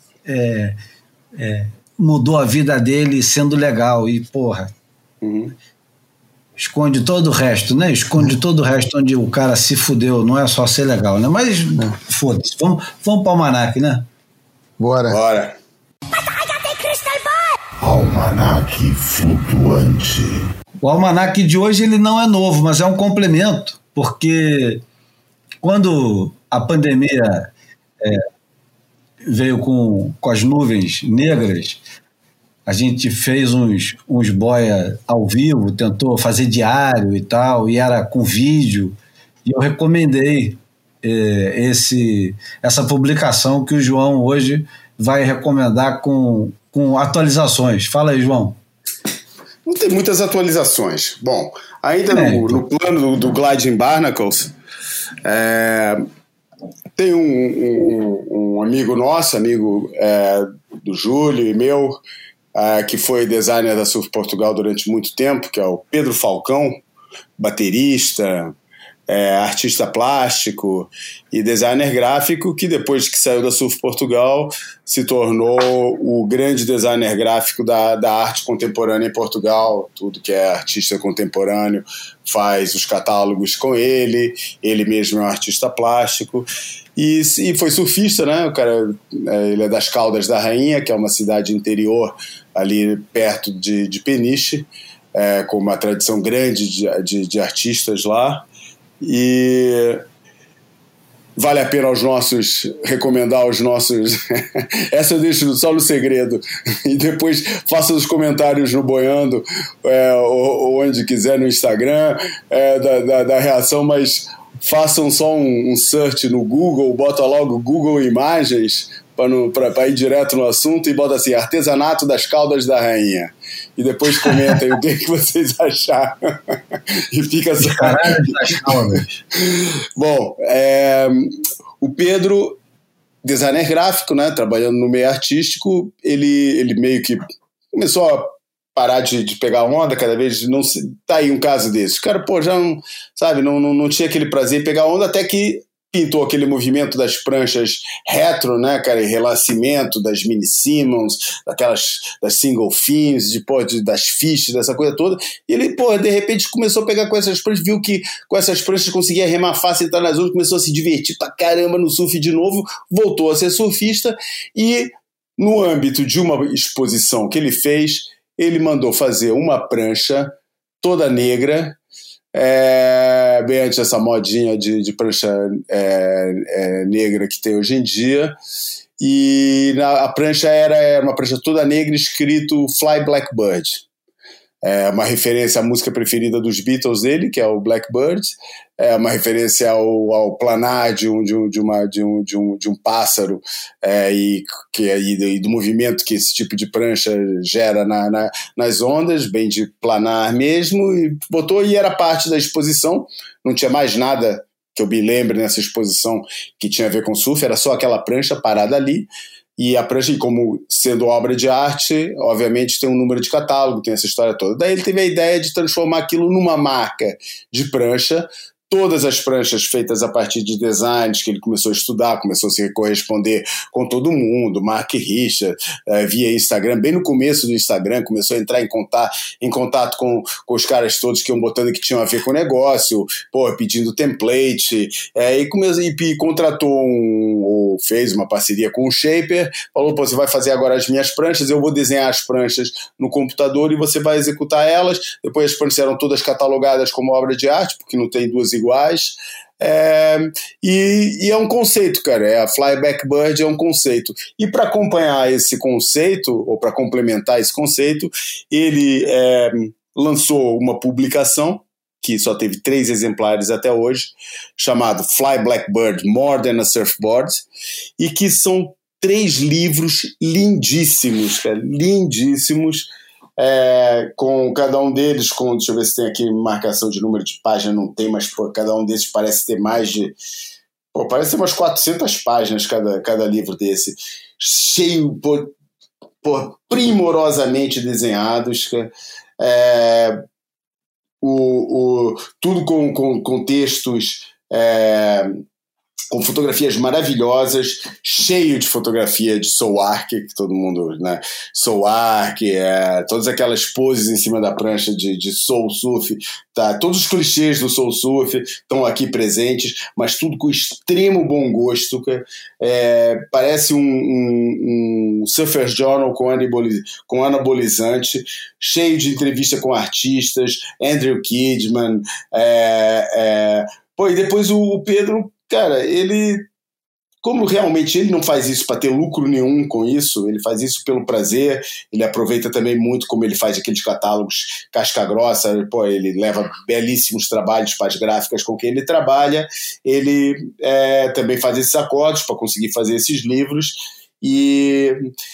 mudou a vida dele sendo legal. E porra, esconde todo o resto, né? Esconde todo o resto onde o cara se fudeu, não é só ser legal, né? Mas foda-se, vamos para o almanac, né? Bora. Almanac flutuante. O almanac de hoje ele não é novo, mas é um complemento, porque quando a pandemia veio com as nuvens negras, a gente fez uns boia ao vivo, tentou fazer diário e tal, e era com vídeo, e eu recomendei essa publicação que o João hoje vai recomendar com atualizações. Fala aí, João. Não tem muitas atualizações. Bom, ainda no plano do Gliding Barnacles, tem um amigo nosso, amigo do Júlio e meu, que foi designer da Surf Portugal durante muito tempo, que é o Pedro Falcão, baterista, artista plástico e designer gráfico, que depois que saiu da Surf Portugal se tornou o grande designer gráfico da arte contemporânea em Portugal. Tudo que é artista contemporâneo faz os catálogos com ele mesmo é um artista plástico e foi surfista, né? O cara, ele é das Caldas da Rainha, que é uma cidade interior ali perto de Peniche, com uma tradição grande de artistas lá. E vale a pena recomendar aos nossos essa eu deixo só no segredo e depois faça os comentários no Boiando ou onde quiser no Instagram da reação, mas façam só um search no Google, bota logo Google Imagens para ir direto no assunto e bota assim, artesanato das Caldas da Rainha, e depois comentem o que vocês acharam e fica só... Caralho das Caldas. Bom, o Pedro, designer gráfico, né, trabalhando no meio artístico, ele meio que começou a parar de pegar onda cada vez, tá aí um caso desses. O cara, já não, sabe, não tinha aquele prazer em pegar onda, até que pintou aquele movimento das pranchas retro, né, cara, e renascimento das mini Simmons, das single fins, das fiches, dessa coisa toda, e ele, de repente começou a pegar com essas pranchas, viu que com essas pranchas conseguia remar fácil, entrar nas ondas, começou a se divertir pra caramba no surf de novo, voltou a ser surfista, e no âmbito de uma exposição que ele fez, ele mandou fazer uma prancha toda negra, bem antes dessa modinha de prancha negra que tem hoje em dia, e a prancha era uma prancha toda negra escrito Fly Blackbird, uma referência à música preferida dos Beatles dele, que é o Blackbird, uma referência ao planar de um pássaro, e do movimento que esse tipo de prancha gera nas ondas, bem de planar mesmo, e botou, e era parte da exposição, não tinha mais nada que eu me lembre nessa exposição que tinha a ver com surf, era só aquela prancha parada ali. E a prancha, como sendo obra de arte, obviamente tem um número de catálogo, tem essa história toda. Daí ele teve a ideia de transformar aquilo numa marca de prancha, todas as pranchas feitas a partir de designs que ele começou a estudar, começou a se corresponder com todo mundo, Mark Richard, via Instagram, bem no começo do Instagram, começou a entrar em contato com os caras todos que iam botando que tinham a ver com o negócio, pedindo template, e contratou ou fez uma parceria com o Shaper, falou, você vai fazer agora as minhas pranchas, eu vou desenhar as pranchas no computador e você vai executar elas. Depois as pranchas eram todas catalogadas como obra de arte, porque não tem duas iguais, e é um conceito, cara, a Fly Blackbird é um conceito, e para acompanhar esse conceito, ou para complementar esse conceito, ele lançou uma publicação que só teve 3 exemplares até hoje, chamado Fly Blackbird More Than a Surfboard, e que são 3 livros lindíssimos, cara, lindíssimos, com cada um deles, deixa eu ver se tem aqui marcação de número de página, não tem, mas cada um desses parece ter mais de, parece ter umas 400 páginas cada livro desse, cheio, primorosamente desenhados, tudo com textos, com fotografias maravilhosas, cheio de fotografia de Soul Ark, que todo mundo, né? Soul Ark, todas aquelas poses em cima da prancha de Soul Surf, tá? Todos os clichês do Soul Surf estão aqui presentes, mas tudo com extremo bom gosto. Parece um Surfer Journal com anabolizante, cheio de entrevista com artistas, Andrew Kidman, e depois o Pedro, cara, como realmente ele não faz isso para ter lucro nenhum com isso, ele faz isso pelo prazer, ele aproveita também muito como ele faz aqueles catálogos casca grossa, ele leva belíssimos trabalhos para as gráficas com quem ele trabalha, ele também faz esses acordos para conseguir fazer esses livros, e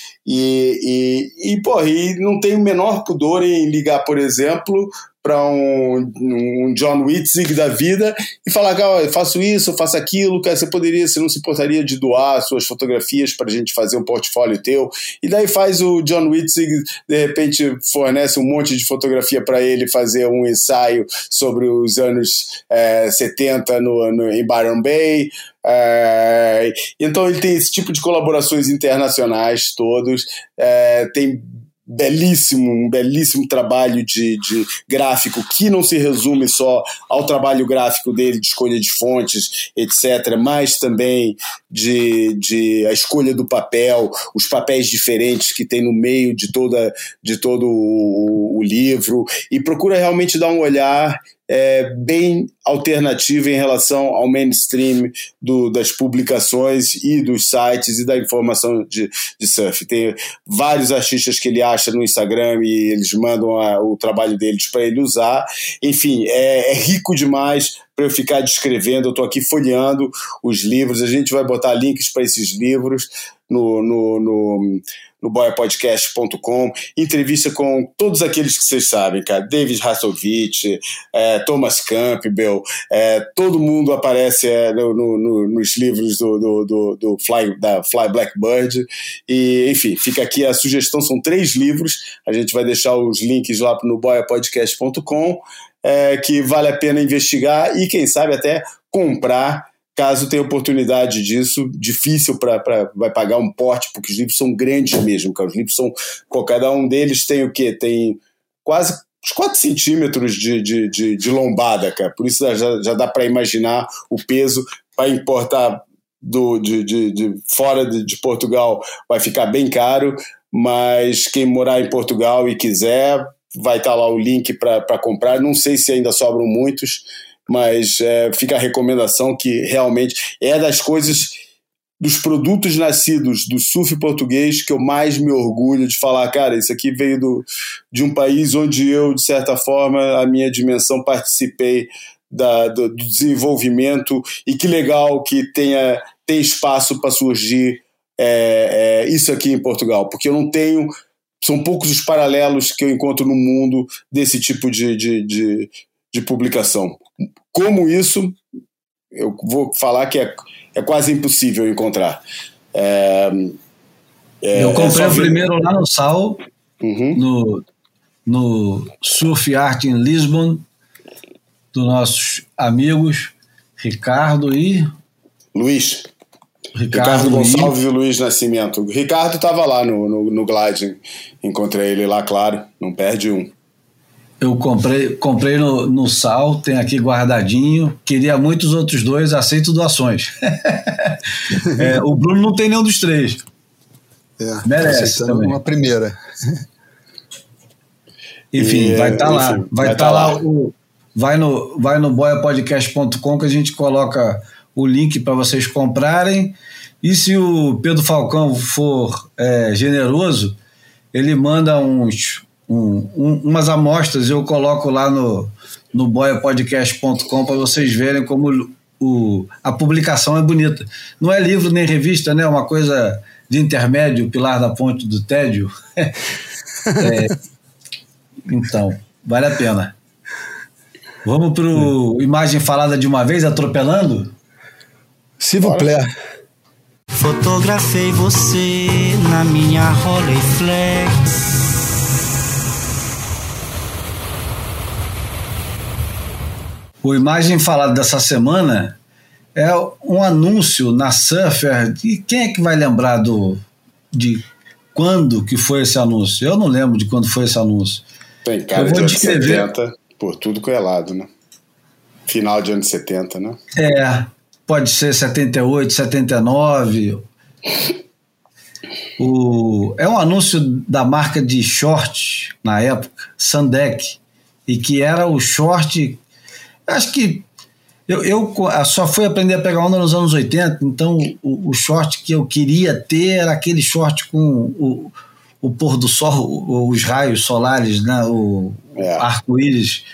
não tem o menor pudor em ligar, por exemplo, para um John Witzig da vida e falar, eu faço isso, eu faço aquilo, cara, você não se importaria de doar suas fotografias para a gente fazer um portfólio teu? E daí faz o John Witzig, de repente fornece um monte de fotografia para ele fazer um ensaio sobre os anos 70 em Byron Bay. Então ele tem esse tipo de colaborações internacionais todos, tem um belíssimo trabalho de gráfico que não se resume só ao trabalho gráfico dele de escolha de fontes, etc., mas também de a escolha do papel, os papéis diferentes que tem no meio de todo o livro, e procura realmente dar um olhar bem alternativo em relação ao mainstream das publicações e dos sites e da informação de surf. Tem vários artistas que ele acha no Instagram e eles mandam o trabalho deles para ele usar. Enfim, é rico demais para eu ficar descrevendo. Eu estou aqui folheando os livros, a gente vai botar links para esses livros no boiapodcast.com, entrevista com todos aqueles que vocês sabem, cara, David Hasselhoff, Thomas Campbell, todo mundo aparece nos livros da Fly Blackbird, e enfim, fica aqui a sugestão, são 3 livros, a gente vai deixar os links lá no boiapodcast.com, que vale a pena investigar e quem sabe até comprar, caso tenha oportunidade disso. Difícil vai pagar um porte, porque os livros são grandes mesmo, cara. Os livros são, cada um deles tem o quê? Tem quase uns 4 centímetros de lombada, cara. Por isso já dá para imaginar o peso. Para importar de fora de Portugal vai ficar bem caro, mas quem morar em Portugal e quiser, vai estar lá o link para comprar. Não sei se ainda sobram muitos, mas fica a recomendação, que realmente é das coisas, dos produtos nascidos do surf português, que eu mais me orgulho de falar, cara, isso aqui veio de um país onde eu, de certa forma, a minha dimensão, participei do desenvolvimento, e que legal que tem espaço para surgir isso aqui em Portugal, porque eu não tenho, são poucos os paralelos que eu encontro no mundo desse tipo de publicação. Como isso, eu vou falar que é quase impossível encontrar. Eu comprei o primeiro lá no SAL, no Surf Art em Lisbon, dos nossos amigos Ricardo e... Luiz. Ricardo Gonçalves e Luiz Nascimento. O Ricardo estava lá no Glide, encontrei ele lá, claro, não perde um. Eu comprei no SAL, tem aqui guardadinho, queria muito os outros dois, aceito doações. O Bruno não tem nenhum dos três. Merece também. Uma primeira. Enfim, vai estar lá. Vai estar lá. Vai no boiapodcast.com que a gente coloca o link para vocês comprarem. E se o Pedro Falcão for generoso, ele manda umas amostras, eu coloco lá no boiapodcast.com para vocês verem como a publicação é bonita. Não é livro nem revista, né? É uma coisa de intermédio, o Pilar da Ponte do Tédio. Então, vale a pena. Vamos para imagem falada de uma vez, atropelando? S'il vous plaît. Fotografei você na minha Rolleiflex. O imagem falada dessa semana é um anúncio na Surfer. E quem é que vai lembrar de quando que foi esse anúncio? Eu não lembro de quando foi esse anúncio. Tem cara de anos 70, por tudo que é lado, né? Final de anos 70, né? Pode ser 78, 79. É um anúncio da marca de short, na época, Sandek, e que era o short... Acho que eu só fui aprender a pegar onda nos anos 80, então o short que eu queria ter era aquele short com o pôr do sol, os raios solares, né? O arco-íris,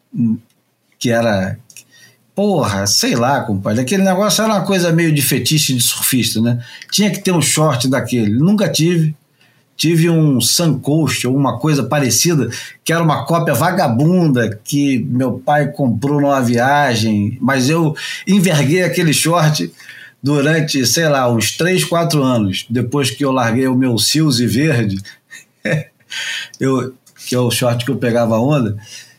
que era... Porra, sei lá, compadre. Aquele negócio era uma coisa meio de fetiche de surfista, né? Tinha que ter um short daquele. Nunca tive. Tive um Suncoast ou uma coisa parecida, que era uma cópia vagabunda que meu pai comprou numa viagem, mas eu enverguei aquele short durante, sei lá, uns 3, 4 anos. Depois que eu larguei o meu Silze verde, que é o short que eu pegava onda,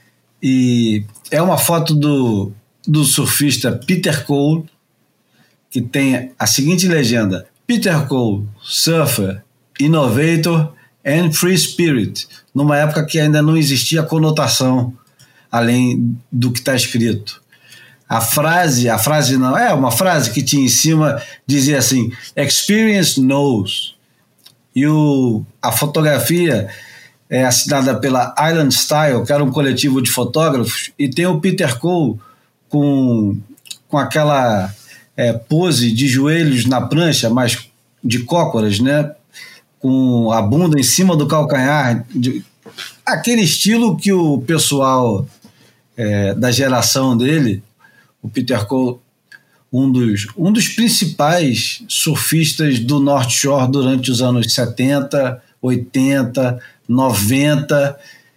e é uma foto do surfista Peter Cole, que tem a seguinte legenda: Peter Cole, surfer, innovator and free spirit, numa época que ainda não existia conotação além do que está escrito. A frase não é uma frase que tinha em cima, dizia assim: experience knows. E a fotografia é assinada pela Island Style, que era um coletivo de fotógrafos, e tem o Peter Cole com aquela pose de joelhos na prancha, mas de cócoras, né? Com a bunda em cima do calcanhar, aquele estilo que o pessoal da geração dele, o Peter Cole, um dos principais surfistas do North Shore durante os anos 70, 80, 90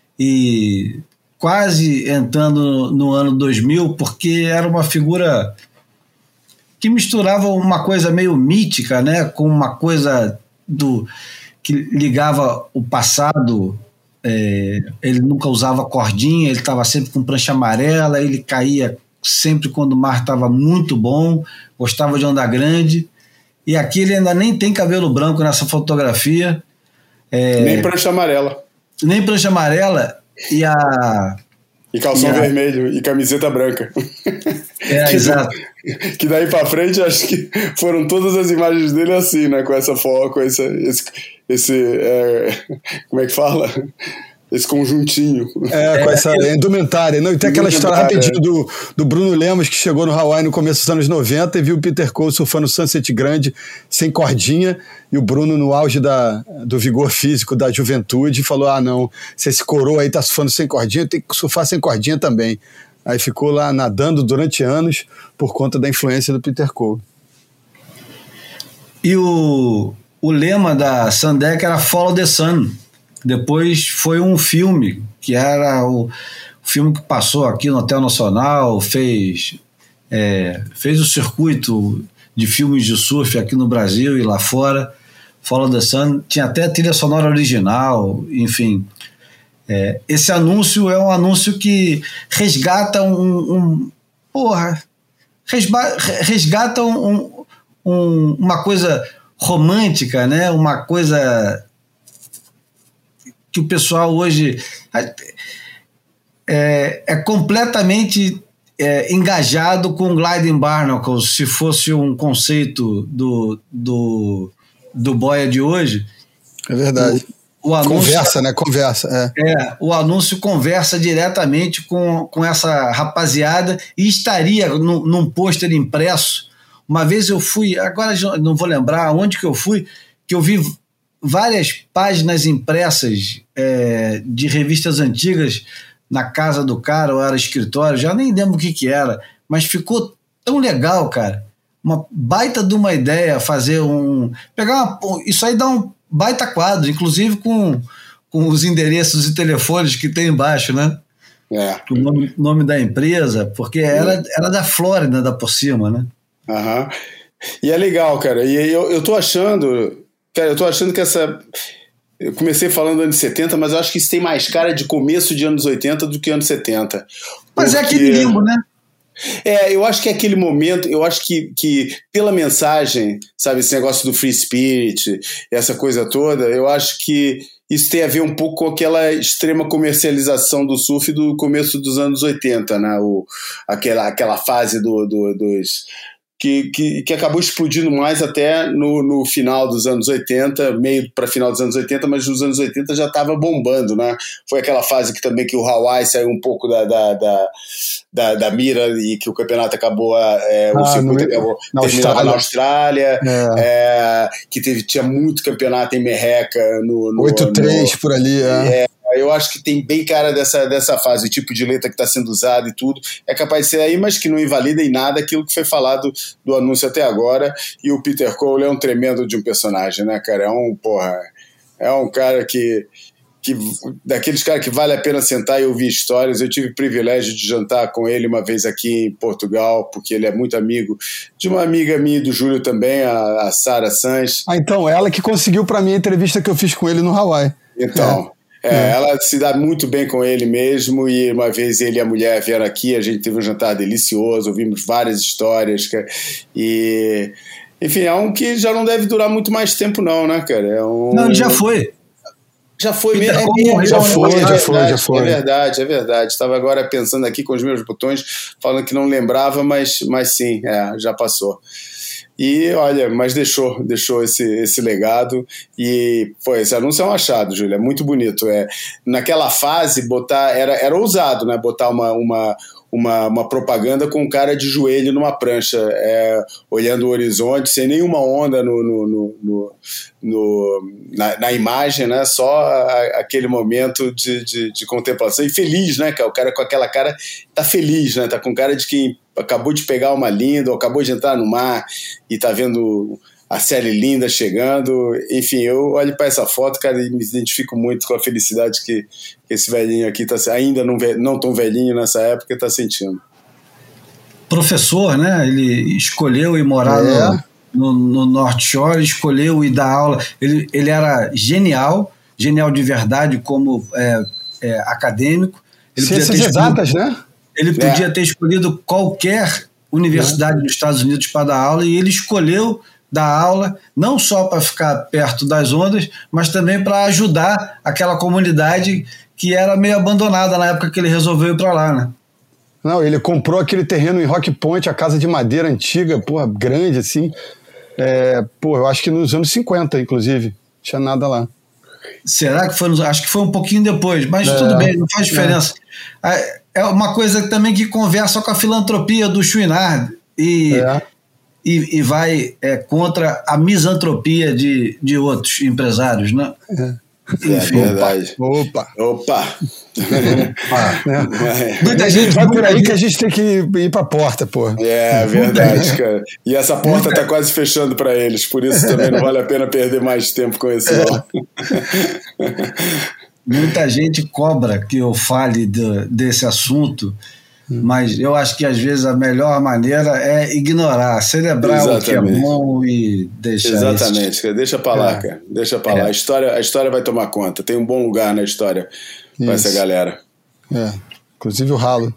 e quase entrando no ano 2000, porque era uma figura que misturava uma coisa meio mítica, né, com uma coisa que ligava o passado. Ele nunca usava cordinha, ele estava sempre com prancha amarela, ele caía sempre quando o mar estava muito bom, gostava de onda grande, e aqui ele ainda nem tem cabelo branco nessa fotografia. Nem prancha amarela. Nem prancha amarela, e E calção vermelho e camiseta branca. Exato. Que daí pra frente, acho que foram todas as imagens dele assim, né? Com essa foto, com esse como é que fala? Esse conjuntinho. Com essa indumentária. Não, e tem aquela história rapidinho do Bruno Lemos, que chegou no Hawaii no começo dos anos 90 e viu o Peter Cole surfando Sunset Grande sem cordinha, e o Bruno, no auge do vigor físico, da juventude, falou: não, se esse coroa aí tá surfando sem cordinha, tem que surfar sem cordinha também. Aí ficou lá nadando durante anos por conta da influência do Peter Cole. E o lema da Sandeck era Follow the Sun. Depois foi um filme, que era o filme que passou aqui no Hotel Nacional, fez o circuito de filmes de surf aqui no Brasil e lá fora. Follow the Sun, tinha até a trilha sonora original, enfim. Esse anúncio é um anúncio que resgata resgata uma coisa romântica, né? Uma coisa que o pessoal hoje é completamente engajado com Gliding Barnacles, se fosse um conceito do boia de hoje. É verdade. O anúncio, conversa, né? Conversa. O anúncio conversa diretamente com essa rapaziada e estaria num pôster impresso. Uma vez eu fui, agora não vou lembrar onde que eu fui, que eu vi várias páginas impressas de revistas antigas na casa do cara, ou era escritório, já nem lembro o que era, mas ficou tão legal, cara. Uma baita de uma ideia fazer isso aí dá um baita quadro, inclusive com os endereços e telefones que tem embaixo, né? O nome da empresa, porque era da Flórida, da por cima, né? Uhum. E é legal, cara. E eu tô achando... Cara, eu tô achando que eu comecei falando anos 70, mas eu acho que isso tem mais cara de começo de anos 80 do que anos 70. Mas é aquele limbo, né? Eu acho que é aquele momento, eu acho que pela mensagem, sabe, esse negócio do free spirit, essa coisa toda, eu acho que isso tem a ver um pouco com aquela extrema comercialização do surf do começo dos anos 80, né? Aquela fase dos... Que acabou explodindo mais até no final dos anos 80, meio para final dos anos 80, mas nos anos 80 já estava bombando, né? Foi aquela fase que também que o Hawaii saiu um pouco da mira e que o campeonato acabou, o circuito acabou terminando na Austrália, que tinha muito campeonato em Merreca no 8-3 por ali, eu acho que tem bem cara dessa fase, o tipo de letra que está sendo usado e tudo, é capaz de ser aí, mas que não invalida em nada aquilo que foi falado do anúncio até agora. E o Peter Cole é um tremendo de um personagem, né, cara? É um cara que daqueles caras que vale a pena sentar e ouvir histórias. Eu tive o privilégio de jantar com ele uma vez aqui em Portugal, porque ele é muito amigo de uma amiga minha e do Júlio também, a Sara Sanz. Então, ela que conseguiu para mim a entrevista que eu fiz com ele no Hawaii. Então... ela se dá muito bem com ele mesmo, e uma vez ele e a mulher vieram aqui, a gente teve um jantar delicioso, ouvimos várias histórias, e enfim, é um que já não deve durar muito mais tempo não, né, cara? Não, já foi. Já foi mesmo. Já foi. É verdade. Estava agora pensando aqui com os meus botões, falando que não lembrava, mas sim, já passou. E olha, mas deixou esse legado. E esse anúncio é um achado, Júlia, é muito bonito. Naquela fase, era ousado, né? Botar uma propaganda com um cara de joelho numa prancha, olhando o horizonte, sem nenhuma onda na imagem, né? Só aquele momento de contemplação e feliz, né? O cara com aquela cara tá feliz, né? Tá com cara de quem acabou de pegar uma linda ou acabou de entrar no mar e tá vendo a série linda chegando. Enfim, eu olho para essa foto, cara, e me identifico muito com a felicidade que esse velhinho aqui tá, ainda não tão velhinho nessa época, está sentindo. Professor, né? Ele escolheu ir morar no North Shore, escolheu ir dar aula. Ele era genial de verdade como acadêmico. Ciências exatas, né? Ele podia ter escolhido qualquer universidade dos Estados Unidos para dar aula, e ele escolheu dar aula não só para ficar perto das ondas, mas também para ajudar aquela comunidade que era meio abandonada na época que ele resolveu ir para lá, né? Não, ele comprou aquele terreno em Rock Point, a casa de madeira antiga, porra, grande assim. Eu acho que nos anos 50, inclusive. Não tinha nada lá. Será que foi? Acho que foi um pouquinho depois, mas tudo bem, não faz diferença. É uma coisa também que conversa com a filantropia do Chouinard e vai contra a misantropia de outros empresários, né? Enfim, verdade. Opa! Muita gente vai por aí que a gente tem que ir pra porta, pô. É verdade, cara. E essa porta tá quase fechando para eles, por isso também não vale a pena perder mais tempo com isso, não. Muita gente cobra que eu fale desse assunto, mas eu acho que às vezes a melhor maneira é ignorar, celebrar o que é bom e deixar Exatamente, cara. Deixa pra lá, cara. Deixa pra lá. A história vai tomar conta. Tem um bom lugar na história com essa galera. Inclusive o ralo.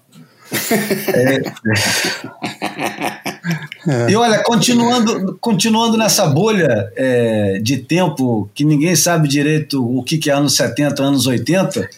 E olha, continuando nessa bolha de tempo que ninguém sabe direito o que é anos 70, anos 80,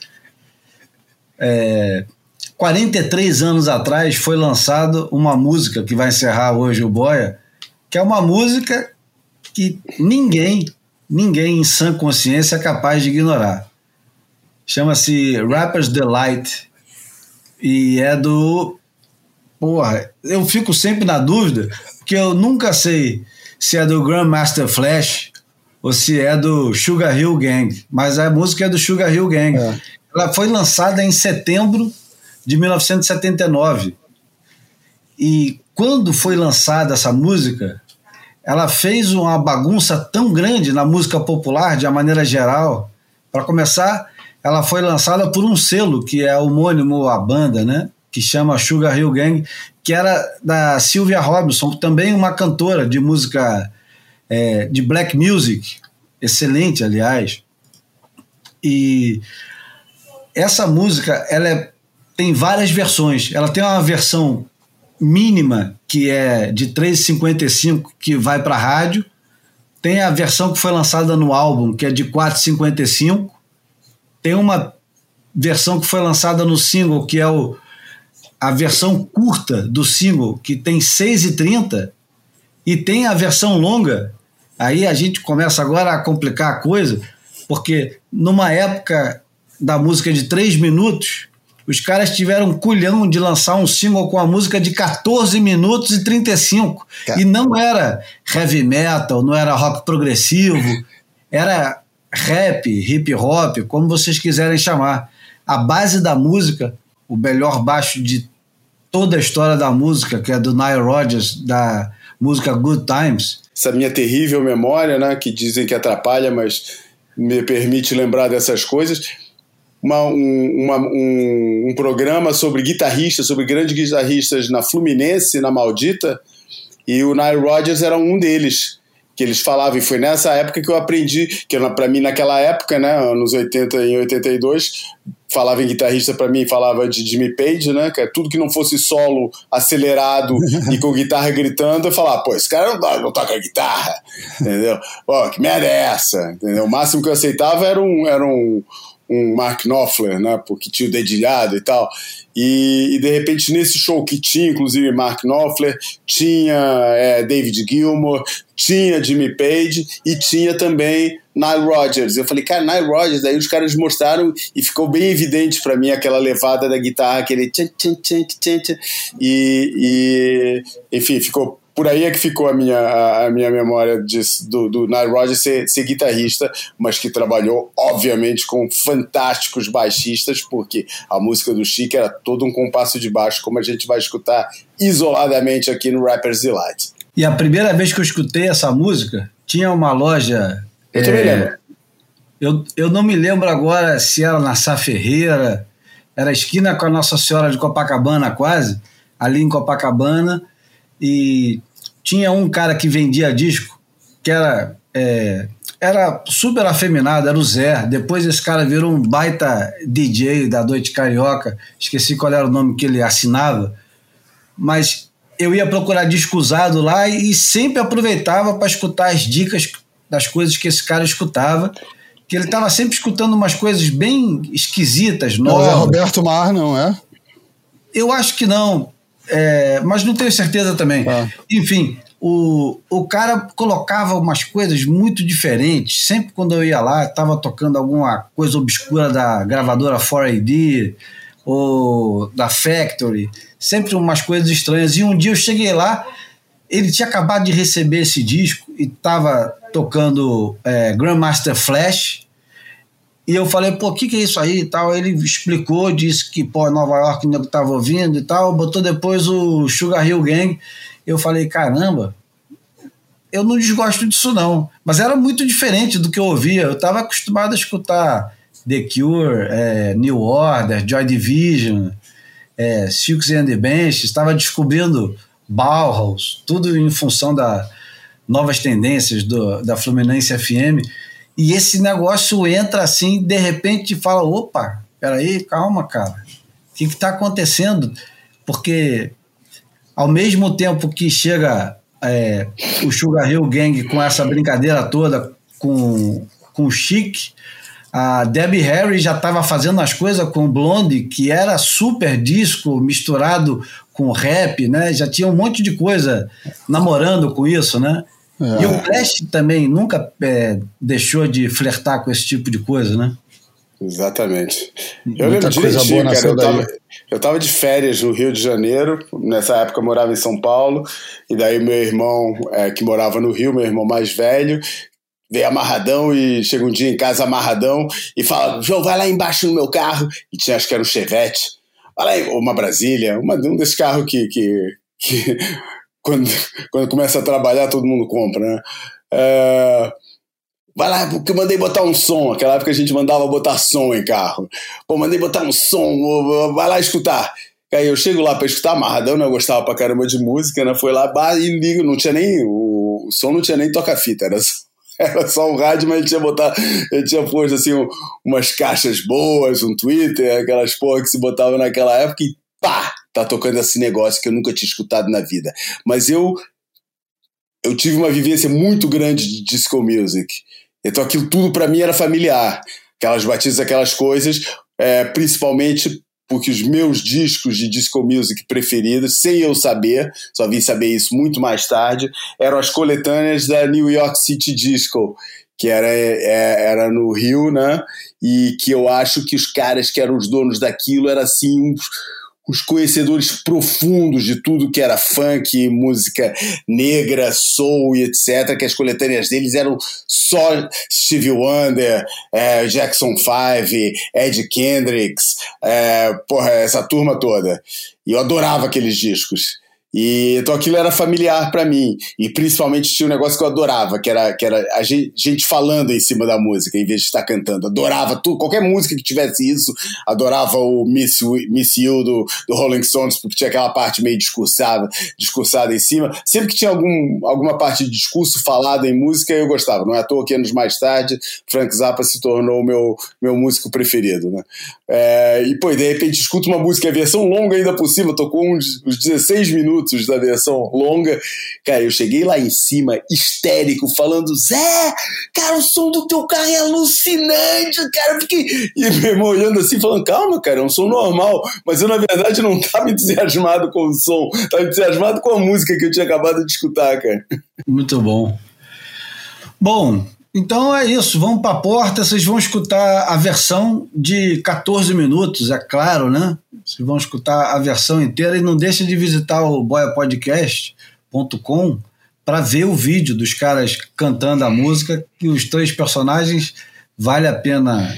43 anos atrás foi lançada uma música que vai encerrar hoje o Boia, que é uma música que ninguém em sã consciência é capaz de ignorar. Chama-se Rapper's Delight e é do... Porra, eu fico sempre na dúvida, porque eu nunca sei se é do Grandmaster Flash ou se é do Sugar Hill Gang, mas a música é do Sugar Hill Gang. Ela foi lançada em setembro de 1979. E quando foi lançada essa música, ela fez uma bagunça tão grande na música popular, de uma maneira geral. Para começar, ela foi lançada por um selo que é homônimo à banda, né? Que chama Sugar Hill Gang, que era da Sylvia Robinson, também uma cantora de música de black music, excelente, aliás. E essa música, tem várias versões. Ela tem uma versão mínima, que é de 3,55, que vai para a rádio. Tem a versão que foi lançada no álbum, que é de 4,55. Tem uma versão que foi lançada no single, que é a versão curta do single, que tem 6,30. E tem a versão longa. Aí a gente começa agora a complicar a coisa, porque numa época da música de 3 minutos, os caras tiveram um culhão de lançar um single com a música de 14 minutos e 35. E não era heavy metal, não era rock progressivo, era rap, hip hop, como vocês quiserem chamar. A base da música, o melhor baixo de toda a história da música, que é do Nile Rodgers, da música Good Times. Essa minha terrível memória, né, que dizem que atrapalha, mas me permite lembrar dessas coisas. Um programa sobre guitarristas, sobre grandes guitarristas na Fluminense, na Maldita, e o Nile Rodgers era um deles, que eles falavam, e foi nessa época que eu aprendi, que para mim naquela época, né, anos 80 e 82, falava em guitarrista, para mim falava de Jimmy Page, né, que é tudo que não fosse solo acelerado e com guitarra gritando, eu falava, pô, esse cara não toca guitarra, entendeu? Pô, que merda é essa? Entendeu? O máximo que eu aceitava era um Mark Knopfler, né, porque tinha o dedilhado e tal, e de repente nesse show que tinha inclusive Mark Knopfler, tinha David Gilmour, tinha Jimmy Page e tinha também Nile Rodgers. Eu falei, cara, Nile Rodgers, daí os caras mostraram e ficou bem evidente pra mim aquela levada da guitarra, aquele tchan, tchan, tchan, tchan, tchan, e enfim, ficou. Por aí é que ficou a minha memória do Nile Rodgers ser guitarrista, mas que trabalhou, obviamente, com fantásticos baixistas, porque a música do Chic era todo um compasso de baixo, como a gente vai escutar isoladamente aqui no Rapper's Delight. E a primeira vez que eu escutei essa música, tinha uma loja... Eu também lembro. Eu não me lembro agora se era na Sá Ferreira, era esquina com a Nossa Senhora de Copacabana quase, ali em Copacabana, e tinha um cara que vendia disco que era super afeminado, era o Zé. Depois esse cara virou um baita DJ da Noite Carioca, esqueci qual era o nome que ele assinava, mas eu ia procurar disco usado lá e sempre aproveitava para escutar as dicas das coisas que esse cara escutava, que ele estava sempre escutando umas coisas bem esquisitas, Não novas. é Roberto Mar, não é? Eu acho que não, mas não tenho certeza também. Enfim, o cara colocava umas coisas muito diferentes. Sempre quando eu ia lá, estava tocando alguma coisa obscura da gravadora 4AD ou da Factory, sempre umas coisas estranhas. E um dia eu cheguei lá, ele tinha acabado de receber esse disco e estava tocando Grandmaster Flash. E eu falei, pô, o que é isso aí e tal? Ele explicou, disse que, pô, Nova York o nego tava ouvindo e tal, botou depois o Sugar Hill Gang. Eu falei, caramba, eu não desgosto disso não. Mas era muito diferente do que eu ouvia. Eu estava acostumado a escutar The Cure, New Order, Joy Division, Silks and the Bench, estava descobrindo Bauhaus, tudo em função das novas tendências da Fluminense FM. E esse negócio entra assim, de repente fala, opa, peraí, calma, cara, o que está acontecendo? Porque ao mesmo tempo que chega o Sugar Hill Gang com essa brincadeira toda com o Chic, a Debbie Harry já estava fazendo as coisas com o Blondie, que era super disco misturado com rap, né? Já tinha um monte de coisa namorando com isso, né? E o Flash também nunca deixou de flertar com esse tipo de coisa, né? Exatamente. Eu lembro direitinho, cara, eu tava de férias no Rio de Janeiro, nessa época eu morava em São Paulo, e daí meu irmão, que morava no Rio, meu irmão mais velho, veio amarradão e chega um dia em casa amarradão e fala, João, vai lá embaixo no meu carro, e tinha, acho que era um Chevette, vai lá, ou uma Brasília, um desses carros que quando começa a trabalhar todo mundo compra, né? Vai lá, porque eu mandei botar um som. Naquela época a gente mandava botar som em carro. Pô, mandei botar um som, vai lá escutar. Aí eu chego lá pra escutar amarradão, né? Eu gostava pra caramba de música, né? Foi lá e ligo, não tinha nem o som, não tinha nem toca-fita, era só um rádio, mas ele tinha posto assim umas caixas boas, um Twitter, aquelas porra que se botava naquela época e pá! Tá tocando esse negócio que eu nunca tinha escutado na vida. Mas eu tive uma vivência muito grande de disco music. Então aquilo tudo pra mim era familiar. Aquelas batidas, aquelas coisas, principalmente porque os meus discos de disco music preferidos, sem eu saber, só vim saber isso muito mais tarde, eram as coletâneas da New York City Disco, que era no Rio, né? E que eu acho que os caras que eram os donos daquilo eram assim os conhecedores profundos de tudo que era funk, música negra, soul e etc., que as coletâneas deles eram só Stevie Wonder, Jackson 5, Ed Kendricks, essa turma toda. E eu adorava aqueles discos. E então aquilo era familiar pra mim, e principalmente tinha um negócio que eu adorava, que era a gente falando em cima da música em vez de estar cantando. Adorava tudo, qualquer música que tivesse isso. Adorava o Miss You do Rolling Stones, porque tinha aquela parte meio discursada em cima. Sempre que tinha alguma parte de discurso falado em música, eu gostava. Não é à toa que anos mais tarde Frank Zappa se tornou o meu músico preferido, né? E pô, de repente escuto uma música, a versão longa ainda por cima, tocou uns 16 minutos da versão longa. Cara, eu cheguei lá em cima, histérico, falando, Zé, cara, o som do teu carro é alucinante, cara. E meu irmão olhando assim, falando, calma, cara, é um som normal. Mas eu, na verdade, não tava entusiasmado com o som, tava entusiasmado com a música que eu tinha acabado de escutar, cara. Muito bom. Bom, então é isso, vamos para a porta, vocês vão escutar a versão de 14 minutos, é claro, né? Vocês vão escutar a versão inteira e não deixa de visitar o boiapodcast.com para ver o vídeo dos caras cantando a música, que os 3 personagens vale a pena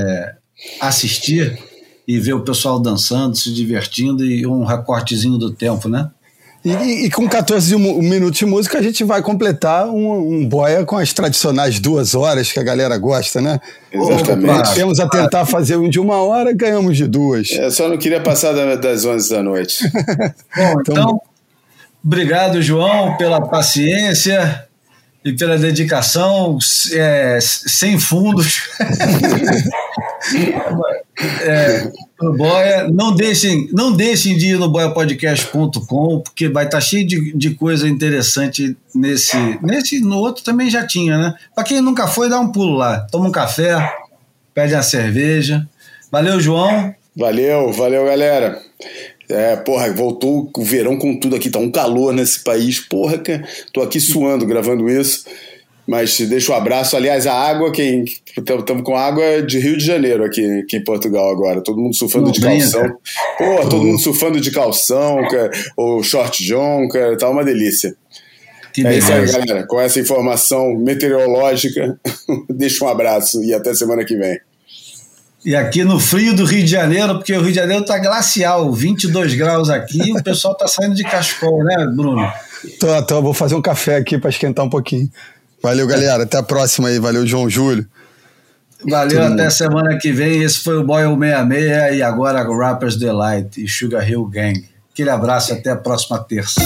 assistir e ver o pessoal dançando, se divertindo e um recortezinho do tempo, né? E com 14 minutos de música a gente vai completar um boia com as tradicionais 2 horas que a galera gosta, né? Exatamente. Temos a tentar fazer um de 1 hora, ganhamos de 2. Eu só não queria passar das 11 da noite. Bom, então, obrigado, João, pela paciência e pela dedicação sem fundos. O Boia, não deixem de ir no boiapodcast.com, porque vai estar cheio de coisa interessante nesse. No outro também já tinha, né? Para quem nunca foi, dá um pulo lá. Toma um café, pede uma cerveja. Valeu, João. Valeu, galera. Voltou o verão com tudo aqui, tá um calor nesse país. Porra, tô aqui suando gravando isso. Mas deixa um abraço. Aliás, a água, estamos com água de Rio de Janeiro aqui em Portugal agora. Todo mundo surfando de calção. Todo mundo surfando de calção, ou short john, tá uma delícia. É isso aí, galera. Com essa informação meteorológica, deixa um abraço e até semana que vem. E aqui no frio do Rio de Janeiro, porque o Rio de Janeiro tá glacial, 22 graus aqui, o pessoal tá saindo de cachecol, né, Bruno? Então, vou fazer um café aqui para esquentar um pouquinho. Valeu, galera. Até a próxima aí. Valeu, João Júlio. Valeu, até semana que vem. Esse foi o Boyle 66 e agora Rappers Delight e Sugar Hill Gang. Aquele abraço, até a próxima terça.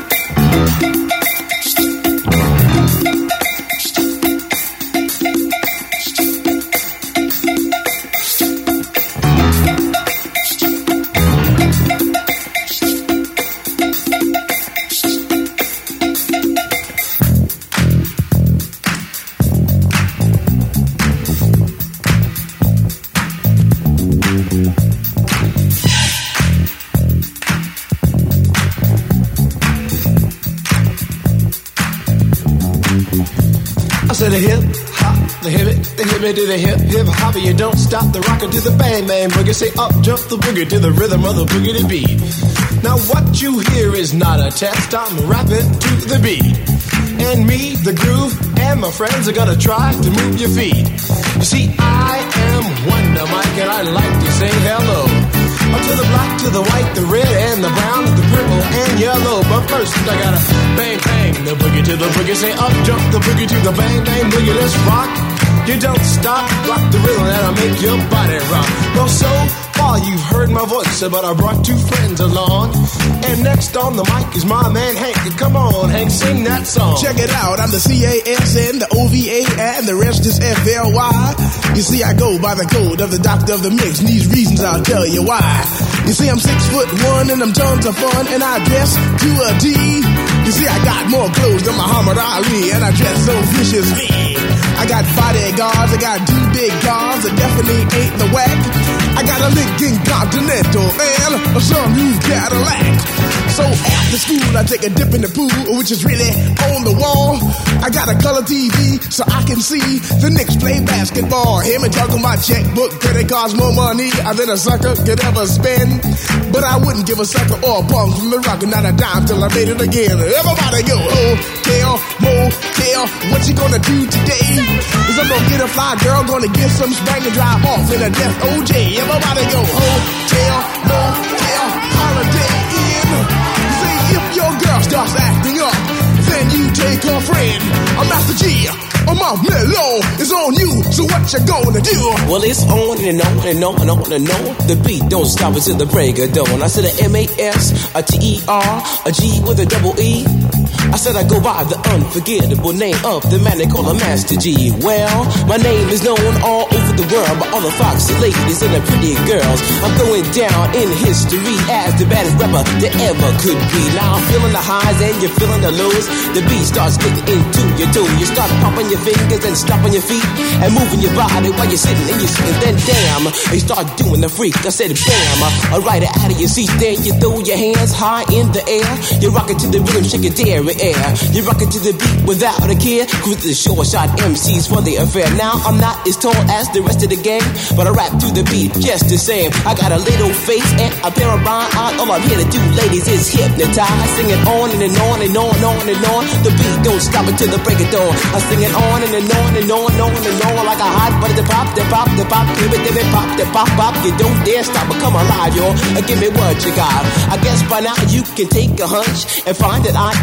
To the hip hop, the hip to the hip hop, you don't stop the rocker to the bang bang boogie. Say up jump the boogie to the rhythm of the boogie to beat. Now what you hear is not a test, I'm rapping to the beat. And me, the groove, and my friends are gonna try to move your feet. You see, I am Wonder Mike and I like to say hello. Up to the black, to the white, the red, and the brown, the purple, and yellow. But first, I gotta bang, bang, the boogie to the boogie. Say up, jump the boogie to the bang, bang, boogie. Let's rock. You don't stop, rock the rhythm that'll make your body rock. Well, so far you've heard my voice, but I brought two friends along. And next on the mic is my man Hank. Come on, Hank, sing that song. Check it out, I'm the CASN, the OVA, and the rest is FLY. You see, I go by the code of the doctor of the mix, and these reasons I'll tell you why. You see, I'm 6'1" and I'm tons of fun, and I dress to a T. You see, I got more clothes than Muhammad Ali, and I dress so viciously. I got bodyguards, I got two big cars that definitely ain't the whack. I got a Lincoln Continental and a some new Cadillac. So after school, I take a dip in the pool, which is really on the wall. I got a color TV so I can see the Knicks play basketball. Hear me talking my checkbook, credit cards more money than a sucker could ever spend. But I wouldn't give a sucker or a punk from the rock, not a dime till I made it again. Everybody go, hotel, motel, what you gonna do today? Is I'm gonna get a fly girl, gonna get some spank and drive off in a death OJ. Everybody go, hotel, motel, holiday inn. See, if your girl starts acting up, then you take her friend. I'm Master G, my mellow is on you, so what you gonna do? Well, it's on and on and on and on and on. The beat don't stop until the break of dawn. I said a M-A-S, a T-E-R, a G with a double E. I said I go by the unforgettable name of the man they call a Master G. Well, my name is known all over the world by all the foxy ladies and the pretty girls. I'm going down in history as the baddest rapper that ever could be. Now I'm feeling the highs and you're feeling the lows. The beat starts getting into your toe. You start popping your fingers and stomping your feet and moving your body while you're sitting and you're sitting. Then damn, you start doing the freak. I said bam, I ride it out of your seat. Then you throw your hands high in the air. You rock it to the rhythm, shake it dairy air. You rock it to the beat without a care. Cruise the short shot MCs for the affair. Now I'm not as tall as the rest of the gang, but I rap to the beat just the same. I got a little face and a pair of rhyme eyes. All I'm here to do, ladies, is hypnotize. Sing it on and on and on and on and on. The beat don't stop until the break of dawn. I sing it on and on and on and on and on like a hot butter. The pop, give it, pop, the pop, pop. You don't dare stop or come alive, y'all. Give me what you got. I guess by now you can take a hunch and find that I am the big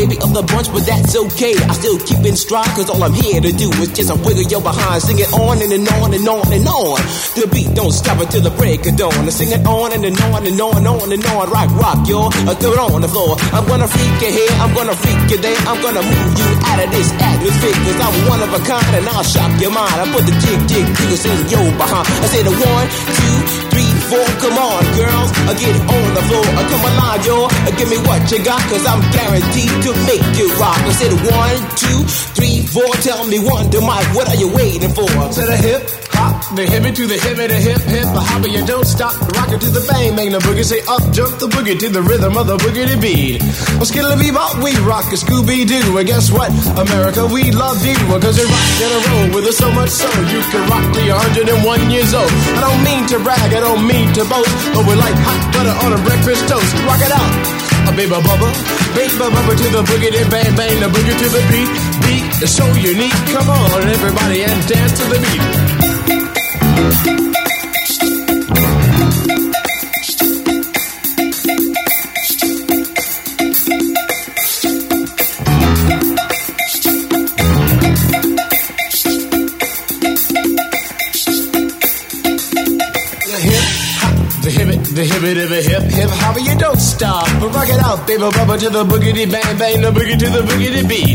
baby of the bunch, but that's okay. I still keep in stride, cause all I'm here to do is just a wiggle your behind. Sing it on and on and on and on. The beat don't stop until the break of dawn. I sing it on and on and on and on and on. Rock, y'all. Throw it on the floor. I'm gonna freak you here, I'm gonna freak you there. I'm gonna move you out of this atmosphere, cause I'm one of a kind and I'll shock your mind. I put the jiggles in your behind. I say the 1, 2, 3, 4. Come on, girls, get on the floor. Come alive, y'all. Give me what you got, cause I'm guaranteed to make you rock. I said 1, 2, 3, 4. Tell me one to Mike, what are you waiting for? To the hip hop, the hippie to the hippie, the hip hip, the hopper, you don't stop. Rock it to the bang, bang the boogie. Say up, jump the boogie to the rhythm of the boogity beat. Well, skittle-bee-bop, we rock a Scooby-Doo. And guess what? America, we love you. Cause we rock in a row with us so much so you can rock till you're 101 years old. I don't mean to brag, I don't mean to boast, but we're like hot butter on a breakfast toast. Rock it out. A baby bubba to the boogity bang bang, the boogie to the beat. Beat is so unique. Come on, everybody, and dance to the beat. The hip hopper, you don't stop, but rock it out, baby bubba to the boogity bang bang, the boogie to the boogity beat.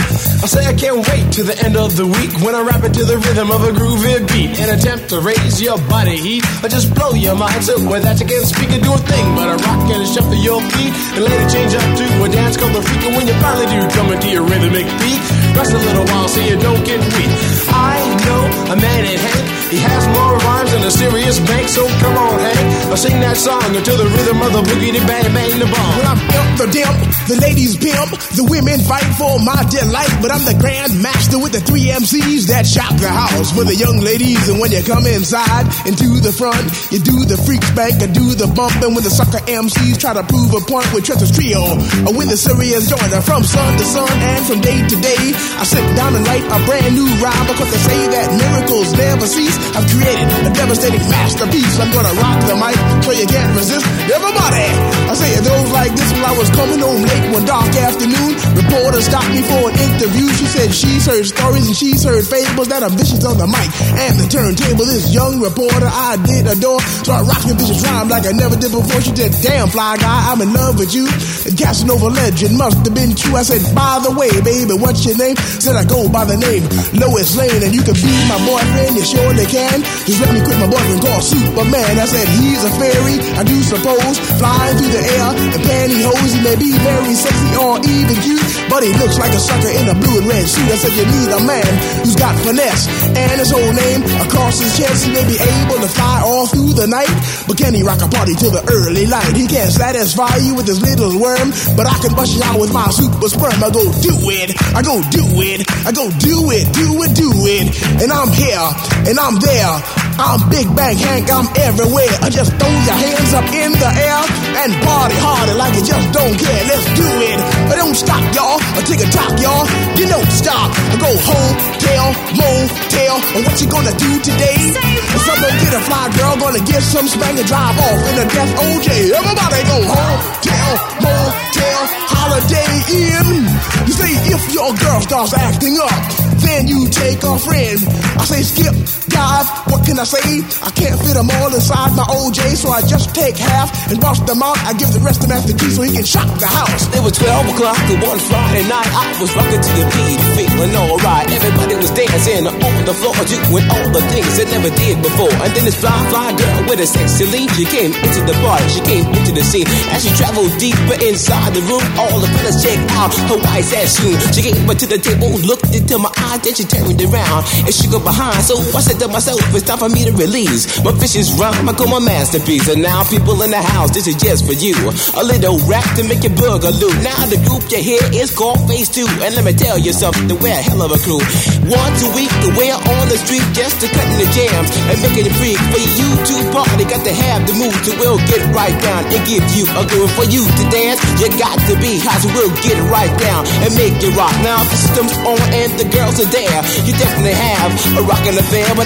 I say I can't wait to the end of the week when I rap it to the rhythm of a groovy beat. An attempt to raise your body heat or just blow your mind so that you can't speak and do a thing but a rock and shuffle your feet and let it change up to a dance called the freak. And when you finally do come into your rhythmic beat, rest a little while so you don't get weak. I know a man in Hank, he has more rhymes than a serious bank, so come on Hank, I'll sing that song until the rhythm of the boogity bang bang the bomb. Well, I'm imp the dimp, the ladies pimp, the women fight for my delight, but I'm the grand master with the 3 MCs that shock the house for the young ladies. And when you come inside into the front, you do the freak spank and do the bump. And when the sucker MCs try to prove a point with Trent's Trio, or when the serious joiner from sun to sun and from day to day, I sit down and write a brand new rhyme because they say that miracles never cease. I've created a devastating masterpiece. I'm gonna rock the mic so you can't resist. Everybody, I say it goes like this. While I was coming home late one dark afternoon, reporter stopped me for an interview. She said she's heard stories and she's heard fables that are vicious on the mic and the turntable. This young reporter I did adore, so I rocked the vicious rhyme like I never did before. She said, damn fly guy, I'm in love with you. The Casanova legend must have been true. I said, by the way, baby, what's your name? Said I go by the name Lois Lane, and you can be my boyfriend, you surely can. Just let me quit my boyfriend called Superman. I said, he's a fairy, I do suppose, flying through the air in pantyhose. He may be very sexy or even cute, but he looks like a sucker in a blue and red suit. I said, you need a man who's got finesse and his whole name across his chest. He may be able to fly all through the night, but can he rock a party till the early light? He can't satisfy you with his little worm, but I can bust you out with my super sperm. I go do it, I go do it, I go do it, do it, do it. And I'm here, and I'm there, I'm Big Bang Hank, I'm everywhere. I just throw your hands up in the air and party harder like you just don't care. Let's do it, but don't stop y'all, or take a talk y'all. You don't stop, I go hotel, motel, and what you gonna do today? Some gonna get a fly girl, gonna get some spank and drive off in a death OJ. Everybody go hotel, motel, Holiday Inn. You say if your girl starts acting up, then you take a friend. I say skip, dive, what can I say? I can't fit them all inside my OJ, so I just take half and bust them out. I give the rest of them Master G so he can shock the house. It was 12 o'clock and one Friday night, I was rocking to the beat, feeling alright. Everybody was dancing on the floor, doing all the things they never did before. And then this fly girl with a sexy lead, she came into the party, she came into the scene. As she traveled deeper inside the room, all the fellas checked out her white ass soon. She came up to the table, looked into my eyes, then she turned around and she go behind. So I said to myself, it's time for me to release my vicious rhyme. I call my masterpiece. And now people in the house, this is just for you. A little rap to make your boogaloo. Now the group you hear is called Phase 2. And let me tell you something, we're a hell of a crew. Once a week, we're on the street just to cutting the jams and making it free. For you to party, got to have the move to we'll get it right down and give you a groove. For you to dance, you got to be hot, so we'll get it right down and make it rock. Now the system's on and the girls are there. You definitely have a rockin' affair, but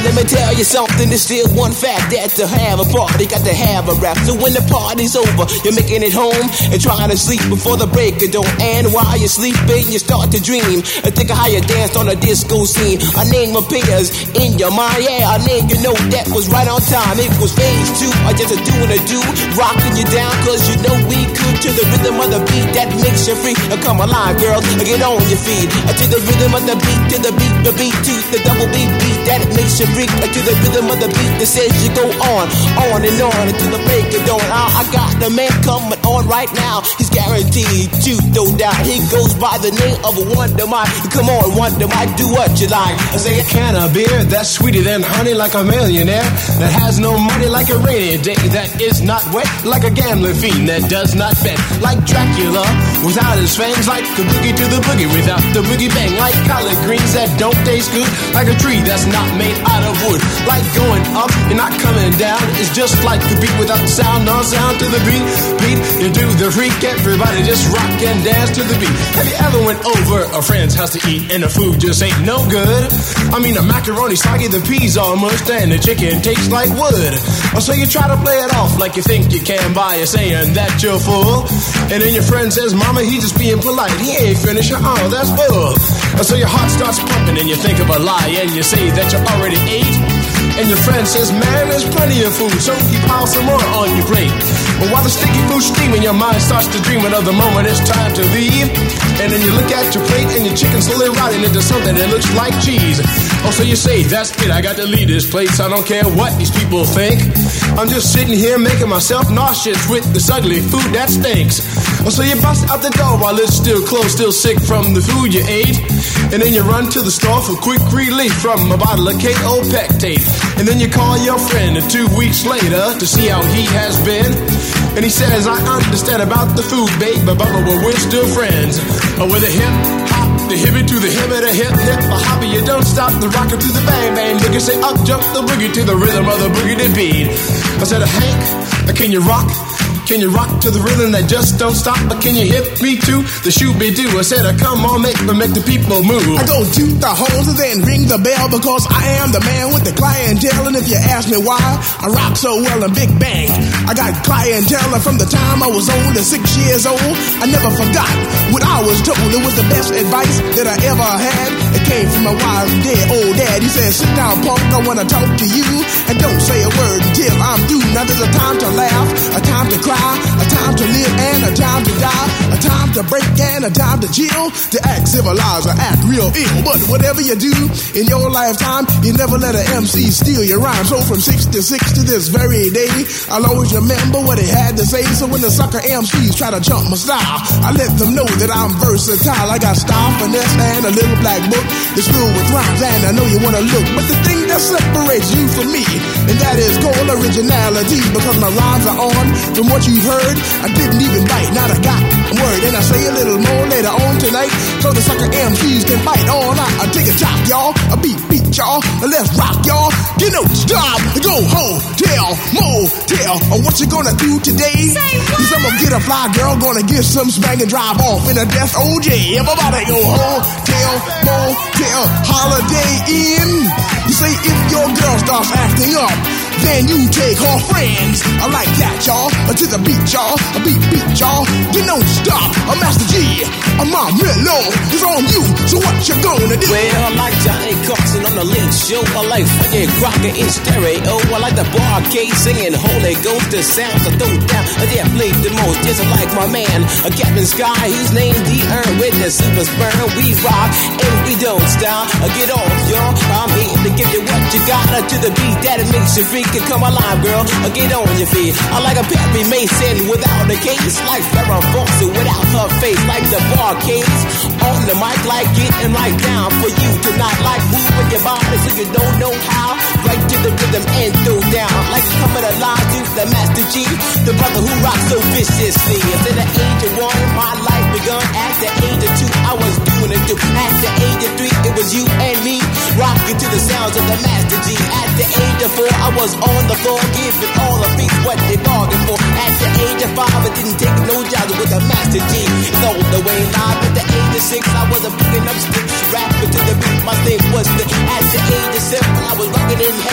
let me tell you something. There's still one fact that to have a party, got to have a rap. So when the party's over, you're making it home and trying to sleep before the break of dawn. And while you're sleeping, you start to dream and think of how you danced on a disco scene. A name appears in your mind, yeah, a name you know that was right on time. It was phase 2, or just a doing a do, rocking you down, cause you know we could. To the rhythm of the beat that makes you free. Come alive, girl, get on your feet. To the rhythm of the beat, to the beat, to the double beat that it makes you freak. To the rhythm of the beat that says you go on and on until the break of dawn. I got the man coming on right now. He's guaranteed to no doubt. He goes by the name of Wonder Mike. Come on, Wonder Mike, do what you like. I say a can of beer that's sweeter than honey, like a millionaire that has no money, like a rainy day that is not wet, like a gambling fiend that does not bet, like Dracula without his fangs, like the boogie to the boogie without the boogie bang, like collard greens that don't taste good, like a tree that's not made out of wood, like going up and not coming down. It's just like the beat without the sound, no sound to the beat. You do the freak, everybody just rock and dance to the beat. Have you ever went over a friend's house to eat and the food just ain't no good? I mean, the macaroni soggy, the peas all mushed, and the chicken tastes like wood. So you try to play it off like you think you can by saying that you're full, and then your friend says, Mama, he just being polite, he ain't finished. Oh, that's bull. So your heart starts pumping and you think of a lie and you say that you already ate, and your friend says, man, there's plenty of food, so he piles some more on your plate. But while the sticky food's steaming, your mind starts to dreaming of the moment it's time to leave. And then you look at your plate and your chicken's slowly rotting into something that looks like cheese. Oh, so you say, that's it, I got to leave this place. I don't care what these people think. I'm just sitting here making myself nauseous with this ugly food that stinks. Oh, so you bust out the door while it's still closed, still sick from the food you ate. And then you run to the store for quick relief from a bottle of KO Pectate. And then you call your friend 2 weeks later to see how he has been. And he says, I understand about the food, babe, but we're still friends. With a hip hop, the hippie to the hip, the hip hip, the hobby, you don't stop the rocker to the bang bang. You can say up jump the boogie to the rhythm of the boogie to beat. I said, Hank, can you rock? Can you rock to the rhythm that just don't stop? But can you hit me too? The shoot-be-doo. I said, come on, make the people move. I go to the holes and then ring the bell because I am the man with the clientele. And if you ask me why I rock so well in Big Bang, I got clientele from the time I was only 6 years old. I never forgot what I was told. It was the best advice that I ever had. It came from my wise dead old dad. He said, sit down, punk, I want to talk to you. And don't say a word until I'm through. Now there's a time to laugh, a time to cry, a time to live and a time to die, a time to break and a time to chill, to act civilized or act real ill. But whatever you do in your lifetime, you never let an MC steal your rhyme. So from 66 to this very day, I'll always remember what he had to say. So when the sucker MCs try to jump my style, I let them know that I'm versatile. I got style, finesse, and a little black book that's filled with rhymes, and I know you wanna look. But the thing that separates you from me, and that is called originality, because my rhymes are on from what you've heard. I didn't even bite, not a got word. And I say a little more later on tonight, so the sucker MCs can bite all night. I take a chop, y'all, a beat, y'all, and let's rock, y'all. You know, stop, go hotel, motel, or what you gonna do today? Say what? Cause I'm gonna get a fly girl, gonna get some spank and drive off in a death OJ. Everybody go hotel, motel, Holiday Inn. You say if your girl starts acting up, then you take her friends. I like that, y'all. To the beat, y'all. A beat, y'all. You don't stop. A Master G. A Mom Mellow is on you. So what you gonna do? Well, I like Johnny Carson on the Late Show. I like Frankie Crocker in stereo. I like the barcade singing Holy Ghost. The sounds I throw down. They played the most. Just like my man, Captain Sky. He's named the Earn with the super sperm. We rock and we don't stop. Get off, y'all. I'm here to give you what you got. To the beat that it makes you freak. Come alive, girl, get on your feet. I like a Perry Mason without a case, like Farrah Fawcett without her face, like the barcades on the mic, like getting right down for you tonight, like moving your body so you don't know how, right to the rhythm and throw down, like coming alive to the Master G, the brother who rocks so viciously. At the age of 1, my life begun. At the age of 2, I was doing it too. At the age of 3, it was you and me, rocking to the sounds of the Master G. At the age of 4, I was on the floor, giving all the beats what they bargained for. At the age of 5, I didn't take no jobs with the Master G. It's all the way live. At the age of 6, I wasn't picking up sticks, rapping to the beat. My thing was the. At the age of 7, I was rocking in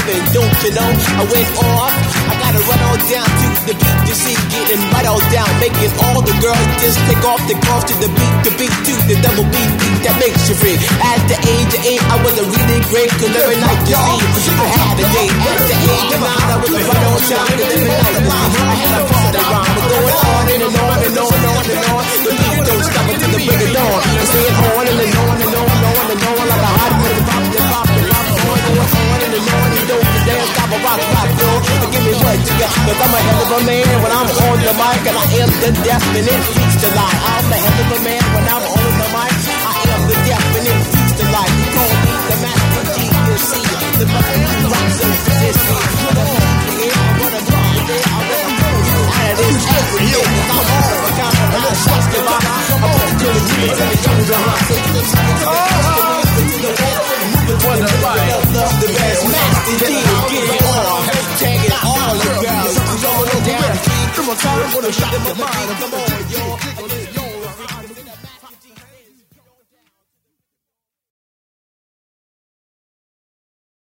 you know. I went off, I gotta run on down to the beat, you see, getting right on down, making all the girls just take off the clothes to the beat to the double beat that makes you free. At the age of 8, I was a really great, cause every night you see, I had a date. At the age of 9, I was a right on time, cause every night you see, I had a party rhyme. We're going on and on and on and on and on. The beat don't stop until the break of dawn. I'm staying on and on and on and on and on like a hot minute pop, pop, on and on and don't dance, stop a rock, yo. Give me what you got, cause I'm a hell of a man when I'm on the mic, and I am the definite freestyle. I'm a hell of a man when I'm on the mic. I am the definite freestyle. You call me the master G, you see, the man who rocks and resist me. Put on, yeah, I wanna rock, yeah, I wanna roll. And it's every day, I'm all the kind of high shots to rock. I'm on to the trees and the jungle rock. So you can see the the best master G, get it on, take it all, you girls. Come on, time, I'm gonna shut them up. Come on, yo.